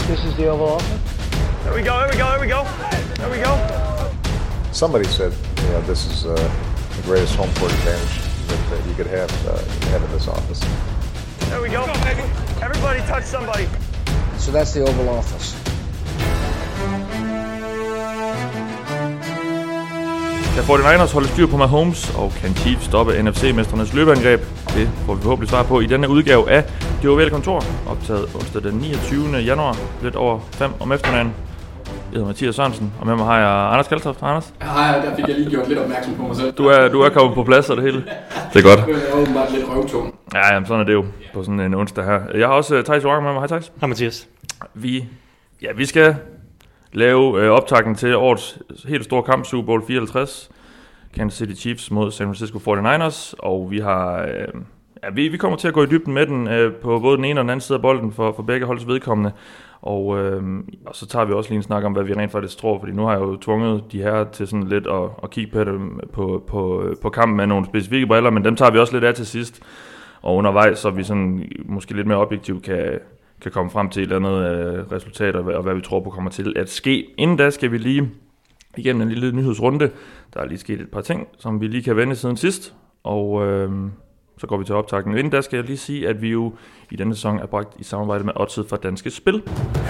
This is the Oval Office. There we go, there we go, there we go. There we go. Somebody said, this is the greatest home court advantage that you could have in this office. There we go. Everybody touch somebody. So that's the Oval Office. Kan 49ers holde styr på Mahomes, og kan Chiefs stoppe NFC-mesternes løbeangreb? Det får vi forhåbentlig svar på i denne udgave af Det Ovale Kontor, optaget onsdag den 29. januar, lidt over 5 om eftermiddagen. Jeg hedder Mathias Sørensen, og med mig har jeg Anders Kaltoft. Anders? Hej, der fik jeg lige gjort lidt opmærksom på mig selv. Du er kommet på plads, og det hele. Det er godt. Jeg er åbenbart lidt røvtung. Ja, jamen, sådan er det jo på sådan en onsdag her. Jeg har også Thijs Joachim med mig. Hej Thijs. Hej Mathias. Vi skal lave optakten til årets helt store kamp, Super Bowl 54. Kansas City Chiefs mod San Francisco 49ers, og vi har vi kommer til at gå i dybden med den på både den ene og den anden side af bolden for begge holds vedkommende, og så tager vi også lige en snak om, hvad vi rent faktisk tror, fordi nu har jeg jo tvunget de her til sådan lidt at kigge på dem på kampen med nogle specifikke briller, men dem tager vi også lidt af til sidst, og undervejs, så vi sådan måske lidt mere objektivt kan komme frem til et eller andet resultat, og hvad vi tror på kommer til at ske. Inden da skal vi lige igennem en lille nyhedsrunde. Der er lige sket et par ting, som vi lige kan vende siden sidst, og så går vi til optakten. Inden da skal jeg lige sige, at vi jo i denne sæson er bragt i samarbejde med Odset fra Danske Spil.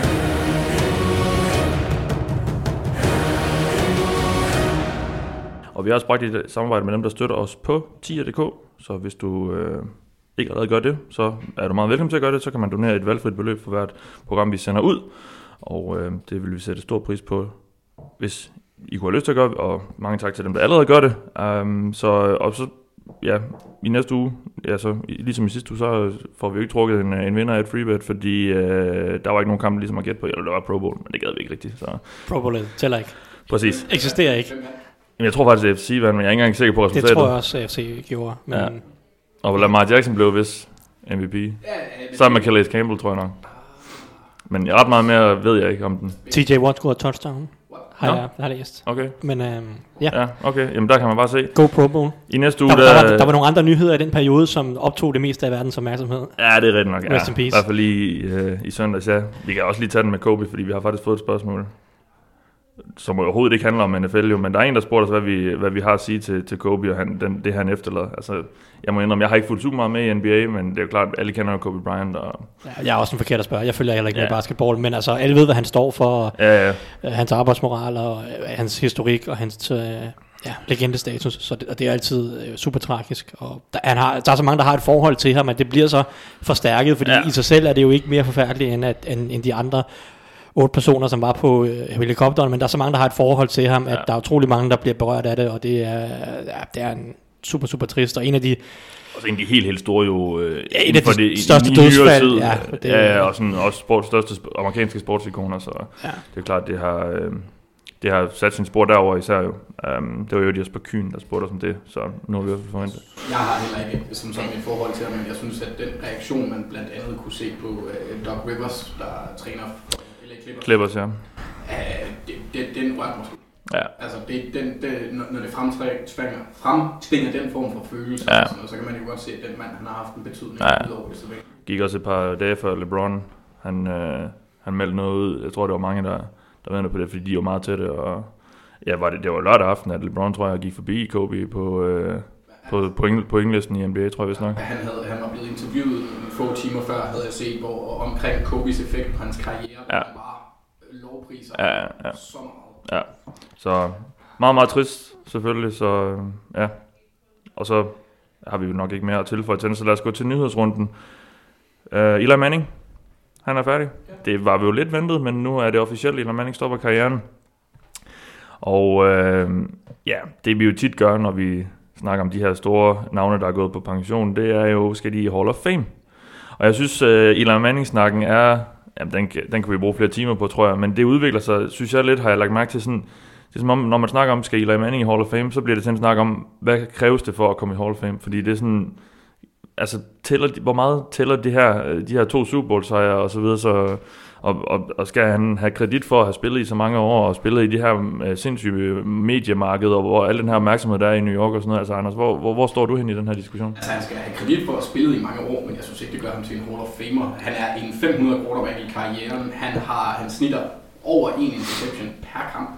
Og vi har også bragt i samarbejde med dem, der støtter os på tier.dk, så hvis du ikke allerede gør det, så er du meget velkommen til at gøre det. Så kan man donere et valgfrit beløb for hvert program, vi sender ud, og det vil vi sætte stor pris på, hvis I kunne have lyst til at gøre, og mange tak til dem, der allerede gør det. I næste uge, så ligesom i sidste uge, så får vi jo ikke trukket en vinder af et freebet, fordi der var ikke nogen kamp ligesom at gætte på, eller der var Pro Bowl, men det gad vi ikke rigtigt. Så. Pro Bowl tæller ikke. Præcis. Eksisterer ikke. Jamen, jeg tror faktisk, at FC vandt, men jeg er ikke engang sikker på resultatet. Det tror jeg også, at FC gjorde. Men... Ja. Og Lamar Jackson blev vist MVP. Sammen med Calais Campbell, tror jeg nok. Men ret meget mere ved jeg ikke om den. TJ Watt scorede touchdown. Har jeg læst. Okay. Men ja, okay. Jamen der kan man bare se. Go Pro Bowl. I næste uge der var nogle andre nyheder i den periode, som optog det meste af verdens opmærksomhed. Ja, det er rigtigt nok. Rest in peace. I hvert fald lige i søndags, ja. Vi kan også lige tage den med Kobe, fordi vi har faktisk fået et spørgsmål, som overhovedet ikke handler om NFL jo, men der er en, der spurgte os, hvad vi har at sige til Kobe, og det han efterlader. Altså, jeg må indrømme, jeg har ikke fulgt super meget med i NBA, men det er jo klart, at alle kender jo Kobe Bryant. Og... Ja, jeg er også en forkert at spørge. Jeg følger heller ikke med basketball, men altså, alle ved, hvad han står for. Hans arbejdsmoral, og hans historik, og hans legendestatus. Så det er altid super tragisk. Og der er så mange, der har et forhold til ham, at det bliver så forstærket, fordi i sig selv er det jo ikke mere forfærdeligt, end de andre 8 personer, som var på helikopteren, men der er så mange, der har et forhold til ham, at der er utrolig mange, der bliver berørt af det, og det er en super, super trist, og en af de helt store jo en af de største dødsfald, og sådan også største amerikanske sportsikoner, så det er klart, det har sat sin spor derover især jo. Det var jo Jesper Kyhn, der spurgte os om det, så nu har vi i hvert fald forventet. Jeg har heller ikke som sådan et forhold til ham, men jeg synes, at den reaktion, man blandt andet kunne se på Doc Rivers, der træner Clippers, ja. Den rørte måske. Ja. Altså, når det fremtvinger den form for følelse, så kan man jo godt se, at den mand, han har haft en betydning. Gik også et par dage før LeBron, han meldte noget ud. Jeg tror, det var mange, der ventede på det, fordi de var meget tætte. Og det var lørdag aften, at LeBron, tror jeg, gik forbi Kobe på pointlisten i NBA, tror jeg vist nok. Han var blevet interviewet få timer før, havde jeg set, hvor omkring Kobes effekt på hans karriere, hvor han bare lovpriser så meget. Ja, så meget, meget trist selvfølgelig, så ja. Og så har vi jo nok ikke mere at tilføje til, så lad os gå til nyhedsrunden. Eli Manning, han er færdig. Ja. Det var vi jo lidt ventet, men nu er det officielt, Eli Manning stopper karrieren. Og det vi jo tit gør, når vi snakker om de her store navne, der er gået på pension, det er jo, skal de i Hall of Fame. Og jeg synes, Eli Manning-snakken er, den kan vi bruge flere timer på, tror jeg, men det udvikler sig, synes jeg lidt, har jeg lagt mærke til sådan, det er som om, når man snakker om, skal Eli Manning i Hall of Fame, så bliver det til at snakke om, hvad kræves det for at komme i Hall of Fame, fordi det er sådan, altså hvor meget tæller de her 2 Super Bowl sejre og så videre, så og skal han have kredit for at have spillet i så mange år og spillet i de her sindssyge mediemarkeder, hvor al den her opmærksomhed der er i New York og sådan noget. Altså Anders, hvor står du hen i den her diskussion? Altså han skal have kredit for at have spillet i mange år, men jeg synes ikke det gør ham til en Hall of Famer. Han er en 500 quarterback i karrieren. Han snitter over 1 interception per kamp.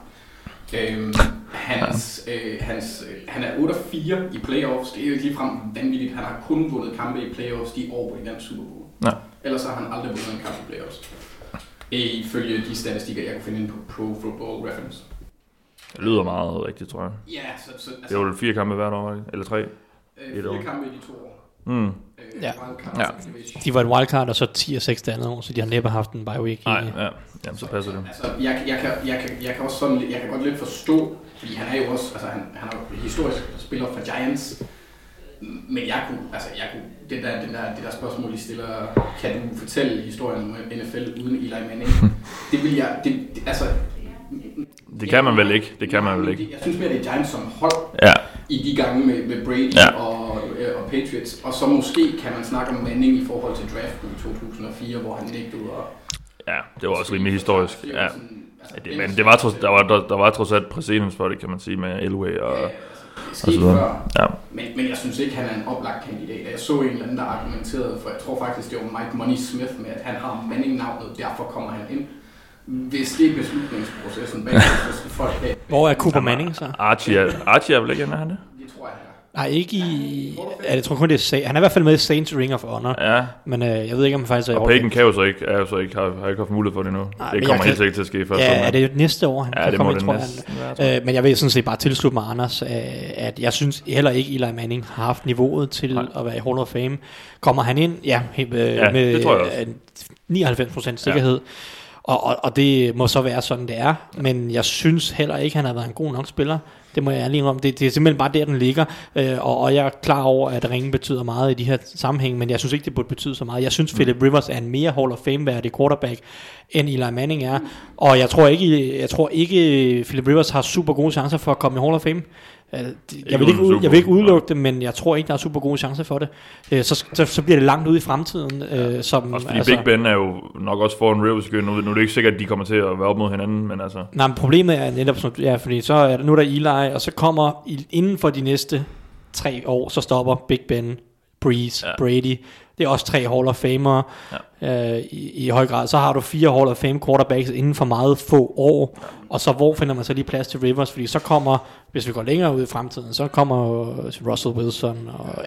Han er 8-4 i playoffs. Det er jo ikke ligefrem vanvittigt. Han har kun vundet kampe i playoffs de år, hvor de vandt Super Bowl. Ja. Ellers har han aldrig vundet en kamp i playoffs. Ifølge de statistikker, jeg kunne finde ind på Pro Football Reference. Det lyder meget rigtigt, tror jeg. Ja, altså, det var 4 kampe hvert år, eller 3? 4 kampe i de 2 år. Ja. De var et wildcard, og så 10-6 det andet år, så de har næppe haft en bye week. Nej, jamen, så passer det. Altså, jeg kan også sådan, jeg kan godt lidt forstå, fordi han er jo også, altså han er jo historisk spiller for Giants, men jeg kunne det der spørgsmål, I stiller, kan du fortælle historien om NFL uden Eli Manning? Det vil jeg, det kan man vel ikke. Jeg synes mere, det er Giants som hold i de gange med Brady og Patriots. Og så måske kan man snakke om Manning i forhold til draften i 2004, hvor han nægtede og... Ja, det var også rimelig historisk. Ja. Men der var trods alt præcedens for det, kan man sige, med Elway og... Det før, ja. Men jeg synes ikke, han er en oplagt kandidat. Jeg så en eller anden, der argumenterede for, jeg tror faktisk, det var Mike Money Smith med, at han har Manning-navnet, derfor kommer han ind. Hvis det er beslutningsprocessen bag, så folk have... Hvor er Cooper Manning så? Archie er vel ikke, er han det? Det tror jeg, han er. Nej, ikke i... Ja, jeg tror kun, det er... Han er i hvert fald med i Saints Ring of Honor. Ja. Men jeg ved ikke, om han faktisk er... Og Peyton kan jo så ikke, har ikke haft mulighed for det nu. Nej, det kommer helt sikkert til at ske først. Ja, er det næste år, han kan komme ind, tror jeg. Men jeg vil sådan set bare tilslutte mig, Anders, at jeg synes heller ikke, Eli Manning har haft niveauet til at være i Hall of Fame. Kommer han ind? Ja, med 99% sikkerhed. Ja. Og det må så være sådan, det er. Men jeg synes heller ikke, han har været en god nok spiller. Det må jeg lige om. Det er simpelthen bare der, den ligger. Og jeg er klar over, at ringen betyder meget i de her sammenhæng, men jeg synes ikke, det burde betyde så meget. Jeg synes, Philip Rivers er en mere Hall of Fame-værdig quarterback, end Eli Manning er. Og jeg tror ikke, Philip Rivers har super gode chancer for at komme i Hall of Fame. Jeg vil ikke udelukke det, men jeg tror ikke, der er super gode chancer for det. Så bliver det langt ude i fremtiden. Også fordi Big Ben er jo nok også foran Rivers igen. Nu er det ikke sikkert, at de kommer til at være op mod hinanden, men altså... Nej, men problemet er netop, fordi så er nu der Eli, og så kommer inden for de næste 3 år, så stopper Big Ben, Breeze, Brady. Det er også 3 Hall of Famer i høj grad. Så har du 4 Hall of Fame quarterbacks inden for meget få år. Og så hvor finder man så lige plads til Rivers? Fordi så kommer, hvis vi går længere ud i fremtiden, så kommer Russell Wilson og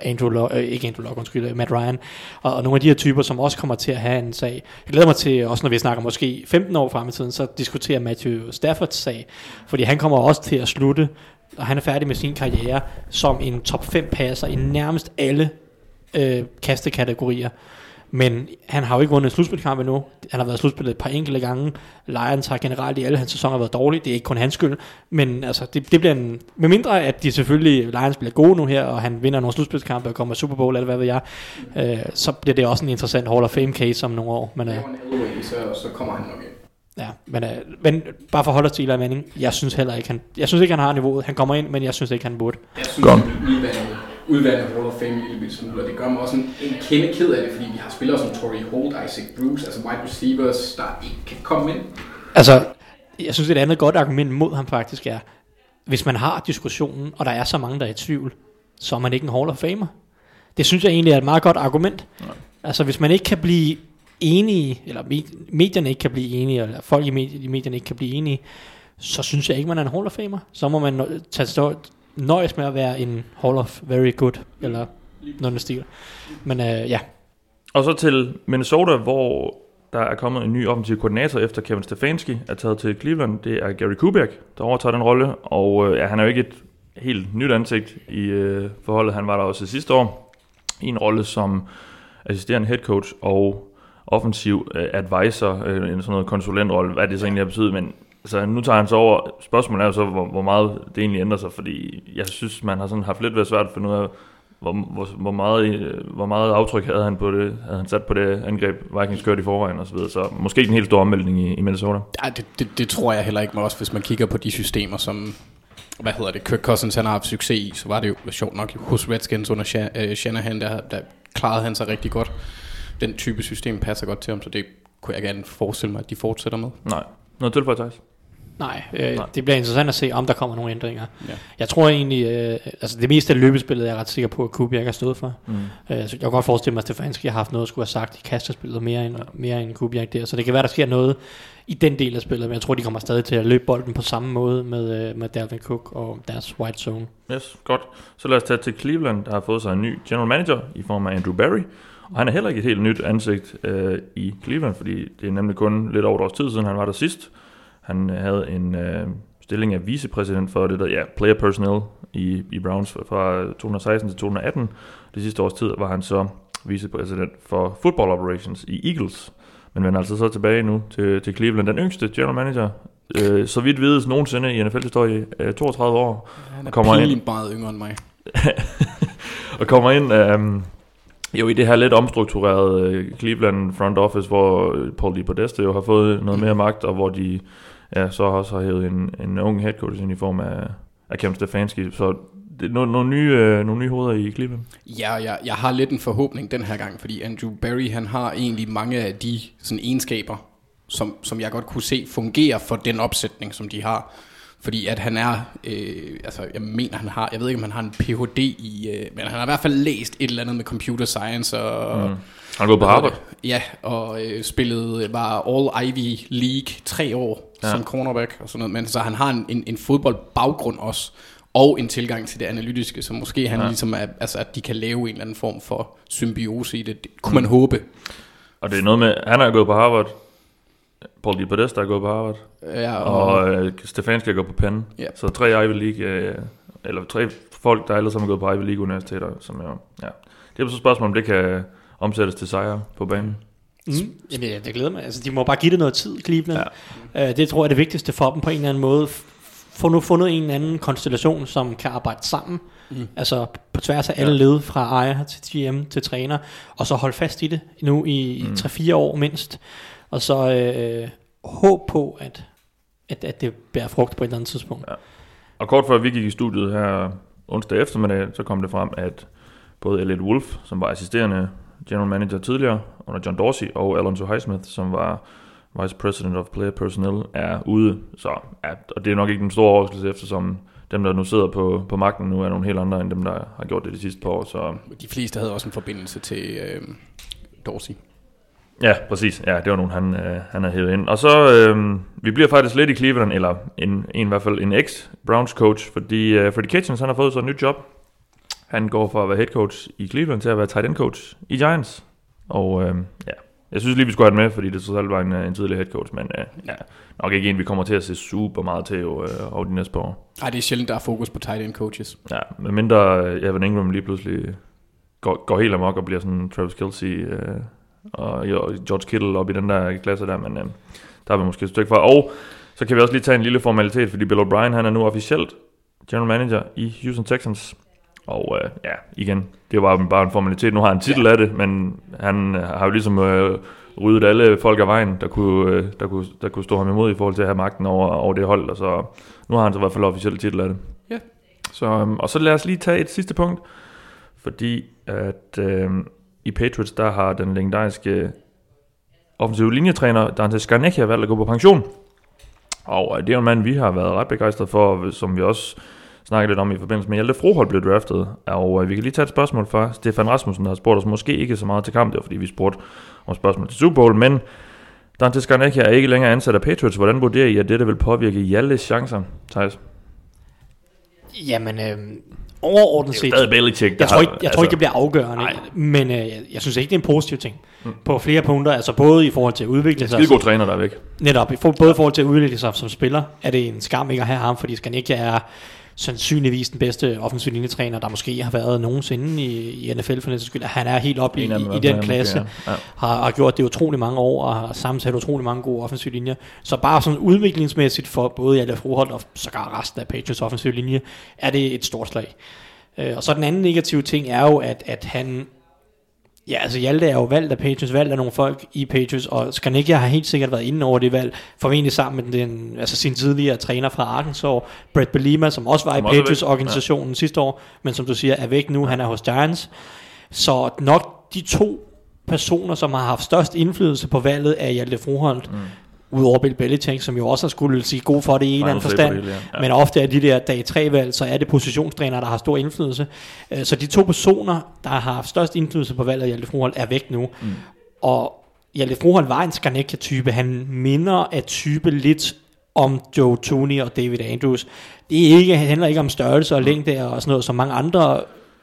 Matt Ryan. Og nogle af de her typer, som også kommer til at have en sag. Jeg glæder mig til, også når vi snakker måske 15 år frem i tiden, så diskuterer Matthew Staffords sag. Fordi han kommer også til at slutte, og han er færdig med sin karriere, som en top 5 passer i nærmest alle kastekategorier. Men han har jo ikke vundet en slutspilkamp endnu. Han har været slutspillet et par enkelte gange. Lions har generelt i alle hans sæsoner været dårlige. Det er ikke kun hans skyld. Men altså, det bliver en... Med mindre at de selvfølgelig, Lions bliver gode nu her, og han vinder nogle slutspilskampe og kommer i Super Bowl, eller hvad ved jeg, så bliver det også en interessant Hall of Fame case om nogle år. Men, så kommer han nok ind. Ja, men bare for at holde os til Eli Manning, jeg synes ikke, han har niveauet. Han kommer ind, men jeg synes ikke, han burde. Jeg synes, han udvandet Hall of Fame en lille smule, og det gør mig også en kende ked af det, fordi vi har spillere som Torrey Holt, Isaac Bruce, altså wide receivers, der ikke kan komme ind. Altså, jeg synes, et andet godt argument mod ham faktisk er, hvis man har diskussionen, og der er så mange, der er i tvivl, så er man ikke en Hall of Famer. Det synes jeg egentlig er et meget godt argument. Ja. Altså, hvis man ikke kan blive enige, eller medierne ikke kan blive enige, eller folk i medierne ikke kan blive enige, så synes jeg ikke, man er en Hall of Famer. Så må man nøjes med at være en Hall of Very Good, eller noget stil. Men ja. Og så til Minnesota, hvor der er kommet en ny offensiv koordinator, efter Kevin Stefanski er taget til Cleveland. Det er Gary Kubiak, der overtager den rolle, og han er jo ikke et helt nyt ansigt i forholdet. Han var der også sidste år i en rolle som assisterende head coach og offensiv advisor, en sådan noget konsulentrolle, hvad det så egentlig har betydet, men så nu tager han så over. Spørgsmålet er jo så, hvor meget det egentlig ændrer sig, fordi jeg synes, man har sådan haft lidt været svært at finde ud af, hvor meget aftryk havde han sat på det angreb, Vikings kørte i forvejen og så videre. Så måske ikke en helt stor omvæltning i Minnesota. Ja, det tror jeg heller ikke, men også hvis man kigger på de systemer, som Kirk Cousins han har haft succes i, så var det jo sjovt nok hos Redskins under Shanahan, der klarede han sig rigtig godt. Den type system passer godt til ham, så det kunne jeg gerne forestille mig, at de fortsætter med. Nej. Noget tilføje, Thijs? Nej, det bliver interessant at se, om der kommer nogle ændringer. Ja. Jeg tror egentlig, altså det meste af løbespillet er jeg ret sikker på, at Kubiak har stået for. Så jeg kan godt forestille mig, at Stefanski har haft noget at skulle have sagt i kastespillet mere end Kubiak der. Så det kan være, der sker noget i den del af spillet, men jeg tror, de kommer stadig til at løbe bolden på samme måde med Dalvin Cook og deres white zone. Yes, godt. Så lad os tage til Cleveland, der har fået sig en ny general manager i form af Andrew Berry. Og han er heller ikke et helt nyt ansigt i Cleveland, fordi det er nemlig kun lidt over et års tid siden, han var der sidst. Han havde en stilling af vicepræsident for det der, player personnel i Browns fra 2016 til 2018. Det sidste års tid var han så vicepræsident for football operations i Eagles. Men vender altså så tilbage nu til Cleveland. Den yngste general manager, så vidt vides nogensinde i NFL-historie, 32 år. Han er pinligt meget yngre end mig. Og kommer ind jo i det her lidt omstrukturerede Cleveland front office, hvor Paul DePodesta jo har fået noget mere magt, og hvor de så også har hævet en ung head coach ind i form af Kevin Stefanski. Så det er nogle nye hoveder i Cleveland. Ja, jeg har lidt en forhåbning den her gang, fordi Andrew Berry, han har egentlig mange af de sådan egenskaber, som jeg godt kunne se fungerer for den opsætning, som de har. Fordi at han er, jeg mener han har, jeg ved ikke om han har en Ph.D. i, men han har i hvert fald læst et eller andet med computer science og... Han har gået på Harvard. Ja, og var All Ivy League 3 år som cornerback og sådan noget. Men så han har en fodboldbaggrund også, og en tilgang til det analytiske, så måske han ligesom er, altså at de kan lave en eller anden form for symbiose i det kunne man håbe. Og det er noget med, han har gået på Harvard, Paul DePodesta er gået på Harvard, og Stefanski er gået på Penn. Yep. Så 3 Ivy League, eller 3 folk, der alle sammen er gået på Ivy League universiteter, som det er så spørgsmål, om det kan omsættes til sejre på banen. Jamen, det glæder mig. Altså, de må bare give det noget tid, Cleveland. Ja. Det tror jeg er det vigtigste for dem på en eller anden måde. Få nu fundet en eller anden konstellation, som kan arbejde sammen. Altså på tværs af alle led, fra ejer til GM til træner, og så holde fast i det nu i 3-4 år mindst. Og så håb på, at det bærer frugt på et eller andet tidspunkt. Ja. Og kort før vi gik i studiet her onsdag eftermiddag, så kom det frem, at både Elliot Wolf, som var assisterende general manager tidligere under John Dorsey, og Alonzo Highsmith, som var vice president of player personnel, er ude. Så, og det er nok ikke den store overraskelse, eftersom dem, der nu sidder på magten nu, er nogle helt andre end dem, der har gjort det de sidste par år. Så. De fleste havde også en forbindelse til Dorsey. Ja, præcis. Ja, det var nogen, han har hævet ind. Og så, vi bliver faktisk lidt i Cleveland, eller i hvert fald en ex-Browns coach, fordi Freddie Kitchens, han har fået så et nyt job. Han går fra at være head coach i Cleveland til at være tight end coach i Giants. Og jeg synes lige, vi skulle have det med, fordi det så selv var en tidlig head coach, men nok ikke en, vi kommer til at se super meget til over de næste par år. Ej, det er sjældent, der er fokus på tight end coaches. Ja, medmindre Evan Ingram lige pludselig går helt amok og bliver sådan Travis Kelce og George Kittle op i den der klasse der, men der er vi måske et stykke fra. Og så kan vi også lige tage en lille formalitet, fordi Bill O'Brien, han er nu officielt general manager i Houston Texans. Og igen, det var bare en formalitet. Nu har han en titel af det, men han har jo ligesom ryddet alle folk af vejen, der kunne stå ham imod i forhold til at have magten over det hold. Og så nu har han så i hvert fald officielt titel af det. Ja. Så, og så lad os lige tage et sidste punkt, fordi at i Patriots, der har den legendariske offensive linjetræner Dante Scarnecchia valgt at gå på pension. Og det er jo en mand, vi har været ret begejstret for, som vi også snakkede lidt om i forbindelse med Hjalte Froholt blev draftet. Og vi kan lige tage et spørgsmål fra Stefan Rasmussen, der har spurgt os måske ikke så meget til kamp, det var fordi vi spurgte om spørgsmål til Super Bowl, men Dante Scarnecchia er ikke længere ansat af Patriots. Hvordan vurderer I, at dette vil påvirke Hjaltes chancer, Thijs? Jamen, overordnet set, jeg tror ikke, det bliver afgørende, men jeg synes ikke, det er en positiv ting. På flere punkter, altså både i forhold til at udvikle sig. Skidegod træner, der er væk. Netop, både i forhold til at udvikle sig som spiller, er det en skam ikke at have ham, fordi Scarnecchia er sandsynligvis den bedste offensiv linjetræner, der måske har været nogensinde i NFL for den skyld. Han er helt oppe i den klasse, har gjort det utrolig mange år, og har sammensat utrolig mange gode offensiv linjer. Så bare sådan udviklingsmæssigt for både Hjalte Froholt og sågar resten af Patriots offensiv linje, er det et stort slag. Og så den anden negative ting er jo, at han... Ja, altså Hjalte er jo valgt af Patriots, valgt af nogle folk i Patriots, og Scarnecchia har helt sikkert været inde over det valg, formentlig sammen med sin tidligere træner fra Arkansas, Brett Bielema, som også var i Patriots-organisationen sidste år, men som du siger, er væk nu, han er hos Giants. Så nok de 2 personer, som har haft størst indflydelse på valget, er Hjalte Froholt, udover Bill Belichick, som jo også har skulle sige god for det i en eller anden forstand, men ofte er de der dag 3-valg, så er det positionstrænere, der har stor indflydelse. Så de 2 personer, der har haft størst indflydelse på valget af Hjalte Froholt, er væk nu. Og Hjalte Froholt var en Skarnecchia-type. Han minder af type lidt om Joe Thuney og David Andrews. Det handler ikke om størrelse og længde og sådan noget, som mange andre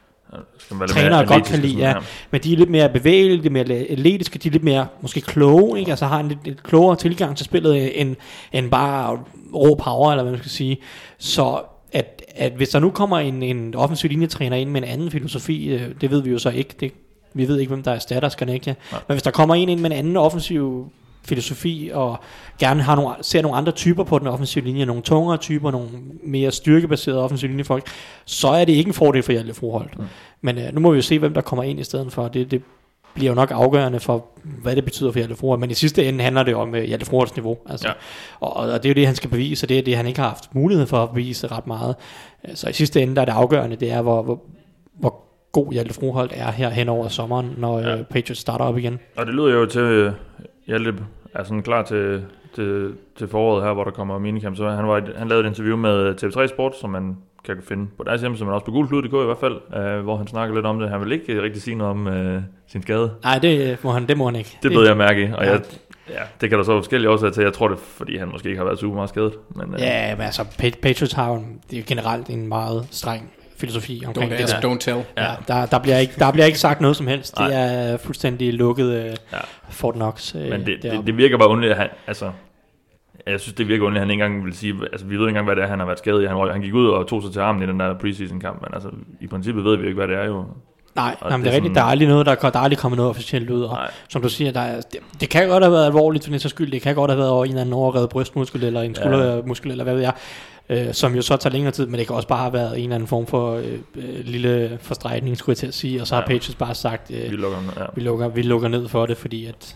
trænere godt kan lide, ja. Men de er lidt mere bevægelige, lidt mere atletiske, de er lidt mere måske kloge, ikke? Altså har en lidt klogere tilgang til spillet end bare rå power, eller hvad man skal sige. Så at hvis der nu kommer en offensiv linjetræner ind med en anden filosofi, det ved vi jo så ikke. Vi ved ikke, hvem der erstatter Skarnecchia. Men hvis der kommer en ind med en anden offensiv filosofi, og gerne ser nogle andre typer på den offensive linje, nogle tungere typer, nogle mere styrkebaserede offensive linjefolk, så er det ikke en fordel for Hjalte Froholt. Men nu må vi jo se, hvem der kommer ind i stedet for. Det bliver jo nok afgørende for, hvad det betyder for Hjalte Froholt. Men i sidste ende handler det om Hjalte Froholts niveau. Altså. Ja. Og det er jo det, han skal bevise, og det er det, han ikke har haft mulighed for at bevise ret meget. Så i sidste ende, der er det afgørende, det er, hvor god Hjalte Froholt er her hen over sommeren, når Patriots starter op igen. Og det lyder jo til, Hjalte er sådan klar til foråret her, hvor der kommer minicamp. Så han lavede et interview med TV3 Sport, som man kan finde på deres hjemmeside, men også på gulklud.dk i hvert fald, hvor han snakker lidt om det. Han vil ikke rigtig sige noget om sin skade. Nej, det må han ikke. Det bed jeg mærke i, og det kan der så forskellige årsager til. Jeg tror det, fordi han måske ikke har været super meget skadet. Men, men altså, Patriots har jo det er generelt en meget streng filosofi omkring det. Don't tell. Ja, der bliver ikke sagt noget som helst. Det er fuldstændig lukket Fort Knox. Men det virker bare underligt, at han, altså, jeg synes det virker underligt, at han ikke engang vil sige, altså vi ved ikke engang, hvad det er, han har været skadet i. Han gik ud og tog sig til armen i den der preseason kamp, men altså i princippet ved vi ikke, hvad det er jo. Nej, men det er rigtigt, der er aldrig noget, der er aldrig kommet noget officielt ud, og som du siger, det kan godt have været alvorligt for den sags skyld, det kan godt have været over en eller anden overredet brystmuskel, eller en skuldermuskel, eller hvad ved jeg, som jo så tager længere tid, men det kan også bare have været en eller anden form for lille forstrækning, skulle jeg til at sige, og så har Patriots bare sagt, vi lukker ned for det, fordi at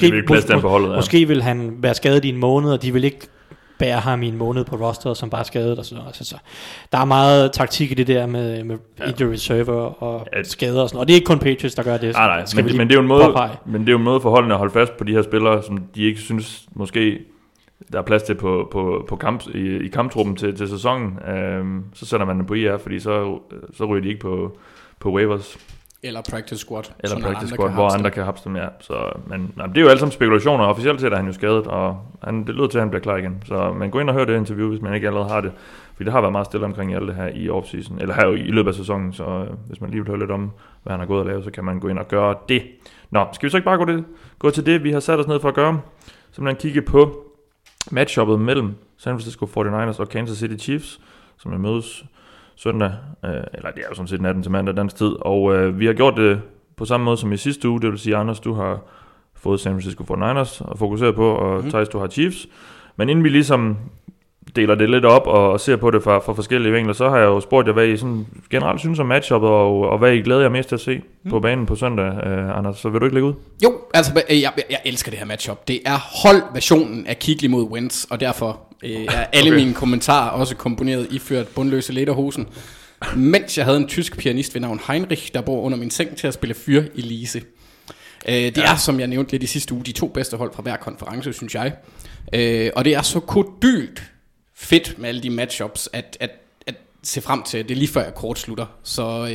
måske vil han være skadet i en måned, og de vil ikke bære ham i en måned på roster, som bare er skadet og sådan noget. Så der er meget taktik i det der med injury reserve og skader og sådan noget. Og det er ikke kun Patriots, der gør det. Nej, men det er jo en måde, men det er jo en måde for holdene at holde fast på de her spillere, som de ikke synes måske der er plads til på kamp, i kamptruppen til sæsonen. Så sætter man den på IR, fordi så ryger de ikke på waivers. Eller practice squad. Eller practice squad, hvor andre kan hapse dem, ja. Så, men det er jo alle sammen spekulationer. Officielt set er han jo skadet, og det lyder til, at han bliver klar igen. Så man går ind og hører det interview, hvis man ikke allerede har det. Fordi det har været meget stille omkring Hjalte her i offseason, eller her i løbet af sæsonen. Så hvis man lige vil høre lidt om, hvad han har gået og lavet, så kan man gå ind og gøre det. Nå, skal vi så ikke bare gå til det, vi har sat os ned for at gøre? Simpelthen kigge på matchuppet mellem San Francisco 49ers og Kansas City Chiefs, som er mødes søndag, eller det er jo sådan set natten til mandag dansk tid, og vi har gjort det på samme måde som i sidste uge, det vil sige, Anders, du har fået San Francisco 49ers og fokuserer på, og Thijs, du har Chiefs, men inden vi ligesom deler det lidt op og ser på det fra forskellige vinkler, så har jeg jo spurgt jer, hvad I sådan generelt synes om matchuppet, og hvad I glæder jer mest til at se på banen på søndag, Anders, så vil du ikke lægge ud? Jo, altså jeg elsker det her matchup. Det er holdversionen af Kuechly mod Wentz, og derfor er alle mine kommentarer også komponeret iført bundløse lederhosen, mens jeg havde en tysk pianist ved navn Heinrich, der bor under min seng til at spille fyr i Lise. Det er, som jeg nævnte lidt i sidste uge, de 2 bedste hold fra hver konference, synes jeg. Og det er så kodylt fedt med alle de matchups, at se frem til. Det er lige før jeg kort slutter. Så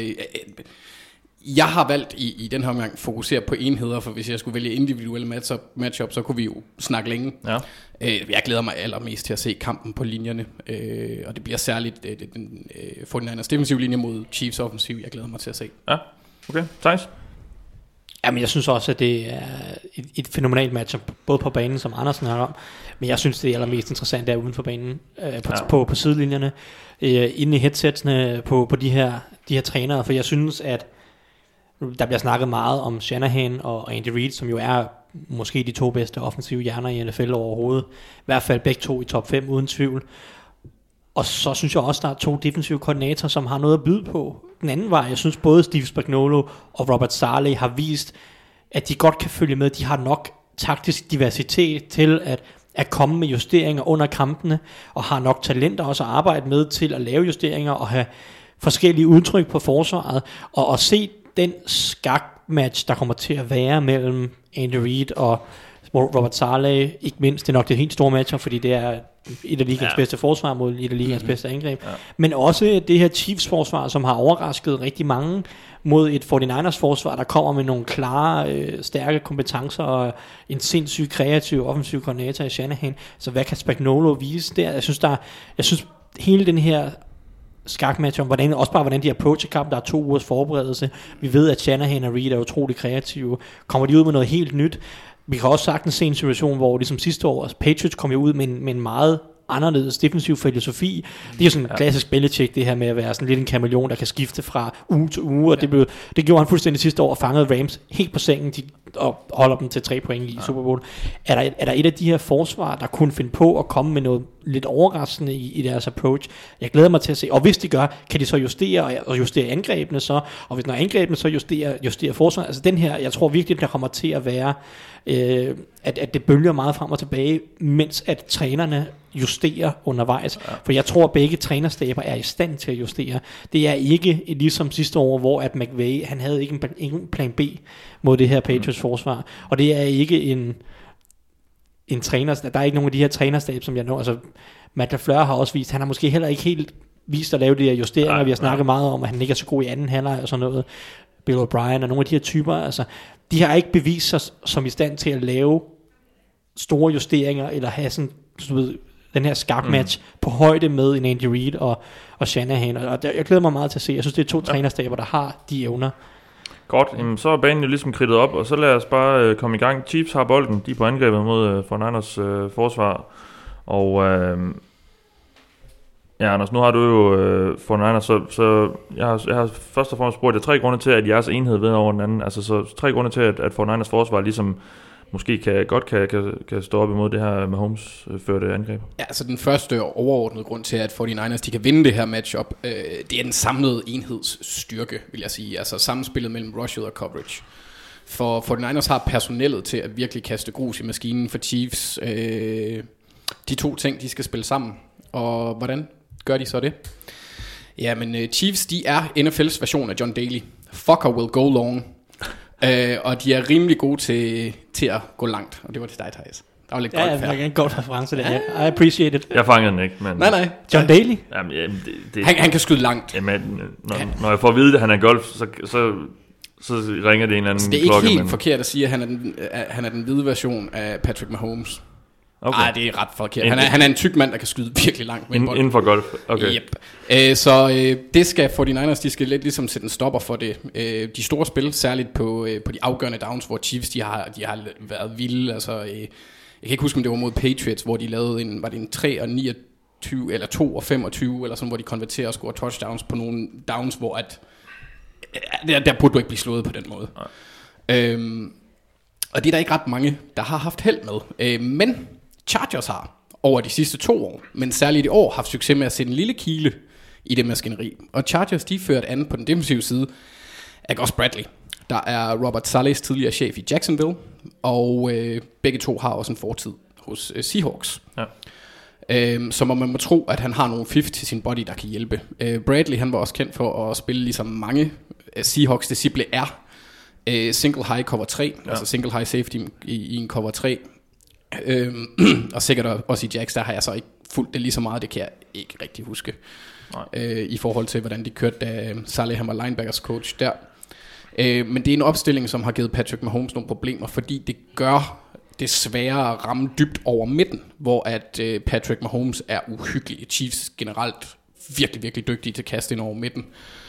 jeg har valgt i den her omgang fokusere på enheder, for hvis jeg skulle vælge individuelle matchup, så kunne vi jo snakke længe. Ja. Jeg glæder mig allermest til at se kampen på linjerne, og det bliver særligt den 49ers defensiv linje mod Chiefs offensiv, jeg glæder mig til at se. Ja, okay. Thijs? Jamen, jeg synes også, at det er et fænomenalt matchup, både på banen, som Andersen har om, men jeg synes, det er allermest interessant er uden for banen, på sidelinjerne, inde i headsetsene på de her trænere, for jeg synes, at der bliver snakket meget om Shanahan og Andy Reid, som jo er måske de 2 bedste offensive hjerner i NFL overhovedet, i hvert fald begge 2 i top 5 uden tvivl. Og så synes jeg også, der er 2 defensive koordinatorer, som har noget at byde på. Den anden vej, jeg synes både Steve Spagnuolo og Robert Saleh har vist, at de godt kan følge med. De har nok taktisk diversitet til at komme med justeringer under kampene, og har nok talenter også at arbejde med til at lave justeringer og have forskellige udtryk på forsvaret, og se den skakmatch, der kommer til at være mellem Andy Reid og Robert Saleh, ikke mindst, det er nok det helt store matcher, fordi det er et af ligaens bedste forsvar mod et af ligaens bedste angreb, men også det her Chiefs forsvar, som har overrasket rigtig mange mod et 49ers forsvar, der kommer med nogle klare, stærke kompetencer og en sindssygt kreativ offensiv koordinator i Shanahan. Så hvad kan Spagnuolo vise der? Jeg synes hele den her skakmatch om, hvordan de approacher kampen, der er 2 ugers forberedelse. Vi ved, at Shanahan og Reid er utrolig kreative. Kommer de ud med noget helt nyt? Vi kan også sagtens se en situation, hvor ligesom sidste år, Patriots kom jo ud med en meget anderledes defensiv filosofi. Det er jo sådan en klassisk Belichick, det her med at være sådan lidt en kameleon, der kan skifte fra uge til uge, og det gjorde han fuldstændig sidste år, og fangede Rams helt på sengen, og holder dem til 3 point i Super Bowl. Er der et af de her forsvar, der kunne finde på at komme med noget lidt overraskende i deres approach? Jeg glæder mig til at se, og hvis de gør, kan de så justere angrebene så, og hvis når angrebene så justerer forsvar, altså den her, jeg tror virkelig, der kommer til at være, at det bølger meget frem og tilbage, mens at trænerne justerer undervejs. For jeg tror, at begge trænerstaber er i stand til at justere. Det er ikke ligesom sidste år, hvor at McVay, han havde ikke en plan B mod det her Patriots forsvar. Og det er ikke en træner, der er ikke nogen af de her trænerstab, som jeg når. Altså, Matt LaFleur har også vist, han har måske heller ikke helt vist at lave de her justeringer. Vi har snakket meget om, at han ikke er så god i anden halvleg og sådan noget. Bill O'Brien og nogle af de her typer, altså, de har ikke bevist sig som i stand til at lave store justeringer, eller have sådan, den her skakmatch på højde med en Andy Reid og Shanahan, og jeg glæder mig meget til at se. Jeg synes, det er 2 trænerstaber, der har de evner. Godt, jamen, så er banen jo ligesom kridtet op, og så lad os bare komme i gang. Chiefs har bolden, de er på angrebet mod 49ers forsvar, og Anders, nu har du jo 49ers, så jeg har først og fremmest spurgt jer 3 grunde til, at jeres enhed ved over den anden, altså så 3 grunde til, at 49ers forsvar ligesom måske kan stå op imod det her med Mahomes førte angreb. Ja, altså den første overordnede grund til, at 49ers de kan vinde det her matchup, det er den samlede enheds styrke, vil jeg sige. Altså samspillet mellem rush'et og coverage. For 49ers har personellet til at virkelig kaste grus i maskinen for Chiefs. De 2 ting, de skal spille sammen. Og hvordan gør de så det? Jamen, Chiefs, de er NFL's version af John Daly. Fucker will go long. Og de er rimelig gode til at gå langt. Og det var til dig, Thijs. Der var lidt godt færd. Ja, en god reference der. I appreciate it. Jeg fangede den ikke, men... Nej. John Daly? Jamen, han kan skyde langt. Jamen, når jeg får at vide, at han er golf, så ringer det en eller anden klokke. Det er klokke, ikke helt forkert at sige, at han er den hvide version af Patrick Mahomes. Okay. Det er ret forkert. Han er en tyk mand, der kan skyde virkelig langt. Inden for golf, okay. Yep. Så det skal 49ers, de skal lidt ligesom sætte en stopper for det. De store spil, særligt på de afgørende downs, hvor Chiefs, de har været vilde. Altså, jeg kan ikke huske, om det var mod Patriots, hvor de lavede en 3 og 29, eller 2 og 25, eller sådan, hvor de konverterer og scorer touchdowns på nogle downs, hvor der burde du ikke blive slået på den måde. Og det er der ikke ret mange, der har haft held med. Men Chargers har over de sidste 2 år, men særligt i år, haft succes med at sætte en lille kile i det maskineri. Og Chargers, de ført an på den defensive side af Gus Bradley, der er Robert Salehs tidligere chef i Jacksonville, og begge 2 har også en fortid hos Seahawks. Ja. Så man må tro, at han har nogle fif til sin body, der kan hjælpe. Bradley, han var også kendt for at spille ligesom mange Seahawks disciple er. Single high cover 3, altså single high safety i en cover 3. Og sikkert også i Jacks, der har jeg så ikke fulgt det lige så meget, det kan jeg ikke rigtig huske. I forhold til hvordan de kørte, da Saleh han var linebackers coach der. Men det er en opstilling, som har givet Patrick Mahomes nogle problemer, fordi det gør det sværere at ramme dybt over midten, hvor at Patrick Mahomes er uhyggelig. Chiefs generelt virkelig, virkelig dygtige til at kaste ind over midten.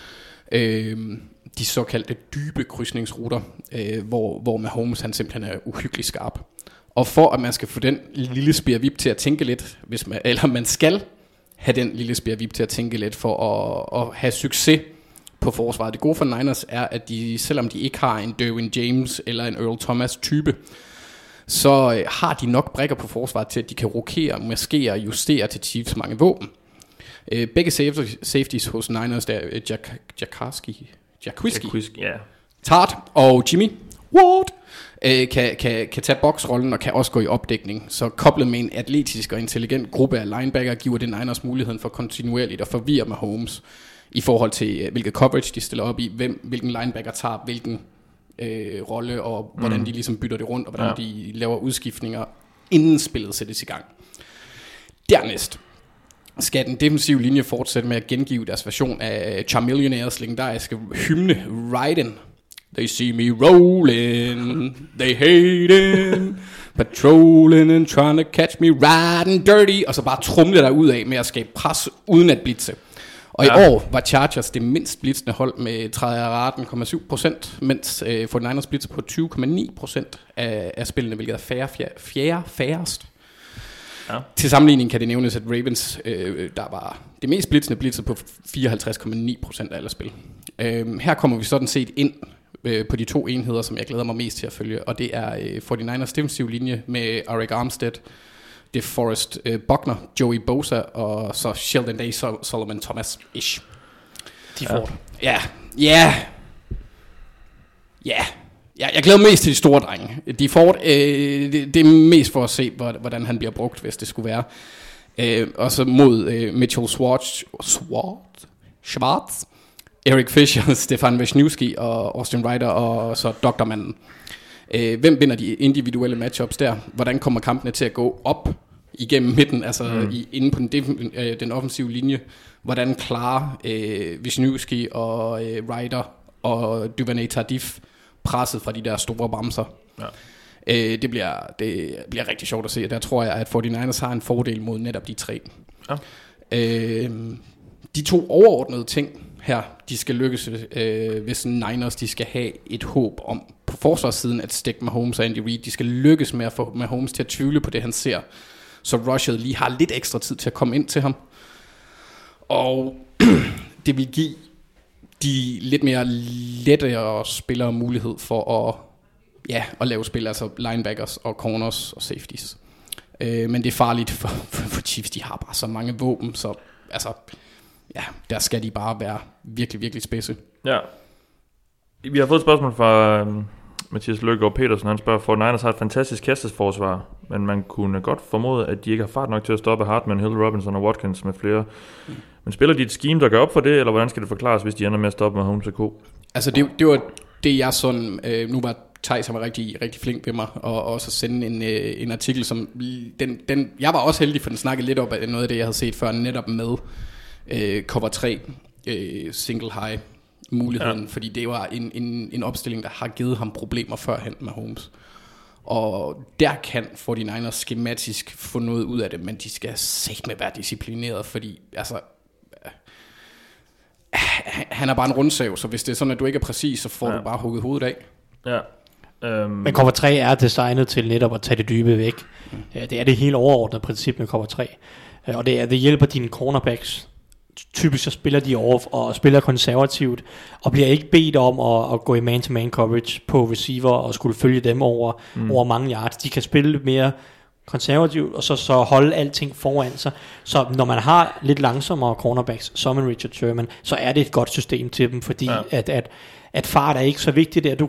De såkaldte dybe krydsningsruter, hvor Mahomes han simpelthen er uhyggelig skarp. Og for at man skal få den lille spirvip til at tænke lidt, eller man skal have den lille spirvip til at tænke lidt for at have succes på forsvaret. Det gode for Niners er, at de, selvom de ikke har en Derwin James eller en Earl Thomas type, så har de nok brikker på forsvaret til, at de kan rokere, maskere og justere til Chiefs mange våben. Begge safeties hos Niners, der er Jaquiski, Tart og Jimmy Ward, kan tage boksrollen og kan også gå i opdækning. Så koblet med en atletisk og intelligent gruppe af linebacker giver det Niners muligheden for kontinuerligt at forvirre Mahomes. i forhold til hvilket coverage de stiller op i, hvilken linebacker tager hvilken rolle, og hvordan de ligesom bytter det rundt, og hvordan de laver udskiftninger, inden spillet sættes i gang. Dernæst skal den defensive linje fortsætte med at gengive deres version af Charmillionaires legendariske hymne, Riding. They see me rolling, they hating, patrolling and trying to catch me riding dirty, og så bare trumle der ud af med at skabe pres uden at blitse. Og i år var Chargers det mindst blitzende hold med 30,7%, mens 49ers blitzer på 20,9% af spillene, hvilket er færrest. Ja. Til sammenligning kan det nævnes, at Ravens, der var det mest blitzende blitzer på 54,9% af alle spil. Her kommer vi sådan set ind på de to enheder, som jeg glæder mig mest til at følge, og det er 49ers defensive linje med Arik Armstead, DeForest Buckner, Joey Bosa og så Sheldon Day, Solomon Thomas-ish. De får det. Ja. Jeg glæder mig mest til de store drenge. De får det er mest for at se, hvordan han bliver brugt, hvis det skulle være. Og så mod Mitchell Schwartz, Eric Fisher, Stefan Wisniewski og Austin Ryder og så Doktormanden. Hvem vinder de individuelle matchups der? Hvordan kommer kampene til at gå op igennem midten, altså inde på den offensive linje? Hvordan klarer Wisniewski og Ryder og Duvernay Tardif presset fra de der store bamser? Ja. Det bliver rigtig sjovt at se, og der tror jeg, at 49ers har en fordel mod netop de tre. Ja. De to overordnede ting her, de skal lykkes, hvis Niners de skal have et håb om på forsvarssiden at stikke Mahomes og Andy Reid. De skal lykkes med at få Mahomes til at tvivle på det, han ser, så Rushed lige har lidt ekstra tid til at komme ind til ham. Og det vil give de lidt mere lettere spillere mulighed for at lave spil, altså linebackers og corners og safeties. Men det er farligt for Chiefs, de har bare så mange våben, så altså, der skal de bare være virkelig, virkelig spidse. Ja. Vi har fået et spørgsmål fra Mathias Løkkegaard Petersen. Han spørger, for Niners har et fantastisk kastesforsvar, men man kunne godt formode, at de ikke har fart nok til at stoppe Hartman, Hill, Robinson og Watkins med flere. Men spiller de et scheme, der gør op for det, eller hvordan skal det forklares, hvis de ender med at stoppe med Holmes og Co? Altså det var det, jeg sådan, nu var Thijs, han var rigtig, rigtig flink ved mig, og også sende en artikel, som jeg var også heldig, for den snakkede lidt op af noget af det, jeg havde set før, netop med cover 3, single high muligheden, fordi det var en opstilling, der har givet ham problemer førhen med Holmes. Og der kan 49ers skematisk få noget ud af det, men de skal satme være disciplineret, fordi altså han er bare en rundsav, så hvis det er sådan, at du ikke er præcis, så får du bare hugget hovedet af. Ja. Men cover 3 er designet til netop at tage det dybe væk. Det er det helt overordnede princip med cover 3. Og det hjælper dine cornerbacks. Typisk så spiller de over og spiller konservativt, og bliver ikke bedt om at gå i man-to-man coverage på receiver og skulle følge dem over mange yards. De kan spille mere konservativt, og så holde alting foran sig. Så når man har lidt langsommere cornerbacks, som en Richard Sherman, så er det et godt system til dem, fordi at fart er ikke så vigtigt der.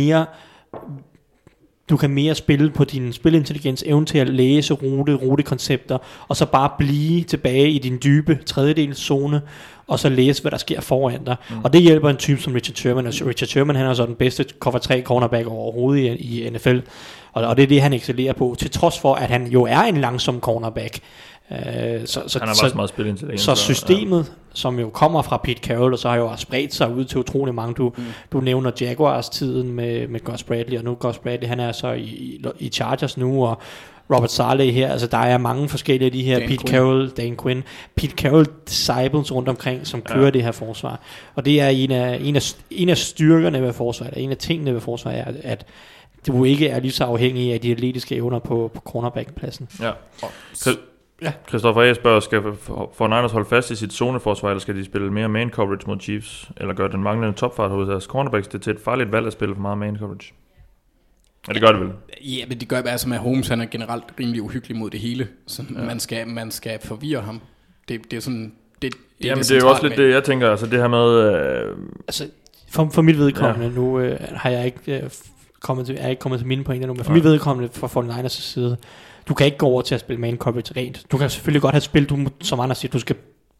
Du kan mere spille på din spilintelligens, evne til at læse rutekoncepter, og så bare blive tilbage i din dybe tredjedelszone, og så læse, hvad der sker foran dig. Og det hjælper en type som Richard Sherman. Og Richard Sherman, han er så den bedste cover 3 cornerback overhovedet i NFL. Og det er det, han excellerer på, til trods for, at han jo er en langsom cornerback. Han har bare så meget spilintelligens. Så systemet, som jo kommer fra Pete Carroll, og så har jo også spredt sig ud til utrolig mange. Du nævner Jaguars-tiden med Gus Bradley, og nu Gus Bradley, han er så i Chargers nu, og Robert Saleh her, altså der er mange forskellige af de her, Dan Quinn, Pete Carroll disciples rundt omkring, som kører det her forsvar. Og det er en af styrkerne ved forsvaret, en af tingene ved forsvaret, at du ikke er lige så afhængig af de atletiske evner på cornerback-pladsen. Ja. Christoffer A. spørger, skal for Niners holde fast i sit zoneforsvar, eller skal de spille mere man coverage mod Chiefs, eller gøre den manglende topfart hos deres cornerbacks det til et farligt valg at spille for meget man coverage? Ja, det gør det vel. Ja, men det gør altså med Holmes, han er generelt rimelig uhyggelig mod det hele, så man skal forvirre ham. Det er sådan det er jo også lidt det, jeg tænker, altså det her med altså for mit vedkommende nu har jeg ikke kommet til mine pointer nu, men for mit vedkommende fra 49ers side, du kan ikke gå over til at spille man coverage rent. Du kan selvfølgelig godt have spillet, som andre siger, du skal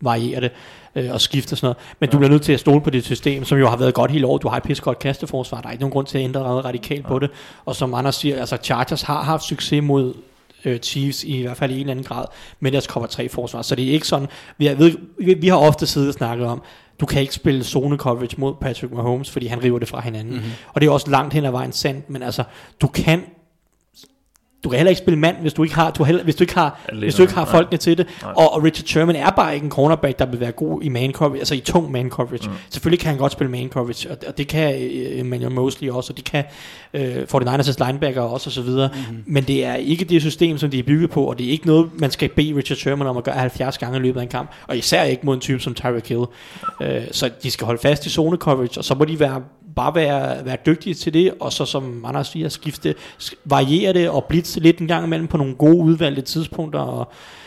variere det og skifte og sådan noget. Men du bliver nødt til at stole på det system, som jo har været godt hele året. Du har et pissegodt kasteforsvar. Der er ikke nogen grund til at ændre radikalt på det. Og som Anders siger, altså Chargers har haft succes mod Chiefs i hvert fald i en eller anden grad med deres cover 3 forsvar. Så det er ikke sådan, vi har ofte siddet og snakket om, du kan ikke spille zone coverage mod Patrick Mahomes, fordi han river det fra hinanden. Mm-hmm. Og det er også langt hen ad vejen sandt, men altså, du kan heller ikke spille mand, hvis du ikke har folkene til det. Og Richard Sherman er bare ikke en cornerback, der vil være god i man coverage, altså i tung man coverage. Selvfølgelig kan han godt spille man coverage, og det kan Emmanuel Mosley også, og det kan 49ers linebacker også, og så videre. Men det er ikke det system, som de er bygget på, og det er ikke noget, man skal bede Richard Sherman om at gøre 70 gange i løbet af en kamp, og især ikke mod en type som Tyreek Hill. Så de skal holde fast i zone coverage, og så må de bare være dygtige til det, og så som Anders siger, skifte, variere det og blitse lidt en gang imellem på nogle gode udvalgte tidspunkter, og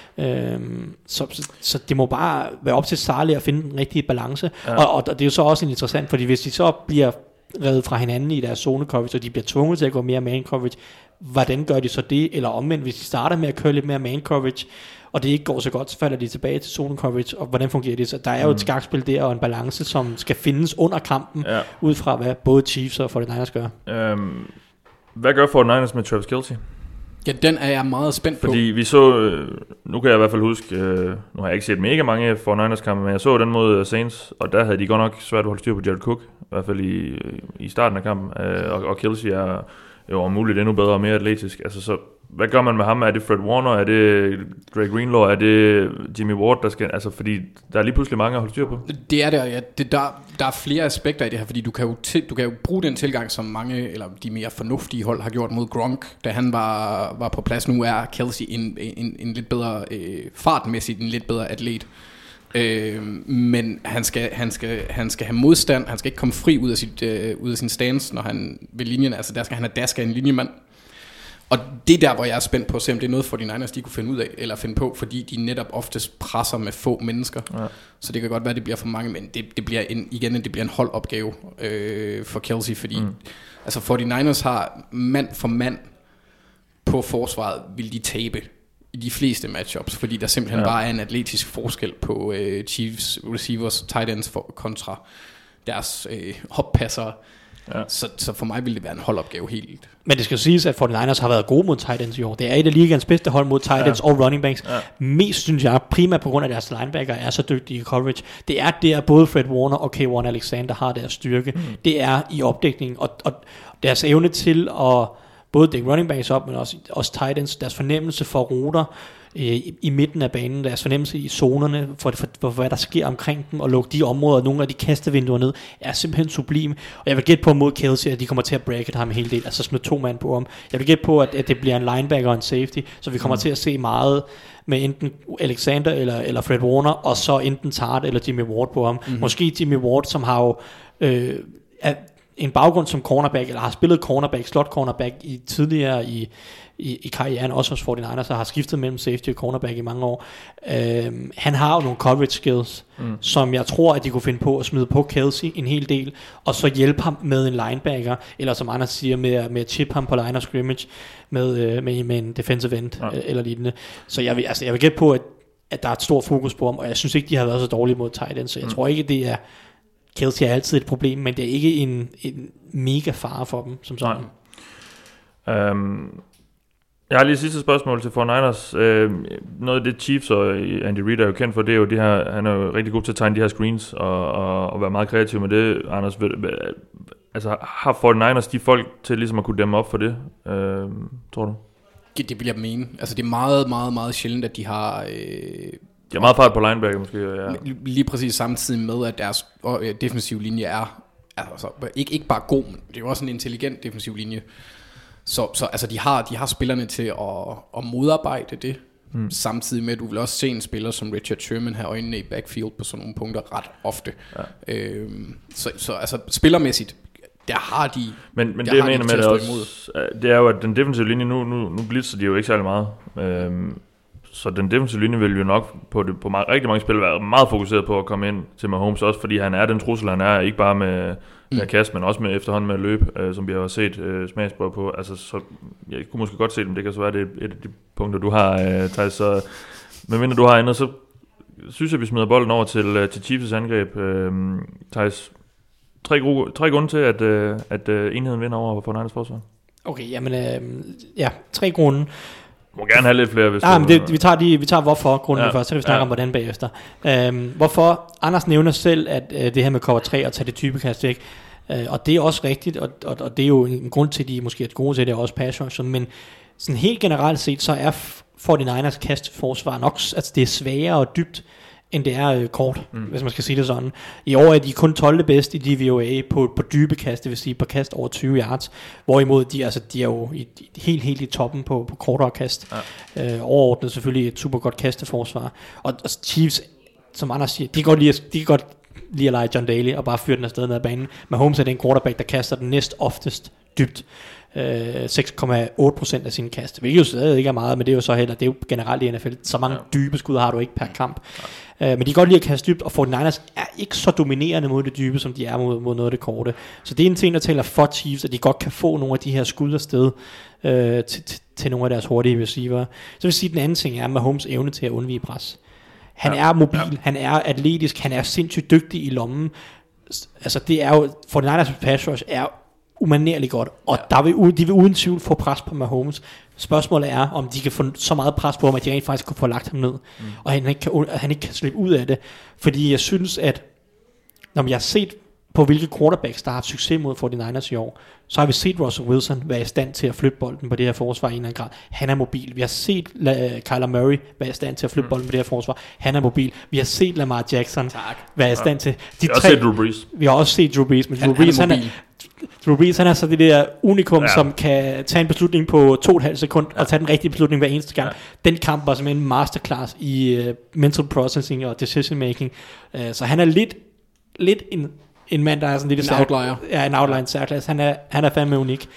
så det må bare være op til Sarli at finde den rigtige balance. Og det er jo så også interessant, fordi hvis de så bliver revet fra hinanden i deres zone coverage, og de bliver tvunget til at gå mere man coverage, hvordan gør de så det? Eller omvendt, hvis de starter med at køre lidt mere man coverage, og det ikke går så godt, så falder de tilbage til zone coverage, og hvordan fungerer det? Så der er jo et skakspil der, og en balance, som skal findes under kampen, ud fra hvad både Chiefs og 49ers gør. Hvad gør 49ers med Travis Kelce? Ja, den er jeg meget spændt på. Fordi vi så, nu kan jeg i hvert fald huske, nu har jeg ikke set mega mange 49ers kampe, men jeg så den mod Saints, og der havde de godt nok svært at holde styr på Jared Cook, i hvert fald i starten af kampen, og Kelce er jo om muligt endnu bedre og mere atletisk. Altså så, hvad gør man med ham? Er det Fred Warner? Er det Dre Greenlaw? Er det Jimmy Ward, der skal... Altså, fordi der er lige pludselig mange at holde styr på. Det er det, ja. Der er flere aspekter i det her, fordi du kan jo bruge den tilgang, som mange, eller de mere fornuftige hold har gjort mod Gronk, da han var på plads. Nu er Kelce en lidt bedre fartmæssigt, en lidt bedre atlet. Men han skal have modstand. Han skal ikke komme fri ud af sin stance, når han ved linjen. Altså der skal han have dask af en linjemand. Og det er der, hvor jeg er spændt på at se, om det er noget for de Niners, de kunne finde ud af, eller finde på, fordi de netop oftest presser med få mennesker. Ja. Så det kan godt være, det bliver for mange, men det bliver en holdopgave for Kelce, fordi altså for de Niners har mand for mand på forsvaret, vil de tabe i de fleste matchups, fordi der simpelthen bare er en atletisk forskel på Chiefs receivers, tight ends kontra deres hoppassere. Ja. Så for mig vil det være en holdopgave helt. Men det skal siges, at 49ers har været gode mod tight ends i år. Det er et af ligaens bedste hold mod tight ends og running backs. Mest synes jeg, primært på grund af deres linebacker er så dygtige i coverage. Det er der både Fred Warner og K1 Alexander har deres styrke. Det er i opdækningen og deres evne til at både dække running backs op, men også tight ends, deres fornemmelse for ruter i midten af banen, deres fornemmelse i zonerne, for hvad der sker omkring dem, og lukke de områder, nogle af de kastevinduer ned, er simpelthen sublim. Og jeg vil gætte på mod Kelce, at de kommer til at bracket ham en hel del, altså smide 2 mand på ham. Jeg vil gætte på, at det bliver en linebacker og en safety, så vi kommer til at se meget med enten Alexander eller Fred Warner, og så enten Tart eller Jimmy Ward på ham. Måske Jimmy Ward, som har jo en baggrund som cornerback, eller har spillet cornerback, slot cornerback tidligere i karrieren, også hos 49ers, og har skiftet mellem safety og cornerback i mange år. Han har jo nogle coverage skills, som jeg tror, at de kunne finde på at smide på Kelce en hel del, og så hjælpe ham med en linebacker, eller som Anders siger, med at chip ham på line of scrimmage, med en defensive end, eller lignende. Så jeg vil gætte på, at der er et stort fokus på ham, og jeg synes ikke, de har været så dårlige mod tight ends, så jeg tror ikke, det er Kelce er altid et problem, men det er ikke en mega fare for dem, som sådan. Jeg har lige sidste spørgsmål til 49ers. Noget af det Chiefs og Andy Reid er jo kendt for, det er jo de her, han er jo rigtig god til at tegne de her screens og være meget kreativ med det. Anders, altså har 49ers de folk til ligesom at kunne dæmme op for det, tror du? Det vil jeg mene. Altså det er meget, meget, meget sjældent, at de har... De har meget fart på linebacker måske, ja. Lige præcis samtidig med, at deres defensive linje er altså, ikke bare god, men det er jo også en intelligent defensiv linje. Så altså, de har spillerne til at modarbejde det, samtidig med, at du vil også se en spiller som Richard Sherman have øjnene i backfield på sådan nogle punkter ret ofte. Ja. Så altså, spillermæssigt, der har de... Men det jeg mener med det også, det er jo, at den defensive linje, nu blitzer de jo ikke særlig meget. Så den defensive linje vil jo nok på rigtig mange spil være meget fokuseret på at komme ind til Mahomes, også fordi han er den trussel, han er, ikke bare med at kaste, men også med efterhånden med at løbe, som vi har set smagsprøve på. Altså, så jeg kunne måske godt se dem, det kan så være, det er et af de punkter, du har, Thijs. Så medmindre du har andet, så synes jeg, vi smider bolden over til Chiefs' angreb. Thijs, tre grunde til, at enheden vinder over for Niners forsvar. Okay, jamen, 3 grunde. Du må gerne have lidt flere, hvis men vi tager hvorfor grunden først, så kan vi snakke om, hvordan bagefter. Hvorfor? Anders nævner selv, at det her med cover 3 og tage det typekast væk, og det er også rigtigt, og det er jo en grund til, at de måske er gode til det, også pass rush, men sådan helt generelt set, så er 49ers kastforsvar nok, altså det er sværere og dybt, end det er kort, hvis man skal sige det sådan. I år er de kun 12. bedst i DVOA på dybe kast, det vil sige på kast over 20 yards, hvorimod de er jo helt i toppen på kortere kast. Overordnet selvfølgelig et super godt kasteforsvar. Og Chiefs, som Anders siger, de kan godt lide at lege John Daly og bare fyre den afsted ned ad banen. Mahomes er den quarterback, der kaster den næst oftest dybt. 6,8% af sine kast, hvilket jo stadig ikke er meget, men det er jo så heller, det er jo generelt i NFL, så mange dybe skud har du ikke per kamp. Men de kan godt lide at kaste dybt, og 49ers er ikke så dominerende mod det dybe, som de er mod noget af det korte. Så det er en ting, der taler for Chiefs, at de godt kan få nogle af de her skud afsted til nogle af deres hurtige receiver. Så vil sige, den anden ting er Mahomes evne til at undvige pres. Han er mobil, han er atletisk, han er sindssygt dygtig i lommen. Altså det er jo, 49ers pass rush er umanerligt godt, og de vil uden tvivl få pres på Mahomes. Spørgsmålet er, om de kan få så meget pres på ham, at de rent faktisk kan få lagt ham ned, og han ikke kan slippe ud af det. Fordi jeg synes, at når jeg har set på hvilke quarterbacks, der har haft succes mod 49ers i år, så har vi set Russell Wilson være i stand til at flytte bolden på det her forsvar i en eller anden grad. Han er mobil. Vi har set Kyler Murray være i stand til at flytte bolden på det her forsvar. Han er mobil. Vi har set Lamar Jackson være i stand til... Vi har også set Drew Brees. Vi har også set Drew Brees, men Drew Brees, han er så det der unikum, som kan tage en beslutning på 2,5 sekunder og tage den rigtige beslutning hver eneste gang. Den kamp var simpelthen en masterclass i mental processing og decision making. Så han er lidt en mand, der er sådan lidt en outlier. Ja, en outlier særklasse. Han er fandme unik.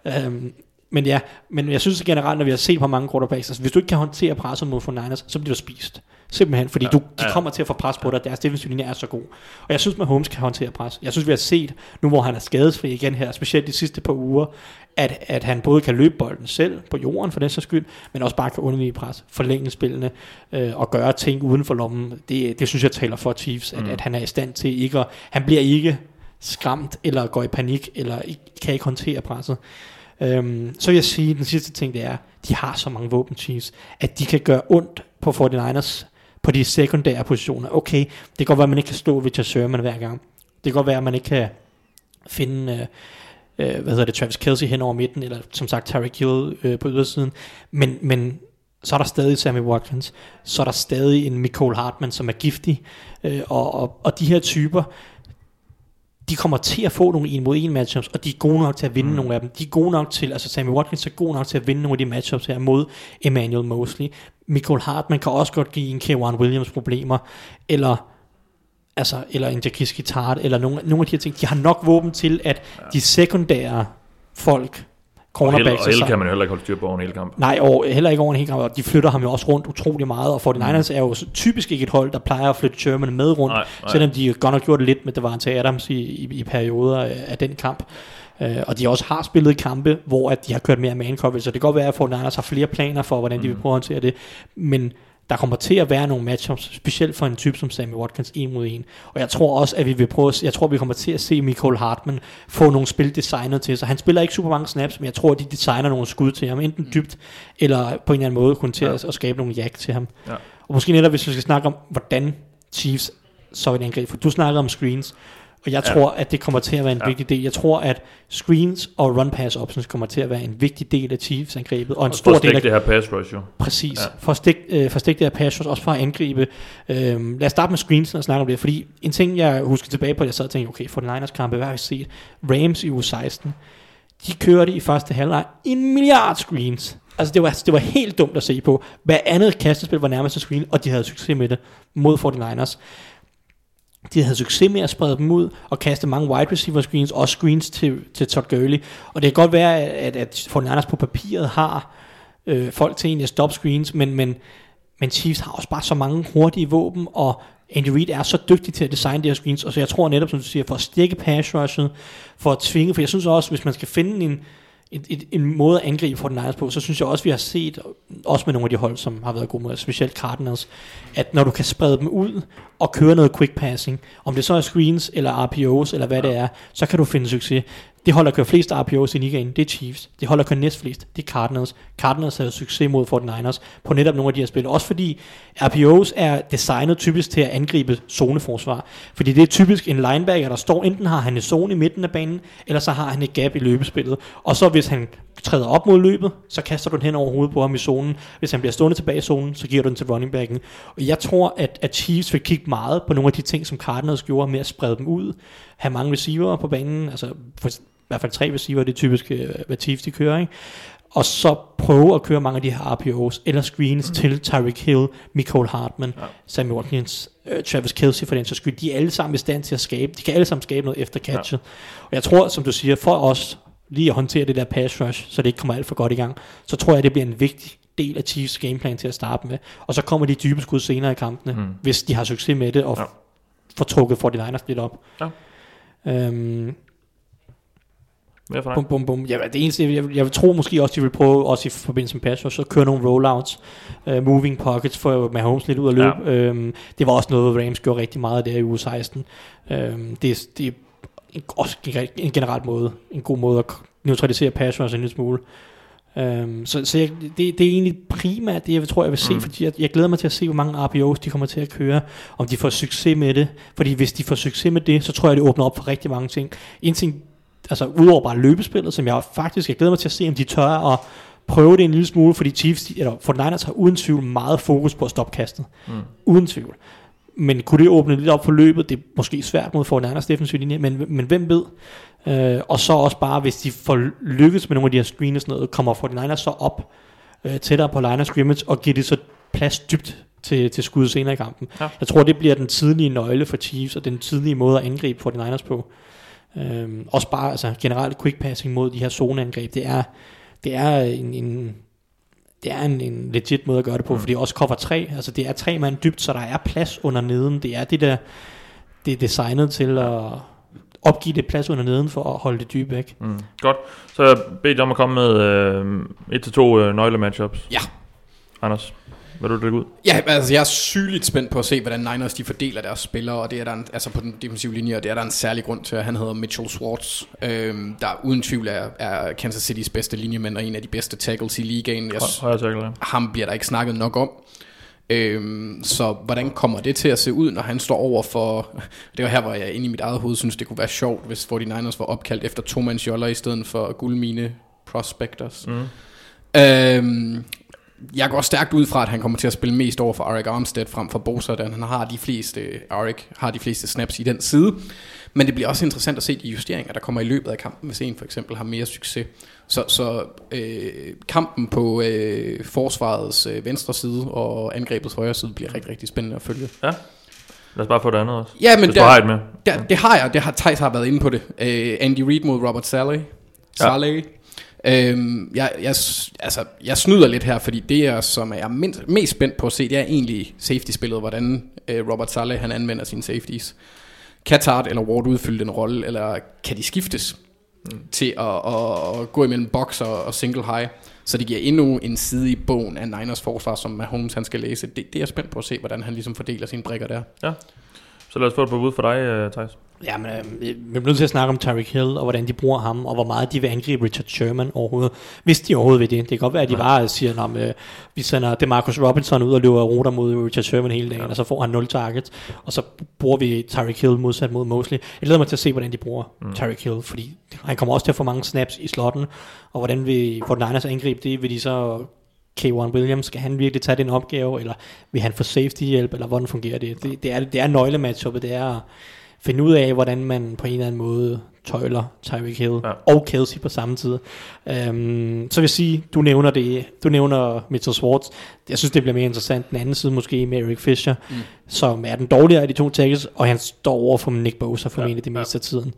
Men jeg synes generelt, når vi har set på mange quarterbacks, altså, hvis du ikke kan håndtere presset mod 49ers, så bliver du spist. Simpelthen, fordi de kommer til at få pres på dig. Deres defensive linje er så god. Og jeg synes, Mahomes kan håndtere pres. Jeg synes, vi har set, nu hvor han er skadesfri igen her, specielt de sidste par uger, at han både kan løbe bolden selv på jorden for den så skyld, men også bare kan undvige pres, forlænge spillene og gøre ting uden for lommen. Det synes jeg taler for Chiefs, at han er i stand til ikke at, han bliver ikke skræmt eller går i panik eller kan ikke håndtere presset. Så vil jeg sige, at den sidste ting det er, de har så mange våben Chiefs, at de kan gøre ondt på 49ers på de sekundære positioner. Okay, det kan godt være, at man ikke kan slå Richard Sherman hver gang. Det kan godt være, at man ikke kan finde Travis Kelce hen over midten, eller som sagt Tyreek Hill på ydersiden. Men så er der stadig Sammy Watkins, så er der stadig en Mecole Hardman, som er giftig, og de her typer, de kommer til at få nogle 1-mod-1 matchups, og de er gode nok til at vinde nogle af dem. De er gode nok til, altså Sammy Watkins er god nok til at vinde nogle af de matchups her mod Emmanuel Mosley. Mecole Hardman kan også godt give en K'Waun Williams problemer, eller en Jaquiski Tartt, eller nogle af de her ting. De har nok våben til, at de sekundære folk, cornerbacks... Og Hill kan man heller ikke holde styr på over en hel kamp. Nej, og heller ikke over en hel kamp, og de flytter ham jo også rundt utrolig meget, og 49ers er jo typisk ikke et hold, der plejer at flytte Sherman med rundt, selvom de godt nok gjort det lidt med Davante Adams i perioder af den kamp. Og de også har spillet kampe, hvor at de har kørt mere man coverage, så det kan godt være, at 49ers har flere planer for, hvordan de vil prøve at håndtere det, men der kommer til at være nogle matchups, specielt for en type som Sammy Watkins 1-mod-1. Og jeg tror også, at vi kommer til at se Mecole Hardman få nogle spil designet til sig. Han spiller ikke super mange snaps, men jeg tror, at de designer nogle skud til ham, enten dybt, eller på en eller anden måde kunne til at skabe nogle jack til ham. Ja. Og måske netop, hvis vi skal snakke om, hvordan Chiefs så vil angreb, for du snakkede om screens, og jeg tror, at det kommer til at være en vigtig del. Jeg tror, at screens og run-pass options kommer til at være en vigtig del af Chiefs-angrebet. Og en stor del af det her pass rush, jo. Præcis. Ja. For at stikke det her pass rush, også for at angribe. Lad os starte med screens og snakke om det. Fordi en ting, jeg husker tilbage på, at jeg sad og tænkte, okay, for den Niners kampe, hvad har vi set? Rams i uge 16. De kørte i første halvleg 1 milliard screens. Altså det var helt dumt at se på. Hver andet kastespil var nærmest en screen, og de havde succes med det mod 49ers. De havde succes med at sprede dem ud og kaste mange wide receiver screens, og screens til Todd Gurley. Og det kan godt være, at 49ers på papiret har folk til egentlig at stoppe screens, men Chiefs har også bare så mange hurtige våben, og Andy Reid er så dygtig til at designe de her screens, og så jeg tror netop, som du siger, for at stikke pass rushet, for at tvinge, for jeg synes også, hvis man skal finde en måde at angribe for den Niners på, så synes jeg også, vi har set, også med nogle af de hold, som har været gode med, specielt Cardinals, at når du kan sprede dem ud og køre noget quick passing, om det så er screens eller RPOs eller hvad det er, så kan du finde succes. Det hold, der kører flest RPOs i ligaen, det er Chiefs. Det hold, der kører næstflest, det er Cardinals. Cardinals havde succes mod 49ers på netop nogle af de her spil. Også fordi RPOs er designet typisk til at angribe zoneforsvar. Fordi det er typisk en linebacker, der står, enten har han en zone i midten af banen, eller så har han et gap i løbespillet. Og så hvis han træder op mod løbet, så kaster du den hen over hovedet på ham i zonen. Hvis han bliver stående tilbage i zonen, så giver du den til running backen. Og jeg tror, at Chiefs vil kigge meget på nogle af de ting, som Cardinals gjorde med at sprede dem ud. Have mange receiver på banen, altså i hvert fald 3 receiver, det er typisk, hvad Chiefs de kører, ikke? Og så prøve at køre mange af de her RPOs eller screens til Tyreek Hill, Mecole Hardman, Sammy Watkins, Travis Kelce for den så skyld. De er alle sammen i stand til at skabe. De kan alle sammen skabe noget efter catchet. Og jeg tror, som du siger, for os lige at håndtere det der pass rush, så det ikke kommer alt for godt i gang, så tror jeg, det bliver en vigtig del af Chiefs gameplan til at starte med. Og så kommer de dybe skud senere i kampene, hvis de har succes med det og får trukket 49ers lidt op. Ja. Ja, det eneste, jeg vil tro måske også, de vil prøve, også i forbindelse med pass rush, så køre nogle rollouts, moving pockets, for Mahomes lidt ud at løbe. Det var også noget, Rams gjorde rigtig meget der i uge 16. Det er også en generelt måde, en god måde at neutralisere pass rush en lille smule. Så det er egentlig primært det, jeg tror, jeg vil se, fordi jeg glæder mig til at se, hvor mange RPOs de kommer til at køre, om de får succes med det. Fordi hvis de får succes med det, så tror jeg, det åbner op for rigtig mange ting. En ting, altså udover bare løbespillet, som jeg glæder mig til at se, om de tør at prøve det en lille smule, fordi Chiefs, eller 49ers har uden tvivl meget fokus på at stoppe kastet. Uden tvivl. Men kunne det åbne lidt op for løbet? Det er måske svært mod 49ers defensive linje, men hvem ved? Og så også bare, hvis de får lykkes med nogle af de her screens og sådan noget, kommer 49ers så op tættere på line of scrimmage, og giver det så plads dybt til skud senere i kampen. Ja. Jeg tror, det bliver den tidlige nøgle for Chiefs, og den tidlige måde at angribe 49ers på. Også bare altså, generelt quick passing mod de her zoneangreb. Det er en legit måde at gøre det på, fordi også cover 3, altså det er 3 mand dybt, så der er plads under neden. Det er det er designet til at opgive det plads under neden for at holde det dybe væk. Godt. Så jeg beder dig om at komme med 1-2 nøgle-matchups. Ja. Anders, hvad du lægge ud? Ja, altså jeg er sygeligt spændt på at se, hvordan Niners de fordeler deres spillere, og det er der altså på den defensive linje, og det er der en særlig grund til, at han hedder Mitchell Schwartz, der uden tvivl er Kansas City's bedste linjemand og en af de bedste tackles i ligaen. Højre tackle, ja. Ham bliver der ikke snakket nok om. Så hvordan kommer det til at se ud, når han står over for... Det var her, hvor jeg inde i mit eget hoved synes, det kunne være sjovt, hvis 49ers var opkaldt efter tomandsjoller i stedet for guldmine prospectors. Jeg går stærkt ud fra, at han kommer til at spille mest over for Arik Armstead frem for Bosa, da han har de fleste snaps i den side. Men det bliver også interessant at se de justeringer, der kommer i løbet af kampen, hvis en for eksempel har mere succes. Så kampen på forsvarets venstre side og angrebets højre side bliver rigtig, rigtig spændende at følge. Ja, lad os bare få det andet også. Ja, men det har jeg. Theis har været inde på det. Andy Reid mod Robert Saleh. Jeg snyder lidt her, fordi det som jeg er mest spændt på at se, det er egentlig safety-spillet, hvordan Robert Saleh han anvender sine safeties. Kan Tart eller Ward udfylde den rolle, eller kan de skiftes til at gå imellem box og single high, så det giver endnu en side i bogen af Niners forsvar, som Mahomes han skal læse. Det er jeg spændt på at se, hvordan han ligesom fordeler sine brikker der. Ja. Så lad os få et par bud for dig, Theis. Ja, men vi bliver nødt til at snakke om Tyreek Hill, og hvordan de bruger ham, og hvor meget de vil angribe Richard Sherman overhovedet. Hvis de overhovedet vil det. Det kan godt være, at de bare siger, vi sender DeMarcus Robinson ud og løber ruter mod Richard Sherman hele dagen, og så får han 0 targets, og så bruger vi Tyreek Hill modsat mod Mosley. Jeg glæder mig til at se, hvordan de bruger Tyreek Hill, fordi han kommer også til at få mange snaps i slotten, og hvordan vi får Niners angribe det, vil de så... K1 Williams, skal han virkelig tage den opgave, eller vil han få safety hjælp, eller hvordan fungerer det? Det er nøglematchuppet, det er at finde ud af, hvordan man på en eller anden måde tøjler Tyreek Hill og Kelce på samme tid. Så vil jeg sige, du nævner Mitchell Schwartz. Jeg synes, det bliver mere interessant. Den anden side måske med Eric Fisher, som er den dårligere af de to tackles, og han står over for Nick Bosa formentlig det meste af tiden.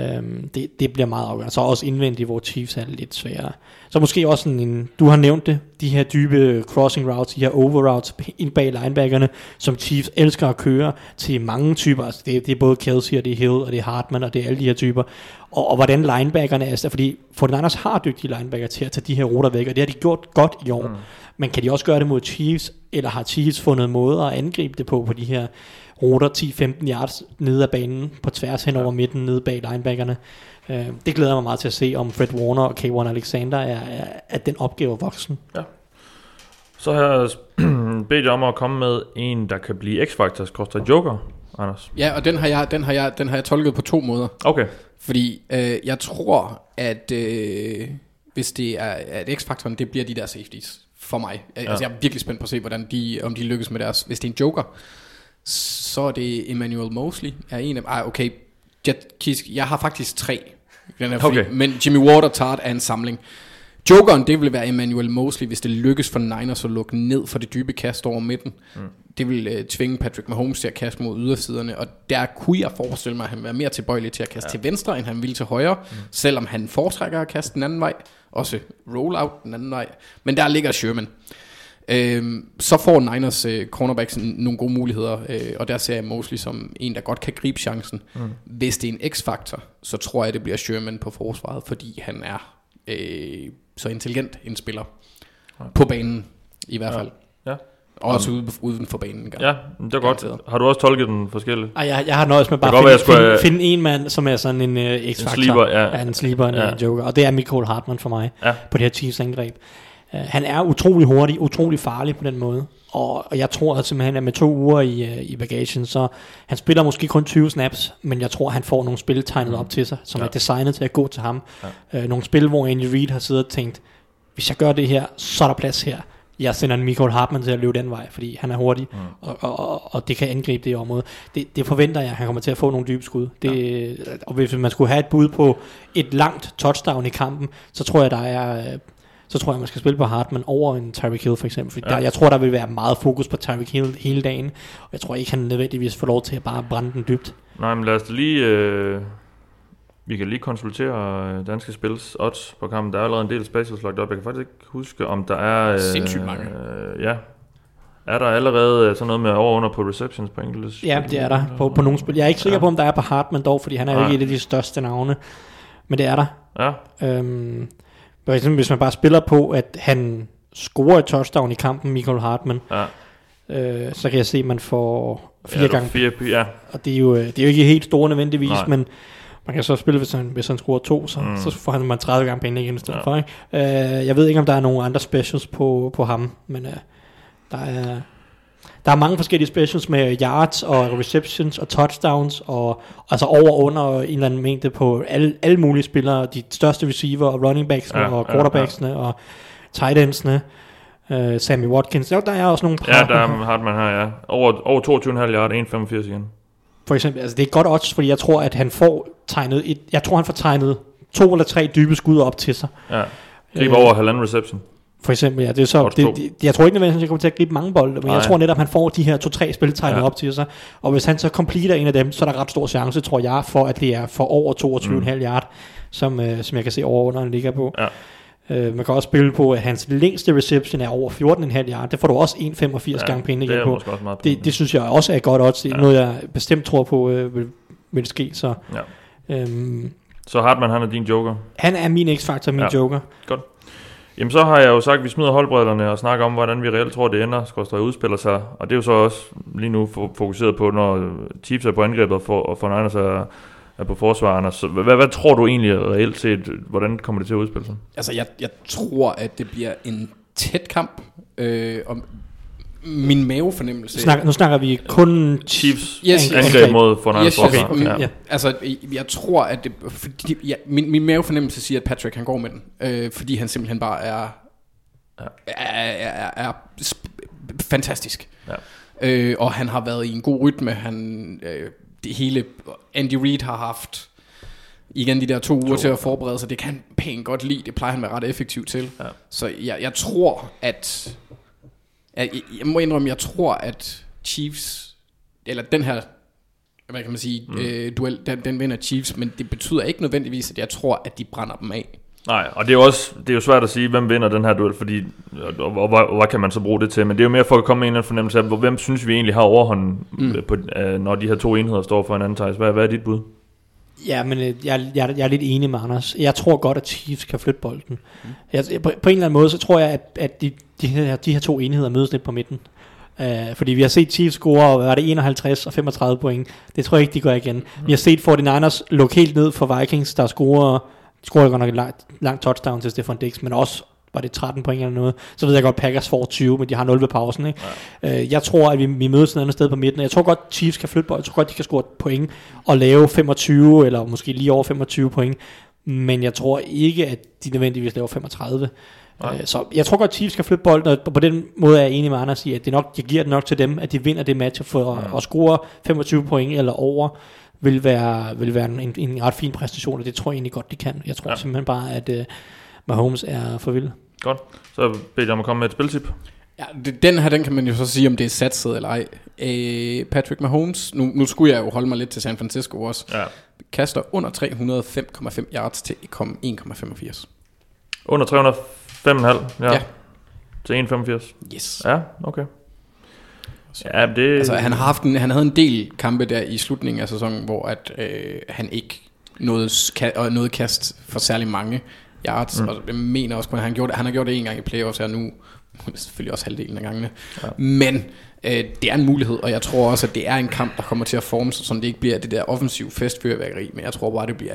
Det bliver meget afgørende. Så også indvendigt, hvor Chiefs er lidt sværere. Så måske også du har nævnt det, de her dybe crossing routes, de her over routes ind bag linebackerne, som Chiefs elsker at køre til mange typer. Altså det er både Kelsey, og det er Hill, og det er Hartman, og det er alle de her typer. Og hvordan linebackerne er, fordi 49ers har dygtige linebacker til at tage de her ruter væk, og det har de gjort godt i år. Men kan de også gøre det mod Chiefs, eller har Chiefs fundet måder at angribe det på de her ruter 10-15 yards nede af banen, på tværs hen over midten, nede bag linebackerne? Det glæder mig meget til at se, om Fred Warner og K1 Alexander er den opgave voksen. Ja. Så har jeg bedt jer om at komme med en, der kan blive X-Factor Joker, Anders. Ja, og den har jeg tolket på 2 måder. Okay. Fordi jeg tror, at hvis det er at X-Faktoren, det bliver de der safeties for mig. Altså jeg er virkelig spændt på at se, hvordan om de lykkes med deres. Hvis det er en Joker, så er det Emmanuel Mosley er en af. Okay, jeg har faktisk 3. Den her okay. Men Jimmy Ward og Tart er en samling. Jokeren, det vil være Emmanuel Mosley, hvis det lykkes for Niners at lukke ned for det dybe kast over midten. Det vil tvinge Patrick Mahomes til at kaste mod ydersiderne, og der kunne jeg forestille mig, at han vil være mere tilbøjelig til at kaste til venstre, end han vil til højre, selvom han foretrækker at kaste den anden vej, også roll-out den anden vej. Men der ligger Sherman. Så får Niners cornerbacks nogle gode muligheder, og der ser jeg Mosley som en, der godt kan gribe chancen. Hvis det er en X-faktor, så tror jeg, det bliver Sherman på forsvaret, fordi han er så intelligent en spiller på banen i hvert fald. Ja. Og også uden for banen. Ja, det er godt. Har du også tolket den forskelligt? Jeg har nøjes med bare at finde en mand, som er sådan en X-faktor. En sleeper, en joker. Og det er Mecole Hardman for mig på det her Chiefs angreb. Han er utrolig hurtig, utrolig farlig på den måde. Og jeg tror at simpelthen, at med 2 uger i bagagen, så han spiller måske kun 20 snaps, men jeg tror, han får nogle spil tegnet op til sig, som er designet til at gå til ham. Nogle spil, hvor Andy Reid har siddet og tænkt, hvis jeg gør det her, så er der plads her. Jeg sender en Mecole Hardman til at løbe den vej, fordi han er hurtig, og det kan angribe det område. Det forventer jeg, han kommer til at få nogle dybe skud. Og hvis man skulle have et bud på et langt touchdown i kampen, så tror jeg, man skal spille på Hartman over en Tyreek Hill for eksempel. Fordi jeg tror, der vil være meget fokus på Tyreek Hill hele dagen. Og jeg tror ikke, han nødvendigvis får lov til at bare brænde den dybt. Nej, men lad os lige... vi kan lige konsultere Danske Spils odds på kampen. Der er allerede en del specials lagt op. Jeg kan faktisk ikke huske, om der er... sindssygt mange. Er der allerede sådan noget med over under på receptions på enkelte? Ja, det er der på nogle spil. Jeg er ikke sikker på, om der er på Hartman dog, fordi han er jo ikke et af de største navne. Men det er der. Ja. Hvis man bare spiller på, at han scorer et touchdown i kampen, Mecole Hardman, så kan jeg se, at man får 4 gange. 4, og det er jo ikke helt store nødvendigvis, men man kan så spille, hvis han scorer 2, så får han 30 gange penge igen i stedet for. Ikke? Jeg ved ikke, om der er nogle andre specials på ham, men der er mange forskellige specials med yards og receptions og touchdowns og altså over og under en eller anden mængde på alle mulige spillere, de største receiver og running backsne og quarterbacksne og tight endsne, Sammy Watkins. Der er også nogle der er Hartman her, over 22,5 yard, 1,85 igen. For eksempel, altså det er godt odds, fordi jeg tror, at han får tegnet han får tegnet 2 eller 3 dybe skud op til sig. Ja. Griber over halvanden reception. For eksempel, ja, det er så, jeg tror ikke nødvendigvis, at han kommer til at gribe mange bolde, men jeg tror netop, at han får de her 2-3 spil tegnet op til sig, og hvis han så completer en af dem, så er der ret stor chance, tror jeg, for at det er for over 22,5 yard, som jeg kan se over under han ligger på. Ja. Man kan også spille på, at hans længste reception er over 14,5 yard. Det får du også 1,85 gange penge igen på. Det synes jeg også er godt odds. Det er noget, jeg bestemt tror på vil ske. Så, så Hartman, han er din joker? Han er min X-faktor, min joker. Godt. Jamen så har jeg jo sagt, at vi smider holdbrillerne og snakker om, hvordan vi reelt tror, det ender, skal udspiller sig. Og det er jo så også lige nu fokuseret på, når Chiefs er på angrebet, og for Niners er på forsvarerne. Så hvad tror du egentlig reelt set, hvordan kommer det til at udspille sig? Altså jeg tror, at det bliver en tæt kamp, og min mavefornemmelse... Nu snakker vi kun Chiefs angreb mod Niners forsvar. Okay. Altså jeg tror, at det... Fordi, min mavefornemmelse siger, at Patrick han går med den, fordi han simpelthen bare er fantastisk. Ja. Og han har været i en god rytme. Det hele Andy Reid har haft igen de der 2 uger til at forberede sig. Det kan han pænt godt lide. Det plejer han at være ret effektiv til. Ja. Så jeg tror, at jeg må indrømme, jeg tror, at Chiefs, eller den her, hvad kan man sige, duel, den vinder Chiefs, men det betyder ikke nødvendigvis, at jeg tror, at de brænder dem af. Nej, og det er jo svært at sige, hvem vinder den her duel, fordi, og hvad kan man så bruge det til, men det er jo mere for at komme med en eller anden fornemmelse af, hvem synes vi egentlig har overhånden, når de her to enheder står for hinanden, Thijs. Hvad er dit bud? Ja, men jeg er lidt enig med Anders. Jeg tror godt, at Chiefs kan flytte bolden. På en eller anden måde, så tror jeg, at de her to enheder mødes lidt på midten. Fordi vi har set Chiefs score, var det 51 og 35 point. Det tror jeg ikke, de gør igen. Vi har set 49ers lukke helt ned for Vikings, der scorer godt nok et langt touchdown til Stefan Diggs, men også var det 13 point eller noget. Så ved jeg godt, Packers får 20, men de har 0 ved pausen. Ikke? Ja. Jeg tror, at vi mødes et andet sted på midten. Jeg tror godt, Chiefs kan flytte bold. Jeg tror godt, de kan score point og lave 25, eller måske lige over 25 point. Men jeg tror ikke, at de nødvendigvis laver 35. Så jeg tror godt, Chiefs kan flytte bolden, og på den måde er jeg enig med Anders i, at jeg giver det nok til dem, at de vinder det match for at score 25 point eller over. Vil være en ret fin præstation, og det tror jeg egentlig godt, de kan. Jeg tror simpelthen bare, at Mahomes er for vild. Godt. Så beder jeg om at komme med et spiltip. Ja, den kan man jo så sige, om det er satset eller ej. Patrick Mahomes, nu skulle jeg jo holde mig lidt til San Francisco også. Ja. Kaster under 305,5 yards til 1,85. Under 305,5 ja. Til 1,85. Yes. Ja, okay. Ja, det... Altså, han havde en del kampe der i slutningen af sæsonen, hvor at han ikke nåede kast for særlig mange yards, og jeg mener også, at han har gjort det en gang i playoffs her nu, selvfølgelig også halvdelen af gangene, men det er en mulighed, og jeg tror også, at det er en kamp, der kommer til at forme sig, så det ikke bliver det der offensiv festfyrværkeri, men jeg tror bare, det bliver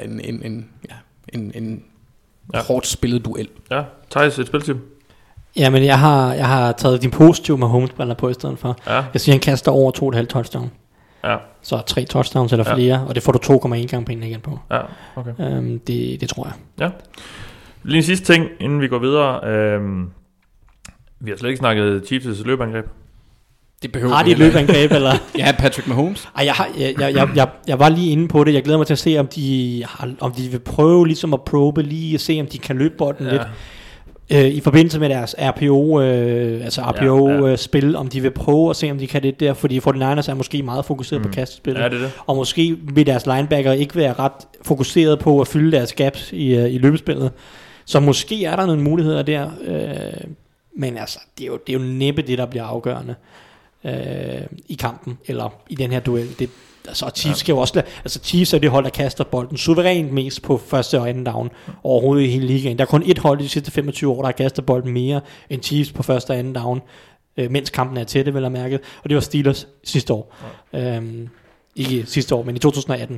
en hårdt spillet duel. Ja, Thijs, et spiltip. Jamen, jeg har taget din positive Mahomes-briller på i stedet for. Ja. Jeg siger, han kaster over 2,5 touchdown. Ja. Så 3 touchdowns eller flere, og det får du 2,1 gange penge igen på. Ja, okay. Det tror jeg. Ja. Lige en sidste ting, inden vi går videre. Vi har slet ikke snakket Chiefs' løbeangreb. Det behøver har de et løbeangreb, eller? Ja, Patrick Mahomes. Jeg var lige inde på det. Jeg glæder mig til at se, om de vil prøve ligesom at probe, lige at se, om de kan løbe bolden lidt. I forbindelse med deres RPO-spil, om de vil prøve at se, om de kan det der, fordi 49ers er måske meget fokuseret på kastespillet, og måske vil deres linebacker ikke være ret fokuseret på at fylde deres gaps i løbespillet, så måske er der nogle muligheder der, men altså, det er jo næppe det, der bliver afgørende i kampen, eller i den her duel. Altså Chiefs skal jo også Chiefs er det hold, der kaster bolden suverænt mest på første og anden down overhovedet i hele ligaen. Der er kun et hold i de sidste 25 år, der har kastet bolden mere end Chiefs på første og anden down, mens kampen er tætte, vel at mærke. Og det var Steelers sidste år. Ikke sidste år, men i 2018.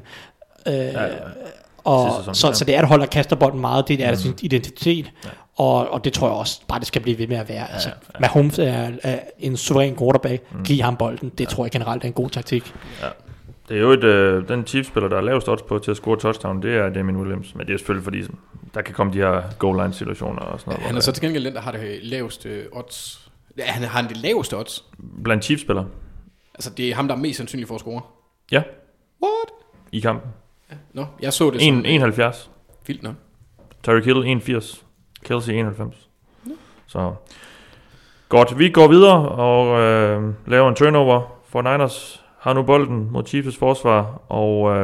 Så det er et hold, der kaster bolden meget. Det er deres identitet. Og det tror jeg også bare, det skal blive ved med at være. Altså, Mahomes er en suveræn quarterback. Giv ham bolden. Det tror jeg generelt er en god taktik. Ja. Det er jo den Chiefs-spiller, der er lavest odds på til at score touchdown, det er Damien Williams. Men det er selvfølgelig fordi, der kan komme de her goal line situationer og sådan noget. Han er så til gengæld den, der har det laveste odds. Ja, han har det laveste odds. Blandt Chiefs-spillere. Altså det er ham, der er mest sandsynlig for at score. Ja. What? I kampen. Ja. Nå, jeg så det som 71. Vildt nok. Tyreek Hill 81. Kelsey 91. Ja. Så godt, vi går videre og laver en turnover for Niners. Har nu bolden mod Chiefs forsvar, og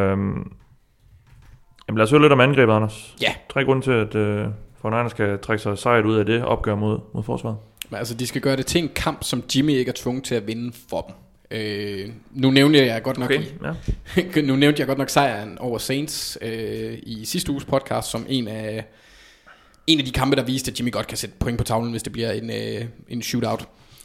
lad os høre lidt om angrebet, Anders. Ja. 3 grunde til, at 49ers kan trække sig sejret ud af det opgør mod forsvaret. Men altså, de skal gøre det til en kamp, som Jimmy ikke er tvunget til at vinde for dem. Nu nævnte jeg godt nok nu nævnte jeg godt nok sejren over Saints i sidste uges podcast som en af de kampe, der viste, at Jimmy godt kan sætte point på tavlen, hvis det bliver en shootout.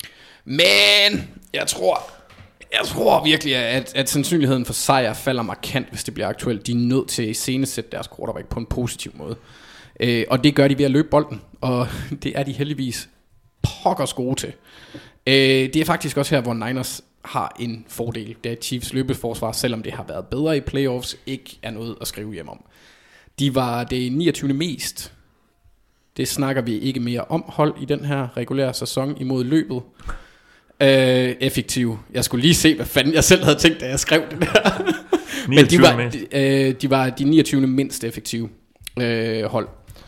Men jeg tror virkelig, at sandsynligheden for sejr falder markant, hvis det bliver aktuelt. De er nødt til at iscenesætte deres quarterback på en positiv måde. Og det gør de ved at løbe bolden. Og det er de heldigvis pokkers gode til. Det er faktisk også her, hvor Niners har en fordel. Det er Chiefs løbeforsvar, selvom det har været bedre i playoffs, ikke er noget at skrive hjem om. De var det 29. mest. Det snakker vi ikke mere om hold i den her regulære sæson imod løbet. Effektiv. Jeg skulle lige se, hvad fanden jeg selv havde tænkt, da jeg skrev det der. Men de var de 29. mindst effektive hold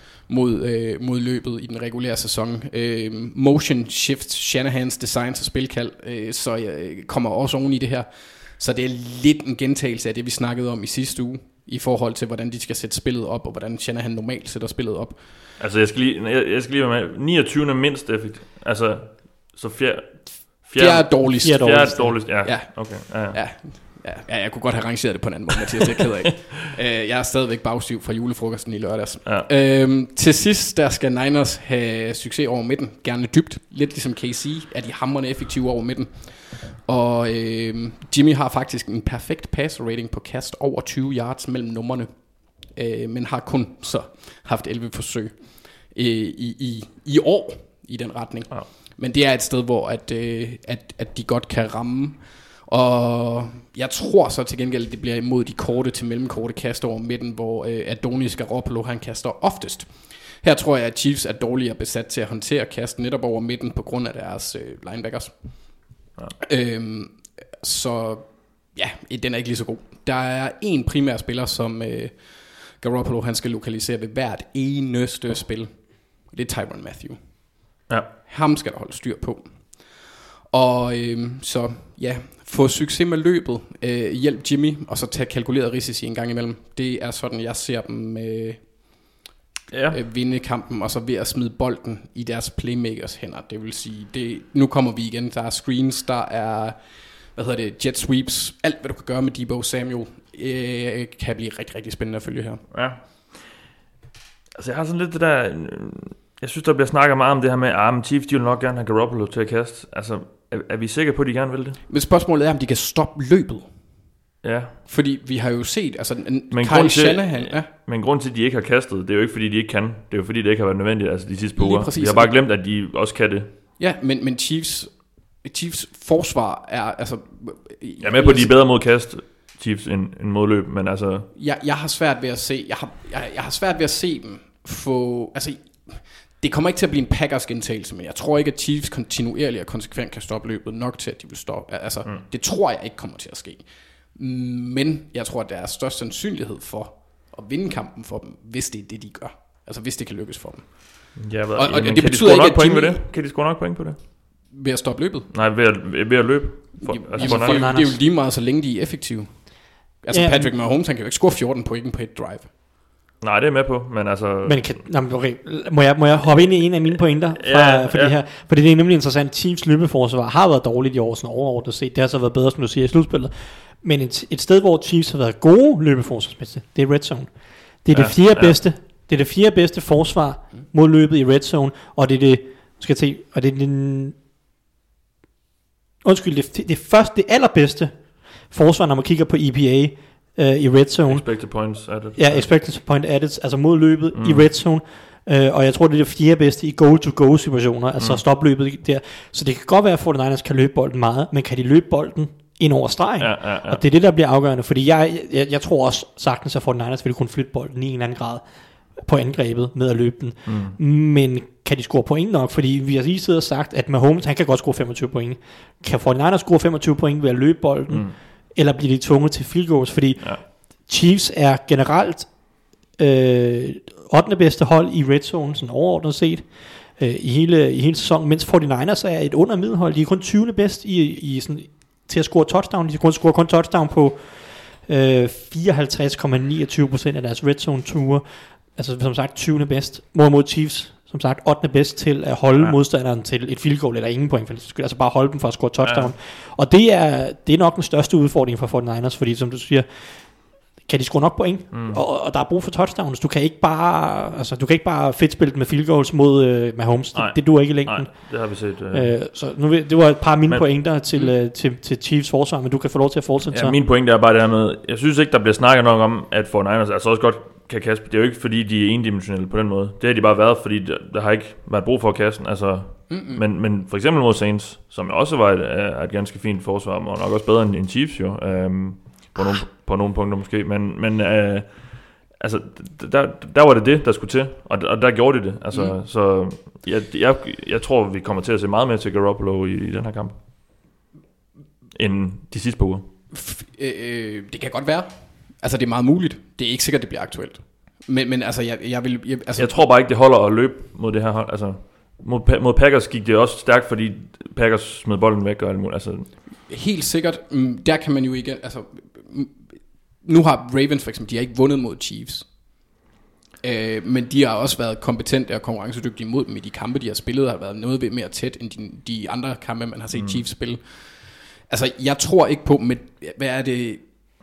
mod løbet i den regulære sæson. Motion shift, Shanahans design til spilkald, så jeg kommer også oven i det her. Så det er lidt en gentagelse af det, vi snakkede om i sidste uge. i forhold til, hvordan de skal sætte spillet op, og hvordan Shanahan normalt sætter spillet op. Altså, jeg skal lige være med. 29. mindst effekt. Altså, så fjerde dårligst. Fjerde dårligst, ja. Okay. Ja, jeg kunne godt have rangeret det på en anden måde, Mathias, det er jeg ked af. Jeg er stadigvæk bagsyv fra julefrokosten i lørdags. Ja. Til sidst, der skal Niners have succes over midten, gerne dybt. Lidt ligesom KC, er de hamrende effektive over midten. Og Jimmy har faktisk en perfekt passer rating på kast over 20 yards mellem numrene. Men har kun så haft 11 forsøg i år i den retning. Ja. Men det er et sted, hvor at de godt kan ramme. Og jeg tror så til gengæld, det bliver imod de korte til mellemkorte kast over midten, hvor Adonis Garoppolo, han kaster oftest. Her tror jeg, at Chiefs er dårligere besat til at håndtere kasten netop over midten på grund af deres linebackers. Ja. Så ja, den er ikke lige så god. Der er en primær spiller, som Garoppolo han skal lokalisere ved hvert eneste spil. Det er Tyrann Mathieu. Ja. Ham skal der holde styr på. Og så ja, få succes med løbet, hjælp Jimmy, og så tage kalkuleret risici en gang imellem. Det er sådan, jeg ser dem vinde kampen, og så ved at smide bolden i deres playmakers hænder. Det vil sige, nu kommer vi igen, der er screens, der er jet sweeps, alt hvad du kan gøre med Deebo Samuel, kan blive rigtig, rigtig spændende at følge her. Ja. Altså jeg har sådan lidt det der, jeg synes der bliver snakket meget om det her med, Chiefs, de vil nok gerne have Garoppolo til at kaste. Altså er vi sikre på, at de gerne vil det? Men spørgsmålet er, om de kan stoppe løbet. Ja. Fordi vi har jo set, altså Kyle Shanahan. Ja. Men grund til, at de ikke har kastet, det er jo ikke, fordi de ikke kan. Det er jo, fordi det ikke har været nødvendigt, altså de sidste par uger. Vi har bare glemt, at de også kan det. Ja, men Chiefs forsvar er, altså... Jeg er med på, at de er bedre mod kast, Chiefs, end modløb, men altså... Jeg har svært ved at se, jeg har svært ved at se dem få... Altså, det kommer ikke til at blive en Packers gentagelse, men jeg tror ikke, at Chiefs kontinuerligt og konsekvent kan stoppe løbet nok til, at de vil stoppe. Altså, det tror jeg ikke kommer til at ske. Men jeg tror, at der er størst sandsynlighed for at vinde kampen for dem, hvis det er det, de gør. Altså, hvis det kan lykkes for dem. Ja, og det betyder ikke, at Jimmy... Kan de score nok point på det? Ved at stoppe løbet? Nej, ved at løbe. Det er jo lige meget, så længe de er effektive. Altså, Patrick Mahomes, han kan jo ikke score 14 point på et drive. Nej, det er med på, men altså... Okay, må jeg hoppe ind i en af mine pointer for det her? For det er nemlig interessant. Chiefs løbeforsvar har været dårligt i år, sådan overordnet set. Det har så været bedre, som du siger, i slutspillet. Men et sted, hvor Chiefs har været gode løbeforsvarsmæssigt, det er red zone. Det er det fjerde bedste. Det er det fjerde bedste forsvar mod løbet i red zone, og det er det... Skal jeg se, og det er den... Undskyld, det første, det allerbedste forsvar, når man kigger på EPA, i red zone. Expected points added. Ja, expected point added, altså mod løbet i red zone. Og jeg tror, det er det fjerde bedste i goal-to-go situationer, altså stopløbet der. Så det kan godt være, at 49ers kan løbe bolden meget, men kan de løbe bolden ind over stregen? Ja. Og det er det, der bliver afgørende, fordi jeg tror også sagtens, at 49ers vil kunne flytte bolden i en eller anden grad på angrebet med at løbe den. Men kan de score point nok? Fordi vi har lige siddet og sagt, at Mahomes, han kan godt score 25 point. Kan 49ers score 25 point ved at løbe bolden? Eller bliver de tvunget til field goals? Fordi Chiefs er generelt 8. bedste hold i red zone, sådan overordnet set, i hele sæsonen, mens 49ers er et under middelhold. De er kun 20. bedst i sådan, til at score touchdown. De scorer kun touchdown på 54,29% af deres red zone ture. Altså som sagt 20. bedst. Mod Chiefs, som sagt 8. bedst til at holde modstanderen til et field goal eller ingen point, altså bare holde dem for at score touchdown. Og det er nok den største udfordring for 49ers, fordi som du siger, kan de score nok point, og der er brug for touchdowns. Du kan ikke bare fedtspille med field goals mod Mahomes. Det duer ikke i længden. Nej, det har vi set. Så nu, det var et par af mine pointer til Chiefs forsvar, men du kan få lov til at fortsætte. Ja, min pointe er bare det her med, jeg synes ikke, der bliver snakket nok om, at 49ers altså også godt kan kaste. Det er jo ikke, fordi de er endimensionelle på den måde. Det har de bare været, fordi der har ikke været brug for at kaste. Altså, men for eksempel mod Saints, som også var et ganske fint forsvar, og nok også bedre end Chiefs jo. På nogle punkter måske, men altså der var det der skulle til, og der gjorde de det. Altså, så jeg tror vi kommer til at se meget mere til Garoppolo i den her kamp end de sidste par uger. Det kan godt være. Altså det er meget muligt. Det er ikke sikkert det bliver aktuelt. Men altså jeg tror bare ikke det holder at løbe mod det her hold. Altså mod Packers gik det også stærkt, fordi Packers smed bolden væk og alt muligt. Altså helt sikkert. Der kan man jo igen, altså nu har Ravens for eksempel, de har ikke vundet mod Chiefs. Men de har også været kompetente og konkurrencedygtige mod dem i de kampe, de har spillet, har været noget mere tæt end de andre kampe, man har set Chiefs spille. Altså, jeg tror ikke på, med, hvad er det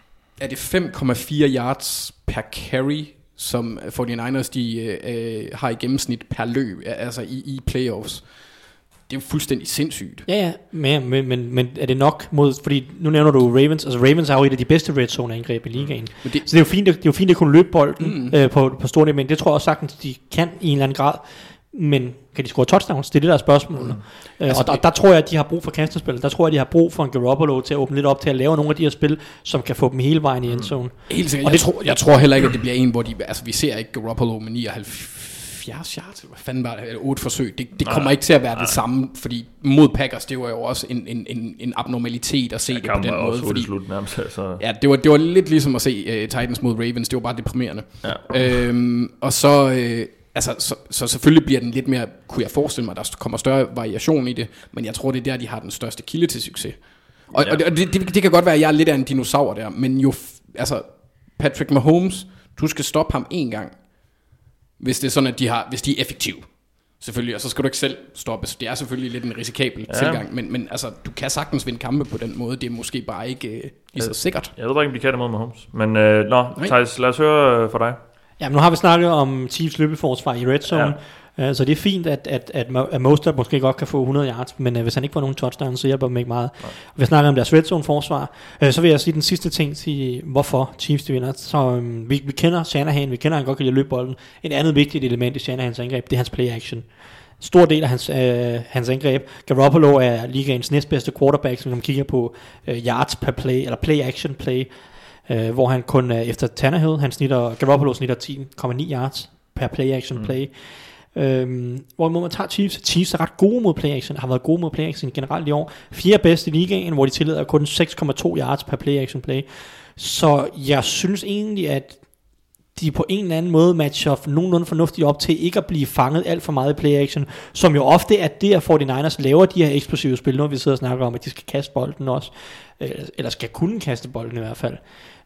5,4 yards per carry, som 49ers de har i gennemsnit per løb, altså i playoffs. Det er jo fuldstændig sindssygt. Ja, men er det nok mod, fordi nu nævner du Ravens, altså Ravens er jo et af de bedste red zone angreb i ligaen. Så det er jo fint, at kunne løbe bolden på store men det tror jeg også sagtens, de kan i en eller anden grad. Men kan de score touchdowns? Det er det, der er spørgsmålet. Og der tror jeg, at de har brug for kastespil. Der tror jeg, at de har brug for en Garoppolo til at åbne lidt op til at lave nogle af de her spil, som kan få dem hele vejen i endzone. Helt sikkert. Jeg tror heller ikke, at det bliver en, hvor de, altså vi ser ikke Garoppolo med 79 yards, eller hvad fanden var det, 8 forsøg. Det kommer ikke til at være det samme, fordi mod Packers, det var jo også en abnormalitet at se det på den måde. Fordi, ja, det var lidt ligesom at se Titans mod Ravens. Det var bare deprimerende. Ja. Og så... Altså, så selvfølgelig bliver den lidt mere, kunne jeg forestille mig, der kommer større variation i det, men jeg tror, det er der, de har den største kilde til succes. Og det kan godt være, at jeg er lidt af en dinosaur der, men jo, altså, Patrick Mahomes, du skal stoppe ham en gang, hvis det er sådan, at hvis de er effektive. Selvfølgelig, og så skal du ikke selv stoppe, så det er selvfølgelig lidt en risikabel tilgang, men altså, du kan sagtens vinde kampe på den måde, det er måske bare ikke lige så sikkert. Jeg ved ikke, om de kan det mod Mahomes, men Thijs, lad os høre fra dig. Ja, men nu har vi snakket om Chiefs løbeforsvar i red zone, så det er fint, at Mostert måske godt kan få 100 yards, men hvis han ikke får nogen touchdown, så hjælper dem ikke meget. Og vi snakker om deres red zone forsvar, så vil jeg sige den sidste ting til, hvorfor Chiefs de vinder. Så vi kender Shanahan, vi kender han godt kan lide løbe bolden. Et andet vigtigt element i Shanahans angreb, det er hans play action. Stor del af hans angreb. Garoppolo er ligaens næstbedste quarterback, som man kigger på yards per play, eller play action play, hvor han kun efter Tannehill, Garoppolo snitter 10,9 yards per play action play. Hvorimod man tager Chiefs er ret gode mod play action, har været gode mod play action generelt i år. 4. bedste i ligaen, hvor de tillader kun 6,2 yards per play action play. Så jeg synes egentlig, at de på en eller anden måde matcher nogenlunde fornuftigt op til ikke at blive fanget alt for meget i play action, som jo ofte er det, at 49ers laver de her eksplosive spil, når vi sidder og snakker om, at de skal kaste bolden også, eller skal kunne kaste bolden i hvert fald.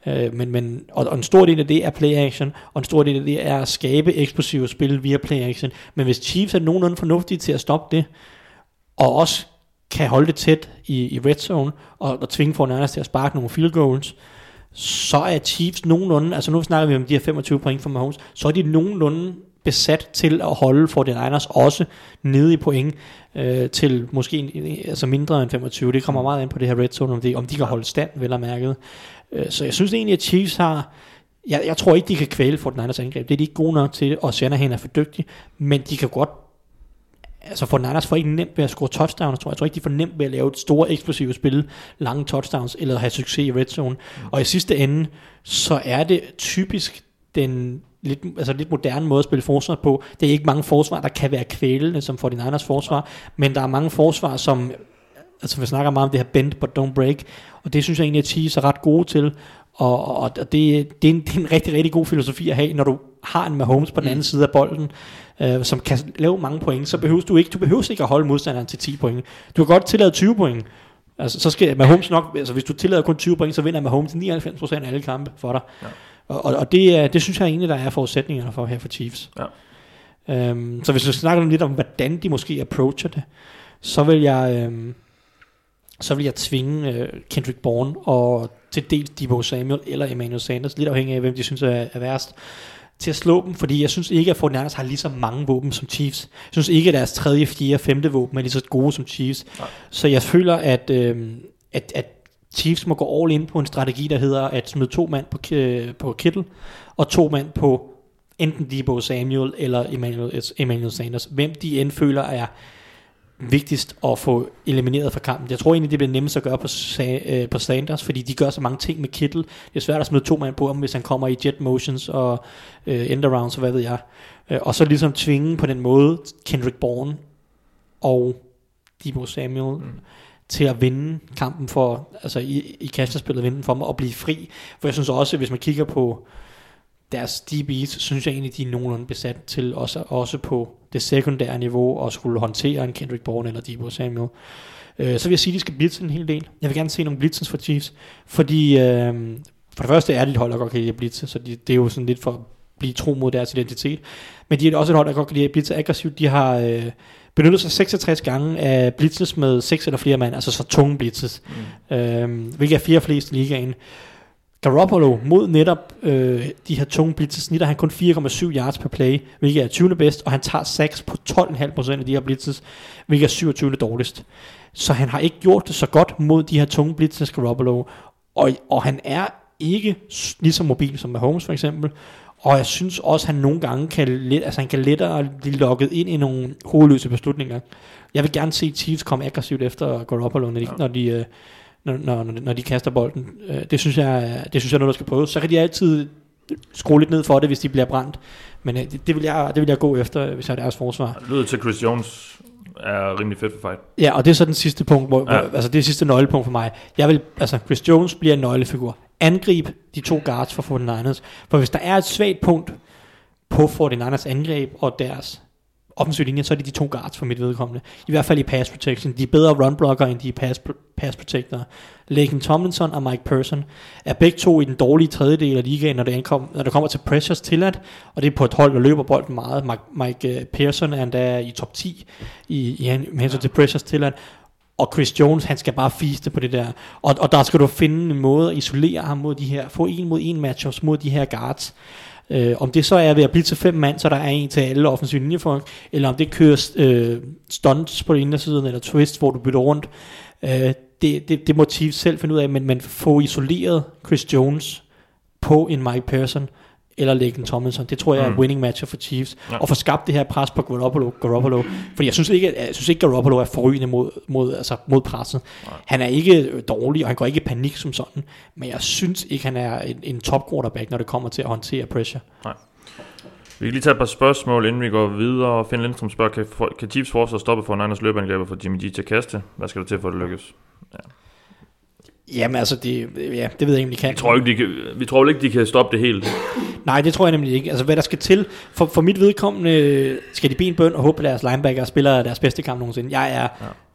Og en stor del af det er play action, og en stor del af det er at skabe eksplosive spil via play action. Men hvis Chiefs er nogenlunde fornuftige til at stoppe det, og også kan holde det tæt i red zone, og tvinge 49ers til at sparke nogle field goals, så er Chiefs nogenlunde, altså nu snakker vi om de her 25 point for Mahomes, så er de nogenlunde besat til at holde 49ers også nede i point til måske altså mindre end 25. Det kommer meget an på det her red zone, om de kan holde stand, vel og mærket. Så jeg synes egentlig, at Chiefs har... Jeg tror ikke, de kan kvæle 49ers angreb. Det er de ikke gode nok til, og Shanahan er for dygtig, men de kan godt... Altså 49ers får ikke nemt ved at score touchdowns, tror jeg. Jeg tror ikke, de får nemt ved at lave et store eksplosive spil, lange touchdowns, eller have succes i red zone. Og i sidste ende, så er det typisk den lidt moderne måde at spille forsvar på. Det er ikke mange forsvar, der kan være kvælende, som 49ers forsvar, men der er mange forsvar, som... Altså vi snakker meget om det her bend but don't break, og det synes jeg egentlig, at Chiefs er ret gode til, og det er en rigtig, rigtig god filosofi at have, når du har en Mahomes på den anden side af bolden, som kan lave mange point, så behøver du ikke at holde modstanderen til 10 point. Du kan godt tillade 20 point, altså så skal Mahomes nok, altså hvis du tillader kun 20 point, så vinder Mahomes 99% af alle kampe for dig. Ja. Og det synes jeg egentlig, der er forudsætningerne for her for Chiefs. Ja. Så hvis vi snakker lidt om, hvordan de måske approacher det, så vil jeg tvinge Kendrick Bourne og til dels Deebo Samuel eller Emmanuel Sanders, lidt afhængig af hvem de synes er værst, til at slå dem, fordi jeg synes ikke, at 49ers har lige så mange våben som Chiefs. Jeg synes ikke, at deres 3., 4., 5. våben er lige så gode som Chiefs. Nej. Så jeg føler, at Chiefs må gå all in på en strategi, der hedder at smide 2 mand på Kittle, og 2 mand på enten Deebo Samuel eller Emmanuel Sanders. Hvem de end føler er vigtigst at få elimineret fra kampen. Jeg tror egentlig, det bliver nemmest at gøre på Sanders, fordi de gør så mange ting med Kittle. Det er svært at smide 2 mand på ham, hvis han kommer i jet motions og end-arounds og hvad ved jeg. Og så ligesom tvinge på den måde Kendrick Bourne og Deebo Samuel til at vinde kampen for, altså i kastespillet vinde for dem og blive fri. For jeg synes også, hvis man kigger på deres DB's, synes jeg egentlig, de er nogenlunde besat til også på det sekundære niveau og skulle håndtere en Kendrick Bourne eller Deebo Samuel. Så vil jeg sige, at de skal blitze en hel del. Jeg vil gerne se nogle blitzes for Chiefs, fordi for det første er det et hold, der godt kan lide at blitse, så det er jo sådan lidt for at blive tro mod deres identitet. Men de er også et hold, der godt kan lide at blitse aggressivt. De har benyttet sig 66 gange af blitzes med 6 eller flere mand, altså så tunge blitzes, hvilket er 4 flest i ligaen. Garoppolo mod netop de her tunge blitzes snitter han kun 4,7 yards per play, hvilket er 20. bedst, og han tager sacks på 12,5% af de her blitzes, hvilket er 27. dårligst. Så han har ikke gjort det så godt mod de her tunge blitzes, Garoppolo, og han er ikke lige så mobil som Mahomes for eksempel, og jeg synes også, at han nogle gange han kan lettere blive lukket ind i nogle hovedløse beslutninger. Jeg vil gerne se Chiefs komme aggressivt efter Garoppolo, når de kaster bolden. Det synes jeg er noget, der skal prøves. Så kan de altid skrue lidt ned for det, hvis de bliver brændt. Men det vil jeg gå efter, hvis jeg er deres forsvar. Det lyder til Chris Jones er rimelig fedt for fight. Ja, og det er så den sidste punkt, altså det er sidste nøglepunkt for mig. Chris Jones bliver en nøglefigur. Angrib de 2 guards for 49ers. For hvis der er et svagt punkt på 49ers angreb og deres offensiv linje, så er det de 2 guards for mit vedkommende. I hvert fald i pass protection. De er bedre runblocker, end de er pass protector. Laken Tomlinson og Mike Person er begge to i den dårlige tredjedel af ligaen, når det kommer til pressures tilladt, og det er på et hold, der løber bolden meget. Mike Pearson er endda i top 10 med hensyn til pressures tilladt, og Chris Jones, han skal bare feaste på det der. Og der skal du finde en måde at isolere ham mod de her, få 1-mod-1 matchups mod de her guards. Om det så er ved at blive til 5 mand, så der er en til alle offensive linjefolk, eller om det kører stunts på den ene side, eller twist, hvor du bytter rundt. Det må Chiefs selv finde ud af, men få isoleret Chris Jones på en Mike Person eller Laken Tomlinson, det tror jeg er en winning match for Chiefs, og få skabt det her pres på Garoppolo, fordi jeg synes ikke Garoppolo er forrygende mod presset. Nej. Han er ikke dårlig, og han går ikke i panik som sådan, men jeg synes ikke, han er en top quarterback, når det kommer til at håndtere pressure. Nej. Vi kan lige tage et par spørgsmål, inden vi går videre. Finn Lindstrøm spørger, kan Chiefs forsvar stoppe for Niners løbeangreber for Jimmy G til at kaste? Hvad skal der til for at det lykkes? Ja. Jamen altså, det ved jeg ikke, om de kan. Vi tror ikke, de kan stoppe det helt. Nej, det tror jeg nemlig ikke. Altså, hvad der skal til, for mit vedkommende, skal de bede en bøn og håbe, at deres linebacker spiller deres bedste kamp nogensinde. Jeg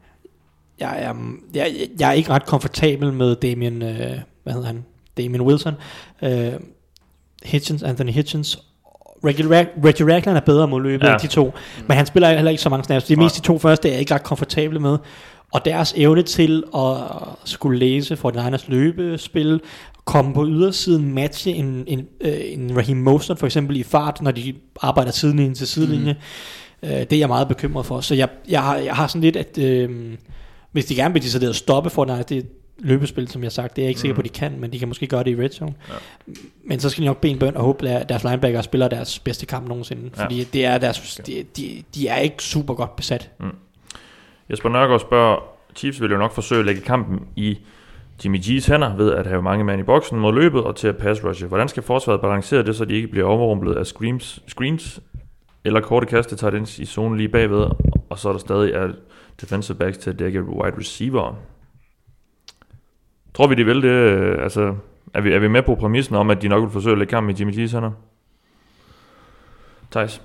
er ikke ret komfortabel med Damien Wilson, Anthony Hitchens. Reggie Ragland er bedre mod løbet end de 2, men han spiller heller ikke så mange snaps. De mest de 2 første er jeg ikke ret komfortabel med. Og deres evne til at skulle læse for Niners løbespil, komme på ydersiden, matche en Raheem Mostert for eksempel i fart, når de arbejder sidelinje til sidelinje, det er jeg meget bekymret for. Så jeg har sådan lidt, at hvis de gerne vil decideret stoppe for Niners, det løbespil, som jeg har sagt, det er jeg ikke sikker på, at de kan, men de kan måske gøre det i red zone. Ja. Men så skal de nok bede en bøn og håbe, at deres linebacker spiller deres bedste kamp nogensinde, fordi det er de er ikke super godt besat. Jesper Nørgaard spørger, Chiefs vil jo nok forsøge at lægge kampen i Jimmy G's hænder ved at have mange mand i boksen mod løbet og til at pass rushe. Hvordan skal forsvaret balancere det, så de ikke bliver overrumplet af screens eller korte kaste tight ends i zonen lige bagved, og så er der stadig defensive backs til at dække wide receiver? Tror vi, de vil det? Altså, er vi med på præmissen om, at de nok vil forsøge at lægge kampen i Jimmy G's hænder? Thijs?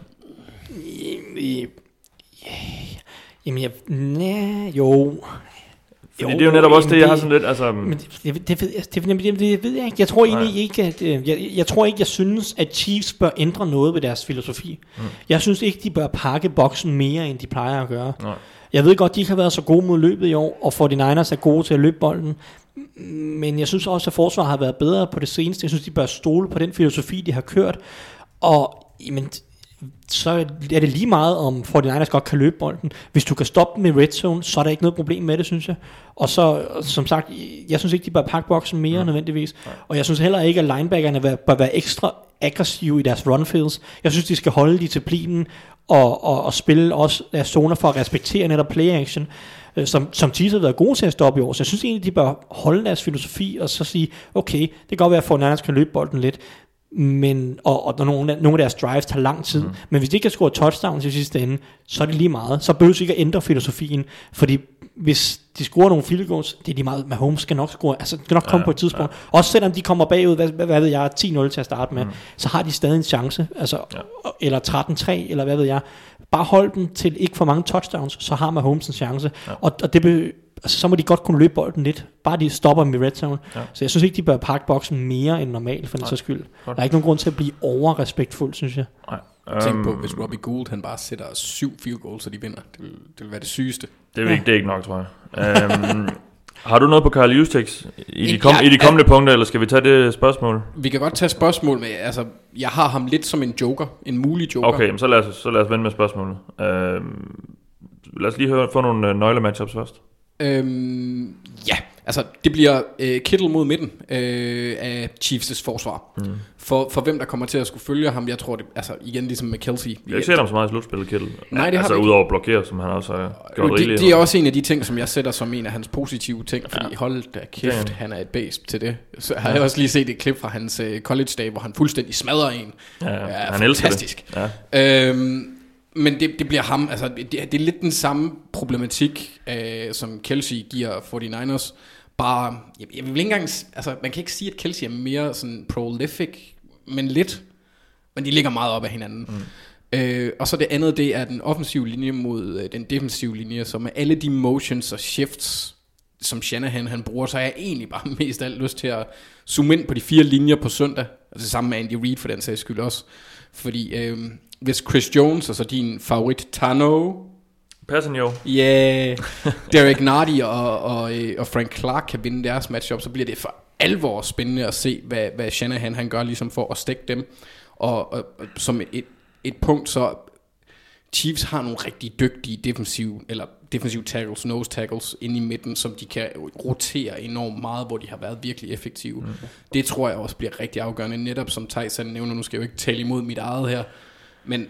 Jamen, jo. Fordi det er jo netop også det, jeg har sådan lidt, altså... Det ved jeg ikke. Jeg tror egentlig ikke, at... Jeg synes, at Chiefs bør ændre noget ved deres filosofi. Jeg synes ikke, de bør pakke boksen mere, end de plejer at gøre. Nej. Jeg ved godt, de ikke har været så gode mod løbet i år, og 49ers er gode til at løbe bolden. Men jeg synes også, at forsvaret har været bedre på det seneste. Jeg synes, de bør stole på den filosofi, de har kørt. Og så er det lige meget, om 49ers godt kan løbe bolden. Hvis du kan stoppe dem i red zone, så er der ikke noget problem med det, synes jeg. Og så, som sagt, jeg synes ikke, de bør pakke boksen mere nødvendigvis. Og jeg synes heller ikke, at linebackerne bør være ekstra aggressive i deres runfields. Jeg synes, de skal holde disciplinen og spille også deres zoner for at respektere netop play action, som Chiefs har været gode til at stoppe i år. Så jeg synes egentlig, de bør holde deres filosofi og så sige, okay, det kan godt være, at 49ers kan løbe bolden lidt, men, og nogle af deres drives tager lang tid, men hvis de ikke kan score touchdowns i sidste ende, så er det lige meget. Så behøver de ikke at ændre filosofien, fordi hvis de scorer nogle field goals, det er lige meget, Mahomes skal nok score, altså skal nok komme på et tidspunkt. Også selvom de kommer bagud, hvad ved jeg, 10-0 til at starte med, så har de stadig en chance, altså, eller 13-3, eller hvad ved jeg, Bare hold dem til ikke for mange touchdowns, så har Mahomes en chance. Ja. Og det altså, så må de godt kunne løbe bolden lidt. Bare de stopper dem i red zone. Ja. Så jeg synes ikke, de bør pakke boksen mere end normalt, for den så skyld. Der er ikke nogen grund til at blive overrespektfuld, synes jeg. Nej. Tænk på, hvis Robbie Gould han bare sætter 7 field goals, så de vinder. Det vil være det sygeste. Det er ikke nok, tror jeg. Har du noget på Kyle Juszczyk i de kommende punkter, eller skal vi tage det spørgsmål? Vi kan godt tage spørgsmål med, altså, jeg har ham lidt som en joker, en mulig joker. Okay, så lad os vende med spørgsmålet. Lad os lige få nogle nøgle-matchups først. Ja, altså det bliver Kittle mod midten af Chiefs' forsvar. For hvem der kommer til at skulle følge ham, jeg tror det, altså igen ligesom med Kelsey. Jeg har ikke set ham så meget i slutspillet, Kittle. Nej, det har vi udover at blokere, som han også har gjort rigeligt. Det er også en af de ting, som jeg sætter som en af hans positive ting, fordi hold da kæft, han er et base til det. Så har jeg også lige set et klip fra hans college-dag, hvor han fuldstændig smadrer en. Han fantastisk. Elsker det. Men det bliver ham, altså det er lidt den samme problematik, som Kelsey giver 49ers. Bare, jeg vil ikke engang, altså man kan ikke sige, at Kelsey er mere sådan prolific, men lidt. Men de ligger meget op af hinanden. Og så det andet, det er den offensive linje mod den defensive linje, så med alle de motions og shifts, som Shanahan han bruger, så har jeg egentlig bare mest alt lyst til at zoome ind på de 4 linjer på søndag. Og det samme med Andy Reid for den sags skyld også. Fordi hvis Chris Jones, altså din favorit Tano, Passanio, Derek Nardi og Frank Clark kan vinde deres matchup, så bliver det for alvor spændende at se, hvad Shanahan han gør ligesom for at stikke dem. Og som et punkt, så Chiefs har nogle rigtig dygtige defensive tackles, nose tackles inde i midten, som de kan rotere enormt meget, hvor de har været virkelig effektive. Det tror jeg også bliver rigtig afgørende, netop som Theis nævner. Nu skal jeg jo ikke tale imod mit eget her, men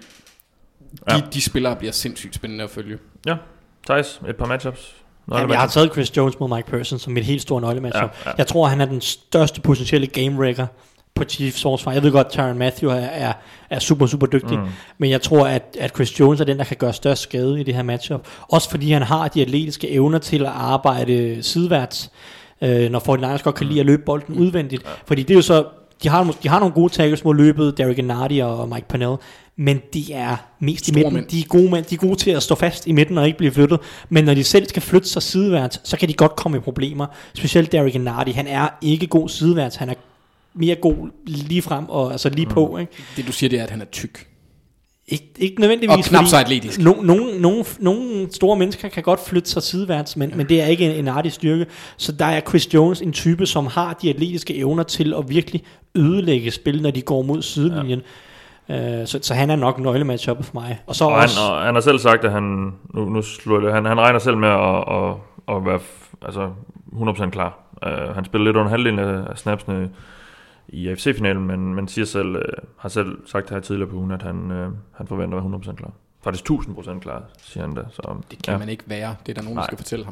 de spillere bliver sindssygt spændende at følge. Ja, Theis, et par matchups. Jeg har taget Chris Jones mod Mike Parsons som et helt stort nøglematchup. Jeg tror, han er den største potentielle game wrecker på Chiefs forsvar. Jeg ved godt, Tyrann Mathieu er super, super dygtig, men jeg tror, at Chris Jones er den, der kan gøre størst skade i det her matchup. Også fordi han har de atletiske evner til at arbejde sideværts, når 49ers godt kan lide at løbe bolden udvendigt. Fordi det er jo så, de har nogle gode tackles mod løbet, Derek Nardi og Mike Pennell, men de er mest i midten. De er gode til at stå fast i midten og ikke blive flyttet. Men når de selv skal flytte sig sideværts, så kan de godt komme i problemer. Specielt Derek Nardi. Han er ikke god sideværts. Han er mere god lige frem og altså lige på. Ikke? Det du siger, det er, at han er tyk. Ikke nødvendigvis. Og knap så atletisk. Nogle store mennesker kan godt flytte sig sideværts, men det er ikke en Nardi styrke. Så der er Chris Jones en type, som har de atletiske evner til at virkelig ødelægge spil, når de går mod sidelinjen. Så han er nok en nøglematchup for mig. Og så han har selv sagt, at han regner selv med at være altså 100% klar. Han spiller lidt under halvdelen af snapsene i AFC-finalen, men har selv sagt her tidligere på ugen, at han forventer at være 100% klar. Faktisk 1000% klar, siger han da. Så, det kan man ikke være. Det er der nogen, der skal fortælle ham.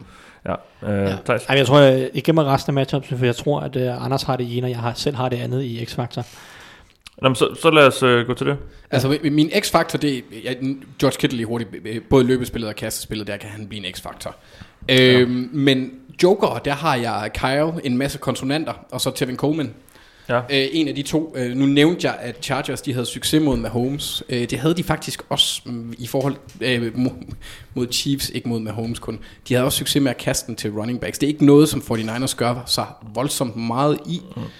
Jeg tror, jeg gemmer resten af matchups, for jeg tror, at Anders har det ene, og jeg selv har det andet i X-Factor. Jamen, så lad os gå til det. Altså min X-Factor, det er George Kittle lige hurtigt. Både løbespillet og kastespillet, der kan han blive en X-Factor. Men Joker, der har jeg Kyle, en masse konsonanter, og så Tevin Coleman. Ja. En af de to. Nu nævnte jeg, at Chargers de havde succes mod Mahomes. Det havde de faktisk også i forhold mod Chiefs, ikke mod Mahomes kun. De havde også succes med at kaste den til running backs. Det er ikke noget, som 49ers gør sig voldsomt meget i.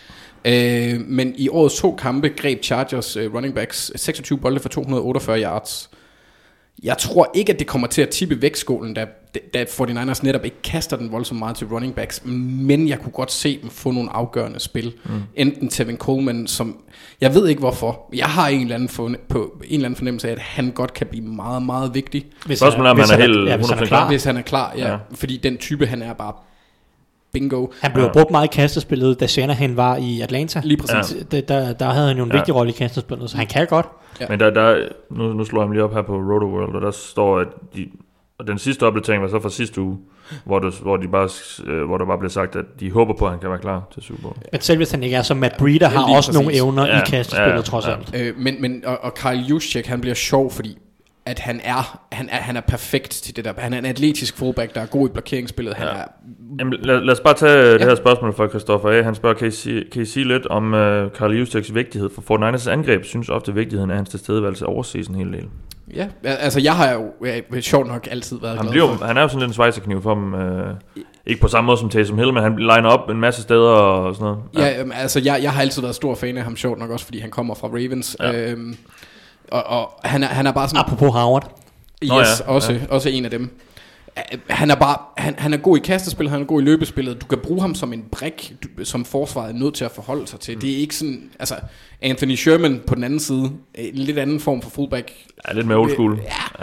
Men i årets 2 kampe greb Chargers running backs 26 bolde for 248 yards. Jeg tror ikke, at det kommer til at tippe vægtskålen, da 49ers netop ikke kaster den voldsomt meget til running backs, men jeg kunne godt se dem få nogle afgørende spil. Enten Tevin Coleman, som jeg ved ikke hvorfor. Jeg har en eller anden fornemmelse af, at han godt kan blive meget, meget vigtig. Hvis han er klar. Hvis han er klar, ja. Fordi den type, han er bare bingo. Han blev brugt meget i kastespillet, da Shanahan var i Atlanta. Lige præcis. Der havde han jo en vigtig rolle i kastespillet, så han kan godt. Ja. Men nu slår jeg mig lige op her på RotoWorld, og der står, at og den sidste opdatering var så fra sidste uge, hvor der bare blev sagt, at de håber på, at han kan være klar til Super Bowl. Men selv hvis han ikke er, så Matt Breida har også nogle evner i kastespillet, trods alt. Men Kyle Juszczyk, han bliver sjov, fordi at han er perfekt til det der. Han er en atletisk fullback, der er god i blokeringsspillet. Han er... Jamen, lad os bare tage det her spørgsmål fra Christoffer A. Han spørger, kan I sige lidt om Carl Juszczyks vigtighed for 49ers angreb? Synes ofte vigtigheden af hans tilstedeværelse overses en hel del. Ja, altså jeg har jo sjovt nok altid været glad for. Han er jo sådan lidt en svejserkniv for dem. Ikke på samme måde som Taysom Hill, men han liner op en masse steder og sådan noget. Ja, altså jeg har altid været stor fan af ham, sjovt nok også, fordi han kommer fra Ravens. Ja. Og han er bare sådan... Apropos Howard. Yes, også en af dem. Han er god i kastespil, han er god i løbespillet. Du kan bruge ham som en brik, som forsvaret er nødt til at forholde sig til. Det er ikke sådan, altså Anthony Sherman på den anden side, en lidt anden form for fullback. Ja, lidt mere old school.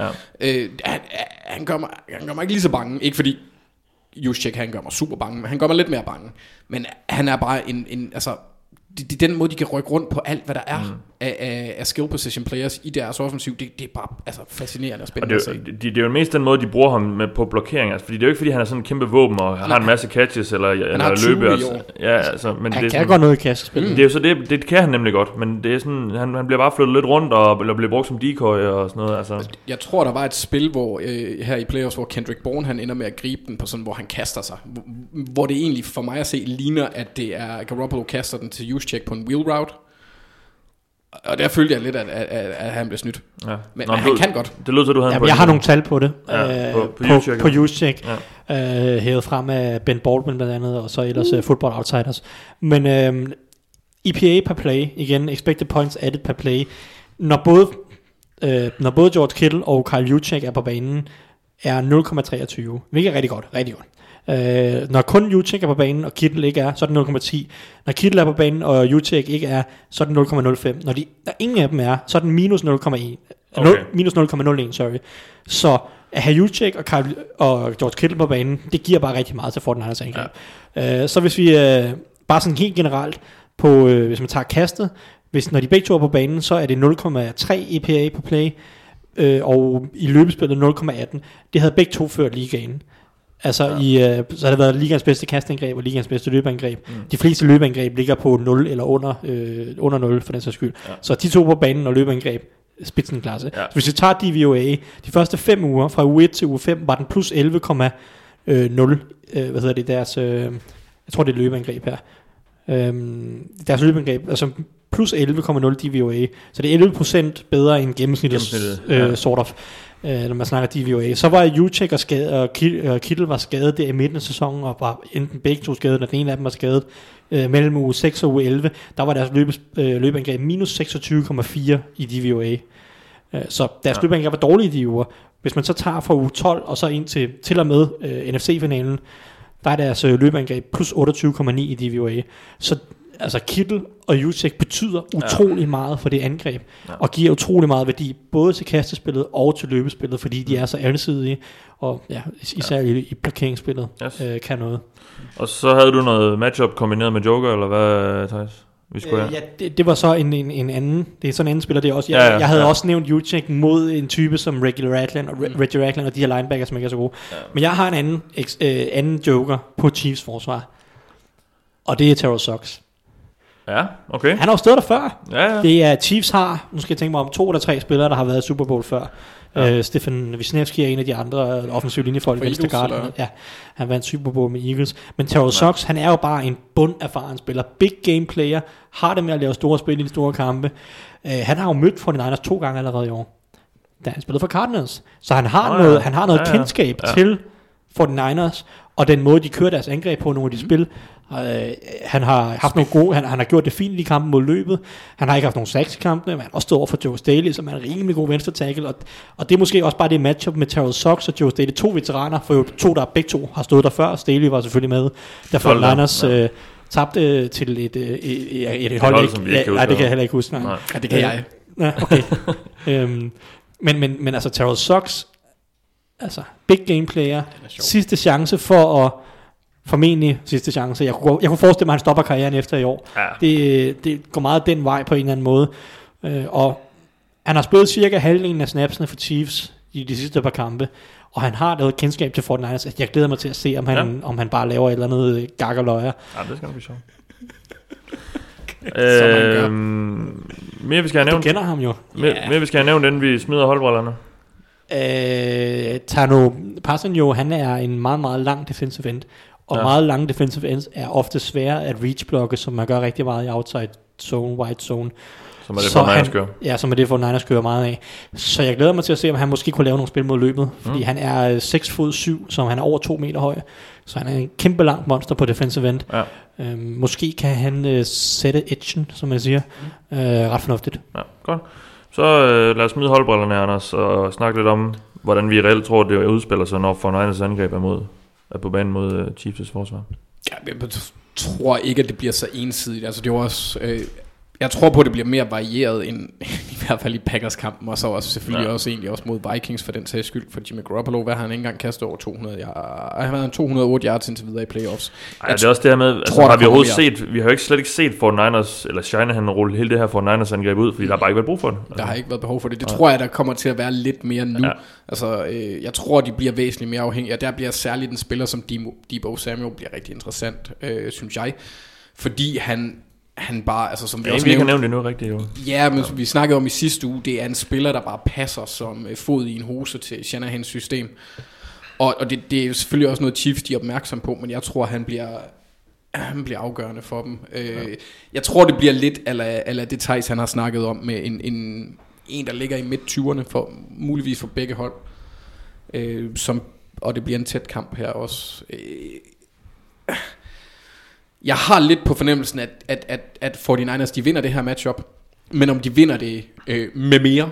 Han gør mig ikke lige så bange, ikke fordi Juszczyk han gør mig super bange, men han gør mig lidt mere bange. Men han er bare en altså den måde de kan rykke rundt på alt hvad der er af skill position players i deres offensiv, det er bare altså fascinerende og spændende at se. Det er jo mest den måde de bruger ham med på blokering, altså, fordi det er jo ikke fordi han er sådan en kæmpe våben og har en masse catches eller løbe. Men han kan godt noget i kastespil. Det er jo så det kan han nemlig godt, men det er sådan han bliver bare flyttet lidt rundt eller bliver brugt som decoy og sådan noget. Altså. Jeg tror der var et spil hvor her i playoffs hvor Kendrick Bourne han ender med at gribe den på sådan hvor han kaster sig, hvor det egentlig for mig at se ligner at det er Garoppolo kaster den til Juszczyk på en wheel route. Og der følte jeg lidt, at han blev snydt. Ja. Men han kan godt. Det lød så, du havde jeg har nogle tal på det. På Juszczyk. Hævet frem af Ben Baldwin blandt andet, og så ellers Football Outsiders. Men EPA per play, igen, expected points added per play. Når både George Kittle og Kyle Juszczyk er på banen, er 0,23. Hvilket er rigtig godt. Når kun Juszczyk er på banen og Kittle ikke er, så er det 0,10. Når Kittle er på banen og Juszczyk ikke er, så er det 0,05. Når ingen af dem er, så er den minus 0,1. Okay. Minus 0,01, sorry. Så at have Juszczyk og George Kittle på banen, det giver bare rigtig meget til 49ers angreb. Ja. Så hvis vi bare sådan helt generelt på, hvis man tager kastet, når de begge to er på banen, så er det 0,3 EPA på play, og i løbespillet 0,18. Det havde begge to ført ligaen. Altså så har det været ligaens bedste kastangreb og ligaens bedste løbeangreb. De fleste løbeangreb ligger på 0 eller under 0 for den sags skyld. Ja. Så de to på banen og løbeangreb spidsenklasse. Ja. Så hvis vi tager DVOA, de første 5 uger fra uge 1 til uge 5 var den plus 11,0 deres jeg tror det er løbeangreb her. Deres løbeangreb altså plus 11,0 DVOA. Så det er 11% bedre end gennemsnittet sort of. Når man snakker DVOA. Så var Juszczyk og Kittle var skadet der i midten af sæsonen, og var enten begge to skadet, når den ene af dem var skadet. Mellem uge 6 og uge 11, der var deres løbeangreb minus 26,4 i DVOA. Så deres løbeangreb var dårlige i de uger. Hvis man så tager fra uge 12 og så ind til og med NFC-finalen, der er deres løbeangreb plus 28,9 i DVOA. Så altså Kittle og Juszczyk betyder utrolig meget for det angreb, og giver utrolig meget værdi, både til kastespillet og til løbespillet, fordi de er så alsidige, og især i blokeringsspillet kan noget. Og så havde du noget matchup kombineret med Joker, eller hvad, Thijs? Det var så en anden, det er sådan en anden spiller, det er også, jeg havde også nævnt Juszczyk mod en type som Reggie Ragland og de her linebackers, som ikke er så gode. Men jeg har en anden Joker på Chiefs forsvar, og det er Terrell Suggs. Ja, okay. Han har jo stået der før. Ja. Det er Chiefs har, nu skal jeg tænke mig om 2 eller 3 spillere, der har været i Super Bowl før. Stefan Wisniewski er en af de andre offensive linjefolk, venstre guard. Ja, han vandt Super Bowl med Eagles. Men Terrell Suggs, han er jo bare en bunderfaren spiller. Big game player, har det med at lave store spil i de store kampe. Han har jo mødt 49ers 2 gange allerede i år, da han spillede for Cardinals. Så han har noget kendskab til 49ers, og den måde de kører deres angreb på nogle af de spil. Han har haft nogle gode, han har gjort det fint i de kampe mod løbet. Han har ikke haft nogle sacks i kampene, men han har også stået over for Joe Staley, som er en rimelig god venstre tackle, og det er måske også bare det matchup med Terrell Suggs og Joe Staley, 2 veteraner, for jo 2 der begge to har stået der før. Staley var selvfølgelig med, derfor Niners tabte til et hold, som vi ikke kan huske. Det kan jeg heller ikke huske. Nej. Ja, det kan jeg. Ja, okay. Men altså Terrell Suggs, altså big game player, sidste chance for at formentlig sidste chance. Jeg kunne forestille mig, at han stopper karrieren efter i år. Ja. Det går meget den vej på en eller anden måde. Og han har spillet cirka halvdelen af snapsene for Chiefs i de sidste par kampe. Og han har lavet kendskab til 49ers. Jeg glæder mig til at se, om han bare laver et eller andet gak og løjer. Ja, det skal nok blive sjovt. Mere vi skal have nævnt. Du kender ham jo. Mere vi skal have nævnt, inden vi smider holdbrillerne. Tano Passanio, han er en meget, meget lang defensive end, og meget lange defensive ends er ofte svære at reach-blokke, som man gør rigtig meget i outside zone, wide zone. Som er det, for Niners gør. Ja, som er det, for Niners kører meget af. Så jeg glæder mig til at se, om han måske kunne lave nogle spil mod løbet, fordi han er 6'7", så han er over 2 meter høj, så han er en kæmpe lang monster på defensive end. Ja. Måske kan han sætte edgen, som man siger, ret fornuftigt. Ja, godt. Så lad os smide holdbrillerne, Anders, og snakke lidt om, hvordan vi reelt tror, det udspiller sig, når Niners angreb er på banen mod Chiefs' forsvar. Ja, jeg tror ikke, at det bliver så ensidigt. Altså, det er også... jeg tror på, at det bliver mere varieret end i hvert fald i Packers-kampen, og så også selvfølgelig også mod Vikings for den sags skyld, for Jimmy Garoppolo, hvad har han ikke engang kastet over 200 yards? Han har været 208 yards indtil videre i playoffs. Det er også det her med, altså, vi har jo slet ikke set 49ers, eller Shanahan rulle hele det her 49ers angreb ud, fordi der har bare ikke været brug for det. Altså. Der har ikke været behov for det. Det tror jeg, der kommer til at være lidt mere nu. Ja. Altså, jeg tror, de bliver væsentligt mere afhængige, og der bliver særligt en spiller som Deebo Samuel bliver rigtig interessant, synes jeg, fordi han bare, altså som vi også ikke har nævnt det nu rigtigt jo. Ja, men vi snakkede om i sidste uge, det er en spiller, der bare passer som fod i en hose til Shanahans system. Og det er jo selvfølgelig også noget Chiefs, de er opmærksom på, men jeg tror, han bliver afgørende for dem. Jeg tror, det bliver lidt ala det Theis, han har snakket om, med en der ligger i midt-20'erne, for muligvis for begge hold. Og det bliver en tæt kamp her også. Jeg har lidt på fornemmelsen, at 49ers, de vinder det her matchup, men om de vinder det med mere,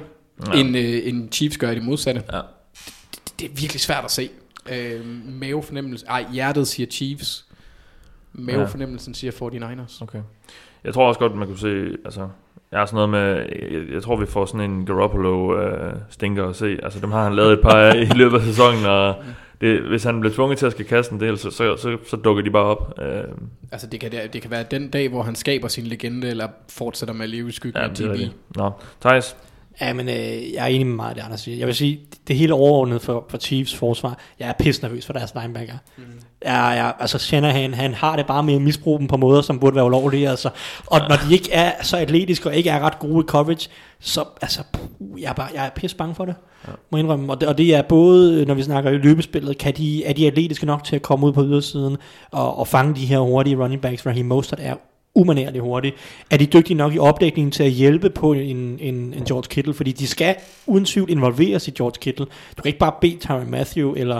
end Chiefs gør i det modsatte, det er virkelig svært at se. Mavefornemmelse, hjertet siger Chiefs, mavefornemmelsen siger 49ers. Okay. Jeg tror også godt, man kunne se, altså, jeg er sådan noget med, jeg tror vi får sådan en Garoppolo stinker at se, altså dem har han lavet et par af i løbet af sæsonen, og hvis han bliver tvunget til at skal kaste en del, så dukker de bare op. Altså det kan være den dag, hvor han skaber sin legende, eller fortsætter med at leve i skyggen af TV. Nå, Theis? Ja, men jeg er enig med meget af det, Anders siger. Jeg vil sige, det hele overordnet for Chiefs forsvar, jeg er pisse nervøs for deres linebacker. Altså Shanahan, han har det bare med at misbruge dem på måder, som burde være ulovlige. Altså. Og når de ikke er så atletiske, og ikke er ret gode i coverage, så altså, jeg er pisse bange for det. Må indrømme. Og det er både, når vi snakker i løbespillet, er de atletiske nok til at komme ud på ydersiden, og fange de her hurtige running backs. Raheem Mostert er umanerligt hurtigt. Er de dygtige nok i opdækningen til at hjælpe på en George Kittle, fordi de skal uden tvivl involveres i George Kittle. Du kan ikke bare bede Tyrann Mathieu eller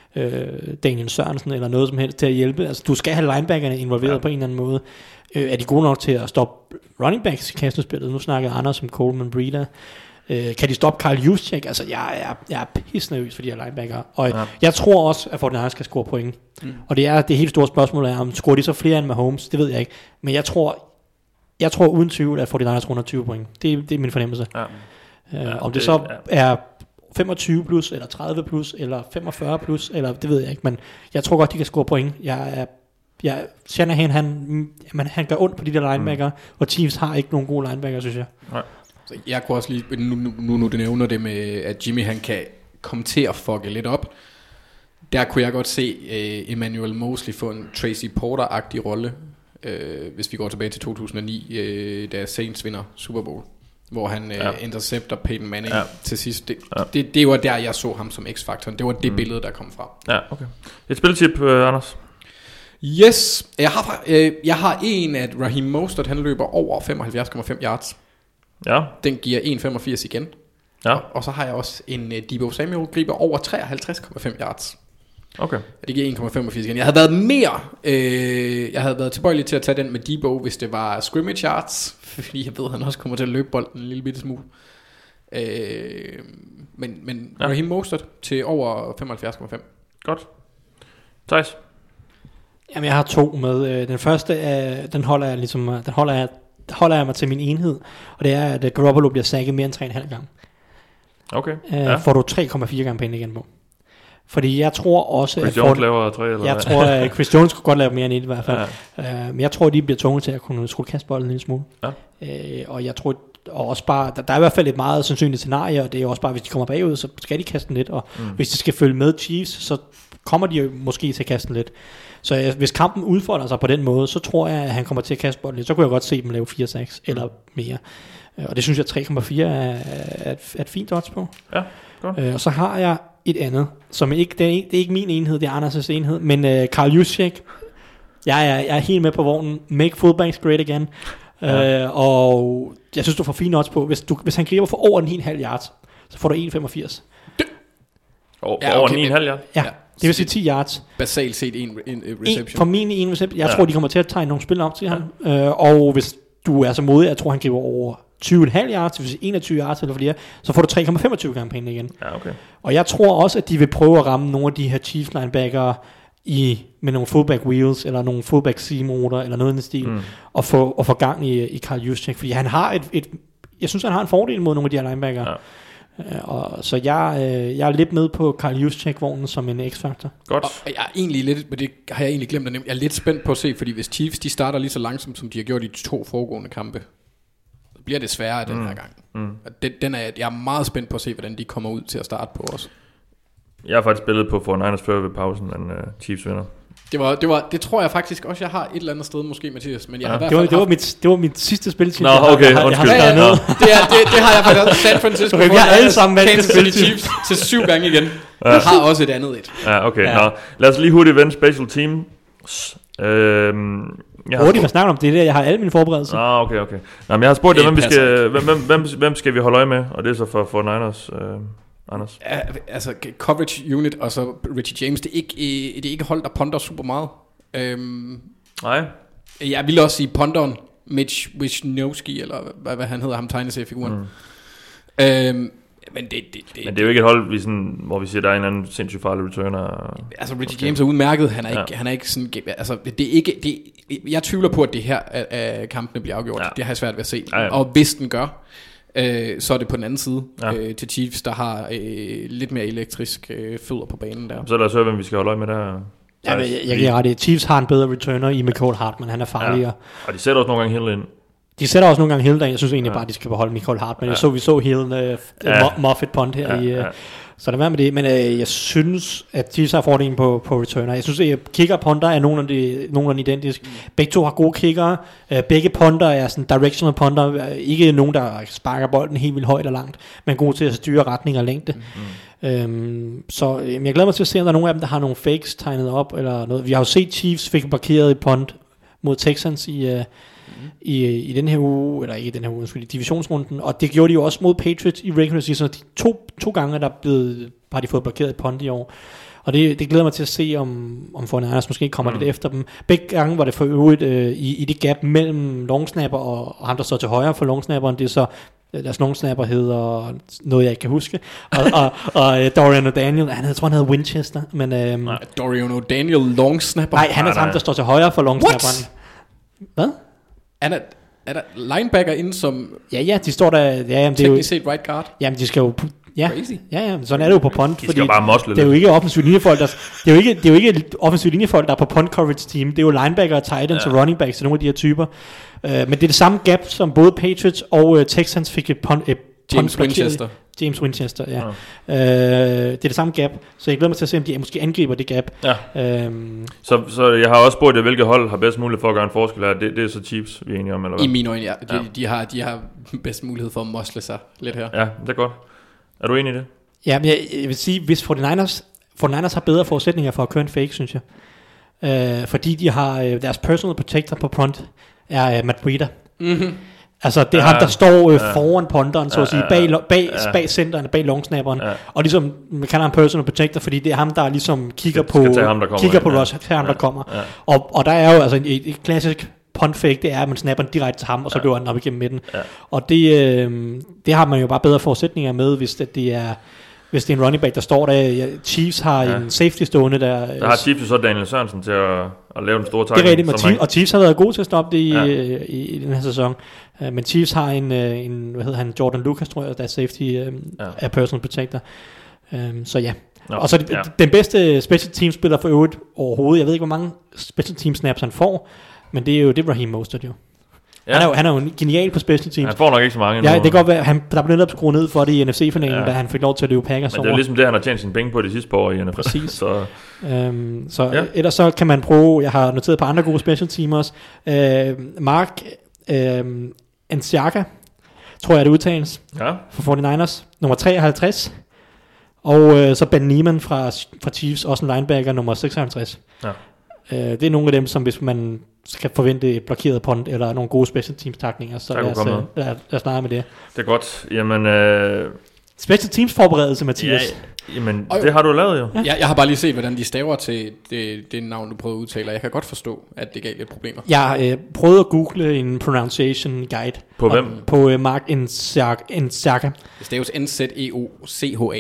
Daniel Sørensen eller noget som helst til at hjælpe. Altså, du skal have linebackerne involveret på en eller anden måde. Er de gode nok til at stoppe running backs i kastespillet? Nu snakker Anders om Coleman Breida. Kan de stoppe Kyle Juszczyk? Altså, jeg er pisse nervøs for de her linebacker. Og jeg tror også, at 49ers skal score point. Og det helt store spørgsmål er, om scorer de så flere end Mahomes? Det ved jeg ikke. Men jeg tror uden tvivl, at 49ers runder 20 point. Det er min fornemmelse. Om det så er 25 plus, eller 30 plus, eller 45 plus, eller det ved jeg ikke. Men jeg tror godt, de kan score point. Shanahan, han gør ondt på de der linebacker, og Chiefs har ikke nogen gode linebacker, synes jeg. Nej. Så jeg kunne også lige, nu du nævner det med, at Jimmy han kan komme til at fucke lidt op. Der kunne jeg godt se Emmanuel Mosley få en Tracy Porter-agtig rolle, hvis vi går tilbage til 2009, da Saints vinder Super Bowl, hvor han intercepter Peyton Manning til sidst. Det var der, jeg så ham som X-faktoren. Det var det billede, der kom fra. Ja, okay. Et spiltip, Anders? Yes, jeg har en, at Raheem Mostert, han løber over 75,5 yards. Ja. Den giver 1,85 igen. Ja. Og så har jeg også en Deebo Samuel griber over 53,5 yards. Okay. Det giver 1,85 igen. Jeg havde været tilbøjelig til at tage den med Deebo, hvis det var scrimmage yards, fordi jeg ved, at han også kommer til at løbe bolden en lille bitte smule. Men Raheem Mostert til over 75,5. Godt. Theis? Jamen, jeg har to med. Den første, den holder jeg mig til min enhed, og det er, at Garoppolo bliver sacket mere end 3,5 gange. Okay. Får du 3,4 gange penge igen på. Fordi jeg tror også, Chris Jones laver 3 eller jeg tror, at Chris Jones kunne godt lave mere end 1 i hvert fald. Men jeg tror, de bliver tvunget til at kunne skulle kaste bolden en lille smule. Og jeg tror også bare, der er i hvert fald et meget sandsynligt scenarie, og det er også bare, hvis de kommer bagud, så skal de kaste den lidt, og hvis de skal følge med Chiefs, så kommer de jo måske til at kaste den lidt. Så hvis kampen udfordrer sig på den måde, så tror jeg, at han kommer til at kaste bolden lidt. Så kunne jeg godt se dem lave 4-6 eller mere. Og det synes jeg 3,4 er et fint odds på. Ja, godt. Og så har jeg et andet, som ikke, det er ikke min enhed, det er Anders' enhed, men Karl Juszczyk. Jeg er helt med på vognen. Make fullbacks great again. Ja. Og jeg synes, du får fine odds på. Hvis han griber for over 9,5 yards, så får du 1,85. Over 9,5 yards? Ja, det vil sige 10 yards. Basalt set en reception. Formentlig en reception. Jeg tror, de kommer til at tegne nogle spil op til ham. Og hvis du er så modig, jeg tror, han griber over 20,5 yards, det vil sige 21 yards eller flere, så får du 3,25 gange penge igen. Ja, okay. Og jeg tror også, at de vil prøve at ramme nogle af de her Chiefs linebackere med nogle fullback wheels, eller nogle fullback seam-ruter, eller noget i den stil, og få gang i Karl Juszczyk, fordi han har jeg synes, han har en fordel mod nogle af de her linebackere. Ja. Og så jeg er lidt med på Karl Juszczyk-vognen som en x-faktor. Godt. Og jeg er egentlig lidt, men det har jeg egentlig glemt at nævne, jeg er lidt spændt på at se, fordi hvis Chiefs de starter lige så langsomt, som de har gjort i de 2 foregående kampe, så bliver det sværere den her gang. Jeg er meget spændt på at se, hvordan de kommer ud til at starte på os. Jeg har faktisk spillet på 49ers før ved pausen, men Chiefs vinder. Det tror jeg faktisk også, jeg har et eller andet sted måske, Mathias, men jeg har i hvert fald det var mit sidste spilteam. Nå, okay, undskyld. Det har jeg faktisk også. San Francisco vi har alle sammen valgt Kansas City Chiefs til 7 gange igen. Jeg har også et andet et. Ja, okay. Ja. Nå, lad os lige hurtigt vende special teams. Hvad snakker om det der? Jeg har alle mine forberedelser. Okay. Nå, men jeg har spurgt dig, hvem skal vi holde øje med? Og det er så for Niners, Anders. Altså coverage unit og så Richie James, det er ikke hold, der ponder super meget. Nej. Jeg vil også sige ponderen Mitch Wisniewski, eller hvad han hedder, ham tegneseriefiguren. Men det er jo ikke et hold, hvor vi siger, der er en anden sindssygt farlig returner. Altså Richie James er udmærket. Han er ikke sådan. Altså det er ikke. Jeg tvivler på, at det her kampene bliver afgjort. Det har jeg svært ved at se. Ja. Og hvis den gør, så er det på den anden side til Chiefs, der har lidt mere elektrisk fødder på banen der. Så lad os høre, hvem vi skal holde øje med der. Ja, jeg giver ret i. Chiefs har en bedre returner i Mecole Hardman. Han er farligere. Og de sætter også nogle gange Hill ind. De sætter også nogle gange Hill der. Jeg synes egentlig bare, de skal beholde Mecole Hardman. Vi så Hill Moffitt punt her så det var med det. Men jeg synes, at Chiefs har fordelen på returner. Jeg synes, at kicker punter er nogenlunde identisk. Begge to har gode kickere. Begge punter er sådan directional punter. Ikke nogen, der sparker bolden helt vildt højt og langt, men gode til at styre retning og længde. Så jeg glæder mig til at se, om der er nogen af dem, der har nogle fakes tegnet op eller noget. Vi har jo set Chiefs fik parkeret et punt mod Texans i den her uge, eller ikke i den her uge, i divisionsrunden, og det gjorde de jo også mod Patriots i regular season. De to gange har de fået blokeret et punt i år, og det glæder mig til at se, om 49ers måske kommer lidt efter dem. Begge gange var det for øvrigt i det gap mellem longsnapper og ham, der står til højre for longsnapperen. Det er så deres longsnapper hedder noget, jeg ikke kan huske, og Dorian O'Daniel, han hedder Winchester, men Dorian O'Daniel longsnapper? Nej, han er ham, der står til højre for longsnapperen. Hvad? Er der linebacker inde som... Ja, de står der... Ja, teknisk set right guard? Jamen, de skal jo... Ja, sådan er det jo på punt. De skal bare mosle det er jo ikke offensiv linjefolk, det er jo ikke offensiv linjefolk, der er på punt coverage team. Det er jo linebacker, tight ends og running backs, så nogle af de her typer. Men det er det samme gap, som både Patriots og Texans fik et punt. James Winchester, ja. Det er det samme gap, så jeg glæder mig til at se, om de måske angriber det gap. Ja. Så jeg har også spurgt jer, hvilket hold har bedst mulighed for at gøre en forskel her. Det er så Chiefs, vi er enige om, eller hvad? I mine øjne, ja. De har bedst mulighed for at mosle sig lidt her. Ja, det er godt. Er du enig i det? Ja, men jeg vil sige, hvis 49ers har bedre forudsætninger for at køre en fake, synes jeg. Fordi de har deres personal protector på punt er Matt Breida. Altså det er ham, der står foran punteren, så at sige, bag centeren, bag longsnapperen. Og ligesom, man kalder ham personal protector, fordi det er ham, der ligesom kigger på rush, ham der kommer. Og der er jo altså et klassisk punt fake, det er, at man snapper den direkte til ham, og så løber den op igennem midten. Og det har man jo bare bedre forudsætninger med, hvis det er en running back, der står der. Chiefs har en safety stående der. Har Chiefs så Daniel Sørensen til at lave den store tackle. Det er rigtigt, og Chiefs har været gode til at stoppe det i den her sæson. Men Chiefs har en hvad hedder han, Jordan Lucas, tror jeg, der er safety af personal protector. Så ja. Og så den bedste special team spiller for øvrigt overhovedet. Jeg ved ikke, hvor mange special team snaps han får, men det er Raheem Mostert jo. Ja. Han er jo genial på special teams. Han får nok ikke så mange. Ja, det kan godt være, der blev netop skruet ned for det i NFC-finalen, da han fik lov til at løbe Packers over. Men det er ligesom det, han har tjent sine penge på de sidste par år i NFL. Præcis. Ellers så kan man prøve, jeg har noteret på andre gode special teamers, Mark Ansiaka, tror jeg det udtales, for 49ers. Nummer 53. Og så Ben Neiman fra Chiefs, også en linebacker, nummer 56. Ja. Det er nogle af dem, som hvis man skal forvente et blokeret punt, eller nogle gode special teams takninger, så lad os snare med det. Det er godt. Jamen... Special teams forberedelse, Mathias. Ja, jamen, det har du lavet jo. Ja. Jeg har bare lige set, hvordan de staver til det navn, du prøvede at udtale, og jeg kan godt forstå, at det gav lidt problemer. Jeg prøvede at google en pronunciation guide. På hvem? På Mark Nzaka. Det staves N-Z-E-O-C-H-A.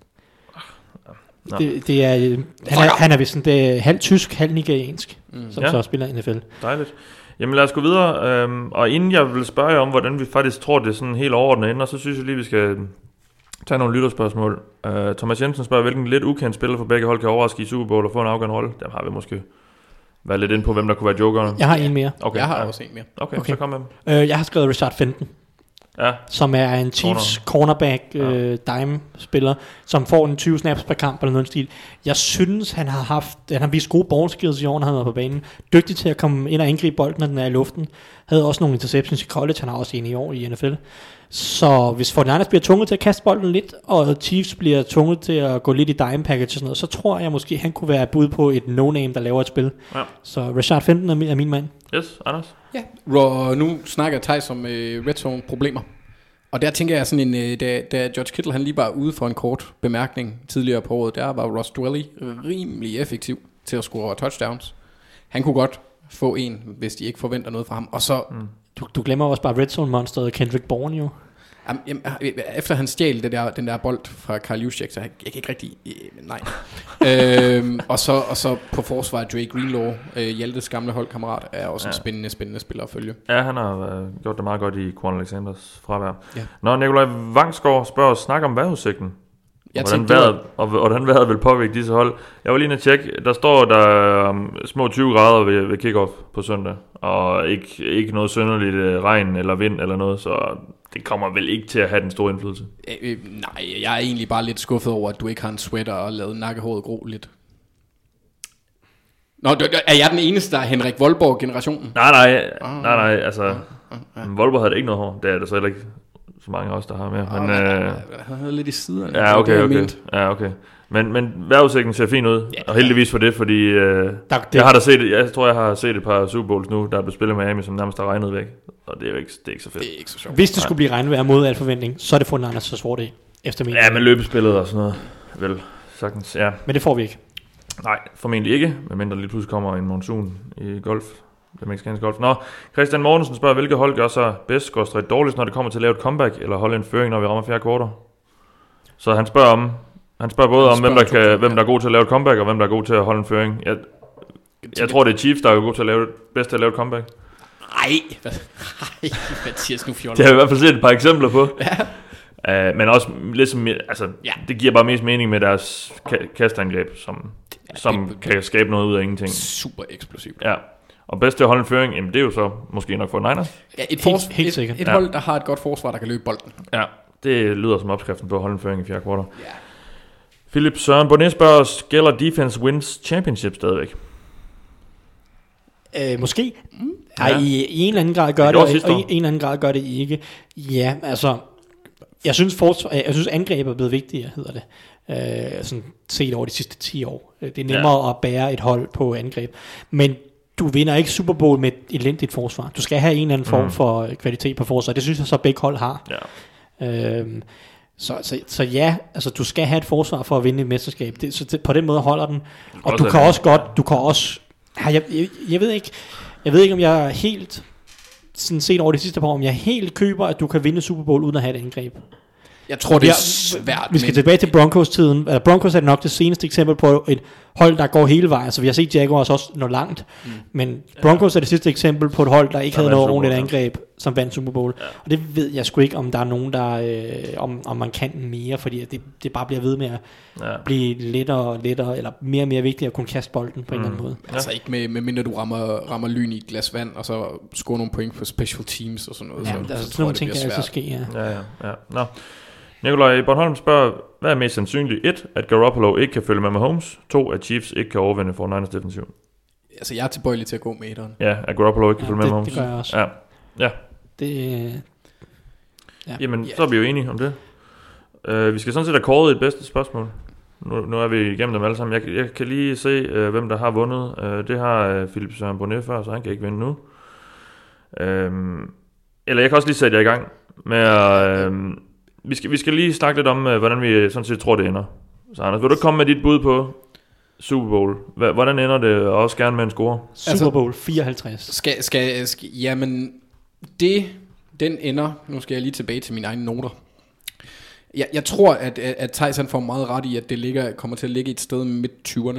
Det er, han er vist sådan, halv tysk, halv nigeriansk, som så spiller i NFL. Dejligt. Jamen lad os gå videre, og inden jeg vil spørge jer om, hvordan vi faktisk tror, det er sådan helt overordnet ender, så synes jeg lige, vi skal tage nogle lytterspørgsmål. Thomas Jensen spørger, hvilken lidt ukendt spiller for begge hold kan overraske i Super Bowl og få en afgørende rolle. Dem har vi måske været lidt inde på, hvem der kunne være jokerne. Jeg har en mere. Okay, jeg har også en mere. Okay, så kom med dem. Jeg har skrevet Rashard Fenton. Ja. Som er en Chiefs cornerback dime-spiller, som får en 20 snaps per kamp eller noget stil. Jeg synes, han har vist gode ballskills i år, når han har været på banen. Dygtig til at komme ind og angribe bolden, når den er i luften. Havde også nogle interceptions i college, han har også en i år i NFL. Så hvis 49ers bliver tvunget til at kaste bolden lidt, og Chiefs bliver tvunget til at gå lidt i dime package og sådan noget, så tror jeg måske, han kunne være et bud på et no-name, der laver et spil. Ja. Så Rashard Fenton er min mand. Yes, Anders? Ja, nu snakker Thijs om red zone problemer. Og der tænker jeg sådan da George Kittle han lige var ude for en kort bemærkning tidligere på året, der var Ross Dwelley rimelig effektiv til at score touchdowns. Han kunne godt få en, hvis de ikke forventer noget fra ham. Og så... Du glemmer også bare red zone monsteret Kendrick Bourne jo. Efter han stjal den der bold fra Kyle Juszczyk, så jeg kan ikke rigtig... nej. og så på forsvaret, Dre Greenlaw, Hjaltes gamle holdkammerat, er også en spændende spiller at følge. Ja, han har gjort det meget godt i Quan Alexanders fravær. Ja. Når Nikolaj Vangsgaard spørger os, snak om vejrudsigten. Hvordan vejret vil påvirke disse hold. Jeg var lige inde at tjekke. Der står der små 20 grader ved kickoff på søndag. Og ikke noget synderligt regn eller vind eller noget. Så det kommer vel ikke til at have den store indflydelse. Nej, jeg er egentlig bare lidt skuffet over, at du ikke har en sweater og lavet nakkehåret gro lidt. Nå, er jeg den eneste, der er Henrik Voldborg-generationen? Nej, altså... Voldborg havde ikke noget hår. Det er det så heller ikke så mange af os, der har med. Men, han havde lidt i siderne. Ja, okay. Men vejrudsigten ser fint ud, og heldigvis for det, fordi jeg har set et par Super Bowls nu, der er blevet spillet med Miami, som nærmest har regnet væk, og det er ikke så fedt. Det er ikke så sjovt. Hvis det skulle blive regnvejr mod al forventning, så er det fundet så svårt det efter min. Ja, men løbespillet og sådan noget, vel sagtens, ja. Men det får vi ikke. Nej, formentlig ikke, medmindre lige pludselig kommer en monsun i golf. Det mexicanske golf. Nå, Christian Mortensen spørger, hvilke hold gør så bedst, går dårligst, når det kommer til at lave et comeback, eller holde en føring, når vi rammer 4. kvartal? Så han spørger både om, hvem der er god til at lave et comeback, og hvem der er god til at holde en føring. Jeg tror, det er Chiefs, der er god til at lave bedst til at lave et comeback. Nej, Mathias, nu fjoller. Det har jeg i hvert fald set et par eksempler på. Ja. Men også ligesom, altså, det giver bare mest mening med deres kastangreb, som kan skabe noget ud af ingenting. Super eksplosivt. Ja. Og bedst til at holde en føring, jamen det er jo så måske nok for Niners. Ja, helt sikkert. Et hold, der har et godt forsvar, der kan løbe bolden. Ja, det lyder som opskriften på at holde en føring i 4. kvartal. Ja. Philip Søren Bonnet spørger os, gælder defense wins championship stadigvæk? Måske. Nej, i en eller anden grad gør det, og i en eller anden grad gør det ikke. Ja, altså, jeg synes angrebet er blevet vigtigere, hedder det. Sådan set over de sidste 10 år. Det er nemmere at bære et hold på angreb. Men du vinder ikke Super Bowl med et elendigt forsvar. Du skal have en eller anden form for kvalitet på forsvar. Det synes jeg så begge hold har. Ja. Så ja, altså du skal have et forsvar for at vinde et mesterskab. På den måde holder den. Og du kan også jeg ved ikke om jeg er helt sådan set over de sidste par år, om jeg helt køber at du kan vinde Super Bowl uden at have et angreb. Jeg tror det er svært. Vi skal tilbage til Broncos-tiden. Broncos er nok det seneste eksempel på et hold, der går hele vejen. Altså vi har set Jaguars også nå langt. Men Broncos er det sidste eksempel på et hold, der ikke havde noget ordentligt angreb, som vandt Super Bowl. Ja. Og det ved jeg sgu ikke, om der er nogen, der om man kan mere, fordi det bare bliver ved med at blive lettere, eller mere og mere vigtigt at kunne kaste bolden på en eller anden måde. Altså ikke med mindre du rammer lyn i et glas vand, og så scorer nogle point på special teams og sådan noget. Ja, så sådan nogle ting kan altså ske, ja. Nå. Nikolaj Bornholm spørger, hvad er mest sandsynligt? 1. At Garoppolo ikke kan følge med Mahomes. 2. At Chiefs ikke kan overvinde for Niners defensiv. Altså jeg er tilbøjelig til at gå med 1'eren. Ja, at Garoppolo ikke kan følge med Mahomes. Det gør jeg også. Ja. Det Ja. Jamen, så er vi jo enige om det. Vi skal sådan set have kåret et bedste spørgsmål. Nu er vi igennem dem alle sammen. Jeg kan lige se, hvem der har vundet. Det har Philip Søren Bonnet før, så han kan ikke vinde nu. Eller jeg kan også lige sætte jer i gang med at... Vi skal lige snakke lidt om, hvordan vi sådan set tror, det ender. Så Anders, vil du komme med dit bud på Super Bowl? Hvordan ender det, og også gerne med en score? Super Bowl 54. Jamen, den ender... Nu skal jeg lige tilbage til mine egne noter. Jeg tror, at Theis han får meget ret i, at det kommer til at ligge et sted midt 20'erne.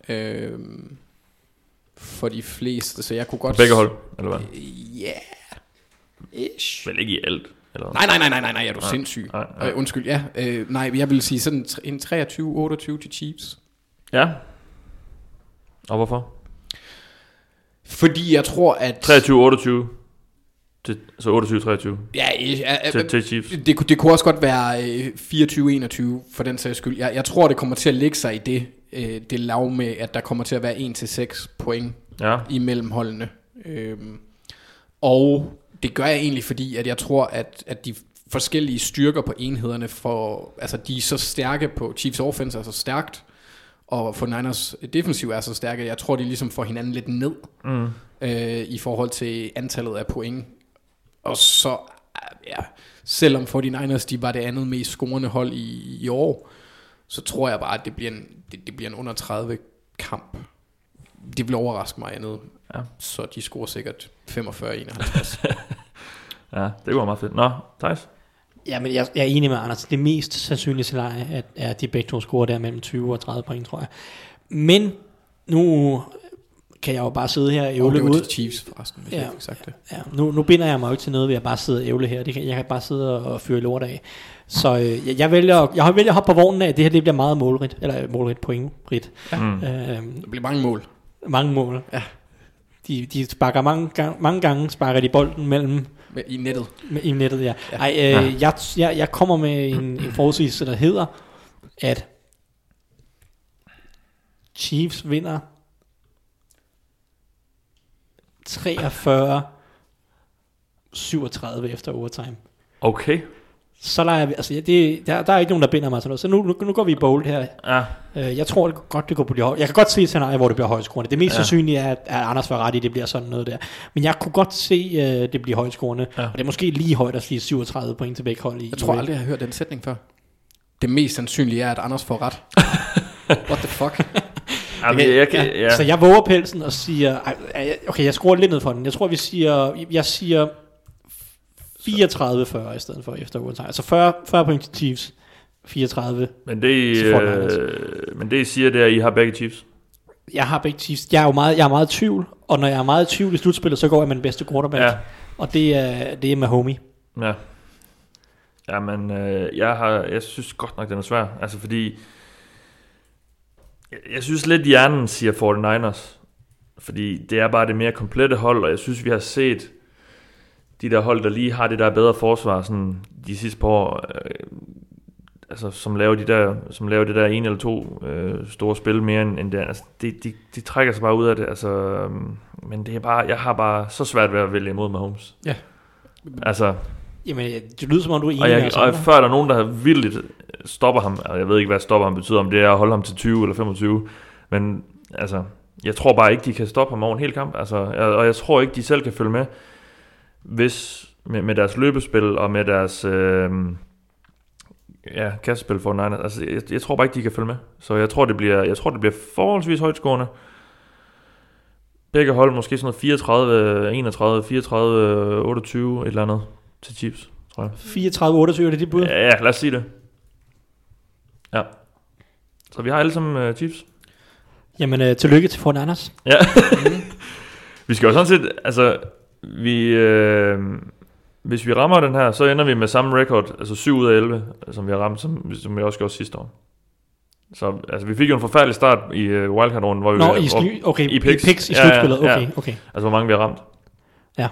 For de fleste, så jeg kunne godt... Begge hold, eller hvad? Ja, ish. Vel ikke i alt, eller? Nej, er du sindssyg? Undskyld, ja. Nej, jeg vil sige sådan en 23-28 til Chiefs. Ja. Og hvorfor? Fordi jeg tror, at... 23-28. Så 28-23. Ja, til Chiefs. Det kunne også godt være 24-21 for den sags skyld. Jeg tror, det kommer til at lægge sig i det lav med, at der kommer til at være 1-6 point imellem holdene. Og det gør jeg egentlig, fordi at jeg tror, at de forskellige styrker på enhederne altså de er så stærke på Chiefs offense, er så stærkt, og for Niners defensiv er så stærke. Jeg tror, de ligesom får hinanden lidt ned i forhold til antallet af point. Og så, selvom 49ers de var det andet mest scorende hold i år, så tror jeg bare, at det bliver en under 30 kamp. Det vil overraske mig andet. Ja. Så de scorer sikkert 45-51. Ja, det går meget fedt. Nå, Theis? Ja, men jeg er enig med Anders. Det mest sandsynlige scenarie er, at de begge to scorer der mellem 20 og 30 point, tror jeg. Men nu kan jeg jo bare sidde her og ævle ud. Til Chiefs forresten, hvis jeg fik sagt det. Ja, nu binder jeg mig jo ikke til noget ved at bare sidde og ævle her. Jeg kan bare sidde og fyre lort af. Så jeg vælger at hoppe på vognen af, at det her det bliver meget målrigt. Eller målrigt, pointrigt. Ja. Det bliver mange mål. Mange mål, ja. De sparker mange gange sparker de bolden mellem... I nettet. I nettet, ja. Jeg kommer med en forudsigelse, der hedder, at Chiefs vinder 43-37 efter overtime. Okay. Så leger vi, altså der er ikke nogen, der binder mig til noget. Så nu går vi bold her. Ja. Jeg tror godt, det går på de høje. Jeg kan godt se et scenarie, hvor det bliver højscorende. Det mest sandsynlige er, at Anders var ret i, det bliver sådan noget der. Men jeg kunne godt se, det bliver højscorende. Ja. Og det er måske lige højt at sige 37 point til begge hold. Jeg tror aldrig, jeg har hørt den sætning før. Det mest sandsynlige er, at Anders får ret. What the fuck? Så jeg våger pelsen og siger, okay, jeg skruer lidt ned for den. Jeg tror, jeg siger 34-40 i stedet for efter overtime. Altså 40 point til Chiefs, 34 men det I siger, det er, at I har begge Chiefs? Jeg har begge Chiefs. Jeg er meget i tvivl, og når jeg er meget i tvivl i slutspillet, så går jeg med den bedste quarterback. Ja. Og det er Mahomes. Ja. Jamen, jeg synes godt nok, den er svær. Altså fordi, jeg synes lidt hjernen siger 49ers. Fordi det er bare det mere komplette hold, og jeg synes, vi har set de der hold, der lige har det der bedre forsvar, sådan de sidste par år, altså som laver det der en eller to store spil mere end det. Altså, de trækker sig bare ud af det. Altså, men det er bare, jeg har bare så svært ved at vælge imod Mahomes. Ja. Altså. Jamen, det lyder som om du er enig. Og før der er nogen, der vildt stopper ham. Altså, jeg ved ikke, hvad stopper ham betyder, om det er at holde ham til 20 eller 25. Men altså, jeg tror bare ikke, de kan stoppe ham over en hel kamp. Altså, og jeg tror ikke, de selv kan følge med. Hvis med deres løbespil og med deres kastespil for Niners, altså jeg tror bare ikke de kan følge med. Så jeg tror det bliver forholdsvis højtskårende. Begge hold måske sådan noget 34 31 34 28 et eller andet til Chiefs, tror jeg. 34 28 er det dit bud? Ja, lad os sige det. Ja. Så vi har alle sammen Chiefs. Jamen tillykke til 49ers. Ja. Vi skal jo sådan set, altså hvis vi rammer den her, så ender vi med samme record, altså 7 ud af 11, som vi har ramt, som vi også gjorde sidste år. Så altså, vi fik jo en forfærdelig start i wildcard-runden, hvor vi i picks i slutspillet. Okay. Altså hvor mange vi har ramt. Ja.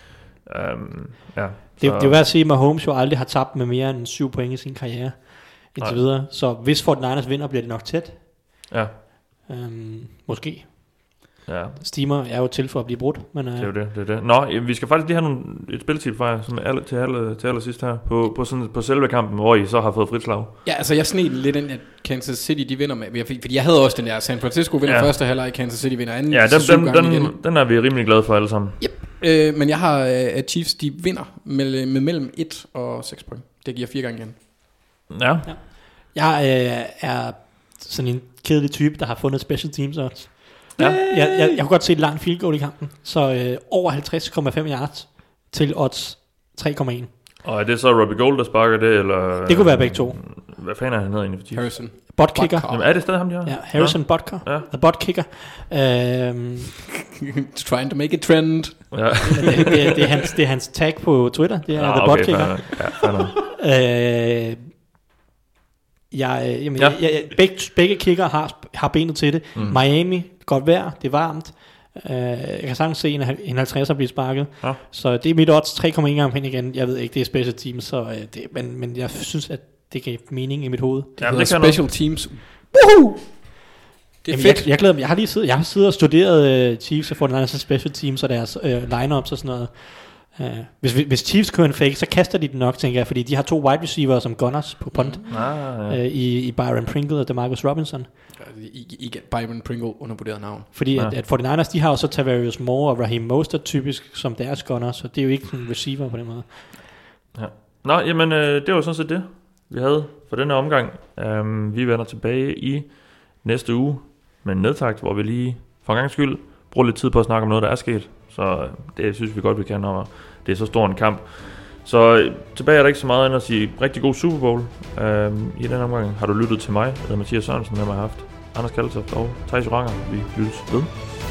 Det er jo værd at sige, at Mahomes jo aldrig har tabt med mere end 7 point i sin karriere indtil videre. Så hvis 49ers vinder, bliver det nok tæt. Ja. Måske. Ja. Steamer er jo til for at blive brudt. Men, Det er det. Nå, vi skal faktisk lige have et spiltip fra jer, som til allersidst her, på selve kampen, hvor I så har fået frit slag. Ja, altså jeg sned lidt ind, at Kansas City, de vinder med, fordi jeg havde også den der, San Francisco vinder første halvleg, Kansas City vinder anden. Ja, den er vi rimelig glade for alle sammen. Yep. Men jeg har, at Chiefs, de vinder med mellem 1 og 6 point. Det giver 4 gange igen. Ja. Jeg er sådan en kedelig type, der har fundet special teams også. Ja. Jeg kunne godt se et langt field goal i kampen. Så over 50,5 yards til odds 3,1. Og er det så Robbie Gould, der sparker det, eller? Det kunne være begge to. Hvad fanden er han hedder egentlig for Chiefs? Harrison. Botkicker. Jamen, er det stadig ham, de har? Ja, Harrison Butker. Ja. The Botkicker. Trying to make a trend. Ja. det er hans tag på Twitter. Det er The Botkicker. Begge kicker har benet til det. Miami, godt vejr, det er varmt. Jeg kan sagtens se en 50'er blive sparket. Ja. Så det er mit odds 3,1 gange hen igen. Jeg ved ikke, det er special teams, så men jeg synes, at det giver mening i mit hoved. Det hedder special teams. Woohoo! Det er fedt. Jeg glæder mig. Jeg har siddet og studeret Chiefs og 49ers special teams og deres lineups og sådan noget. Hvis Chiefs kører en fake, så kaster de den nok, tænker jeg, fordi de har 2 wide receivers som gunners på punt. I Byron Pringle og DeMarcus Robinson. Ikke Byron Pringle, undervurderet navn. Fordi at 49ers, de har jo så Tavarius Moore og Raheem Mostert typisk som deres gunners, så det er jo ikke en receiver på den måde. Ja. Nå, jamen det var sådan set det, vi havde for denne omgang. Vi vender tilbage i næste uge med en nedtakt, hvor vi lige for en gangs skyld bruger lidt tid på at snakke om noget, der er sket. Så det synes vi godt, vi kan, når det er så stor en kamp. Så tilbage er der ikke så meget andet at sige rigtig god Super Bowl. I den omgang har du lyttet til mig, jeg hedder Mathias Sørensen, med mig har haft Anders Kaltoft og Thijs Ranger. Vi lyttes ved.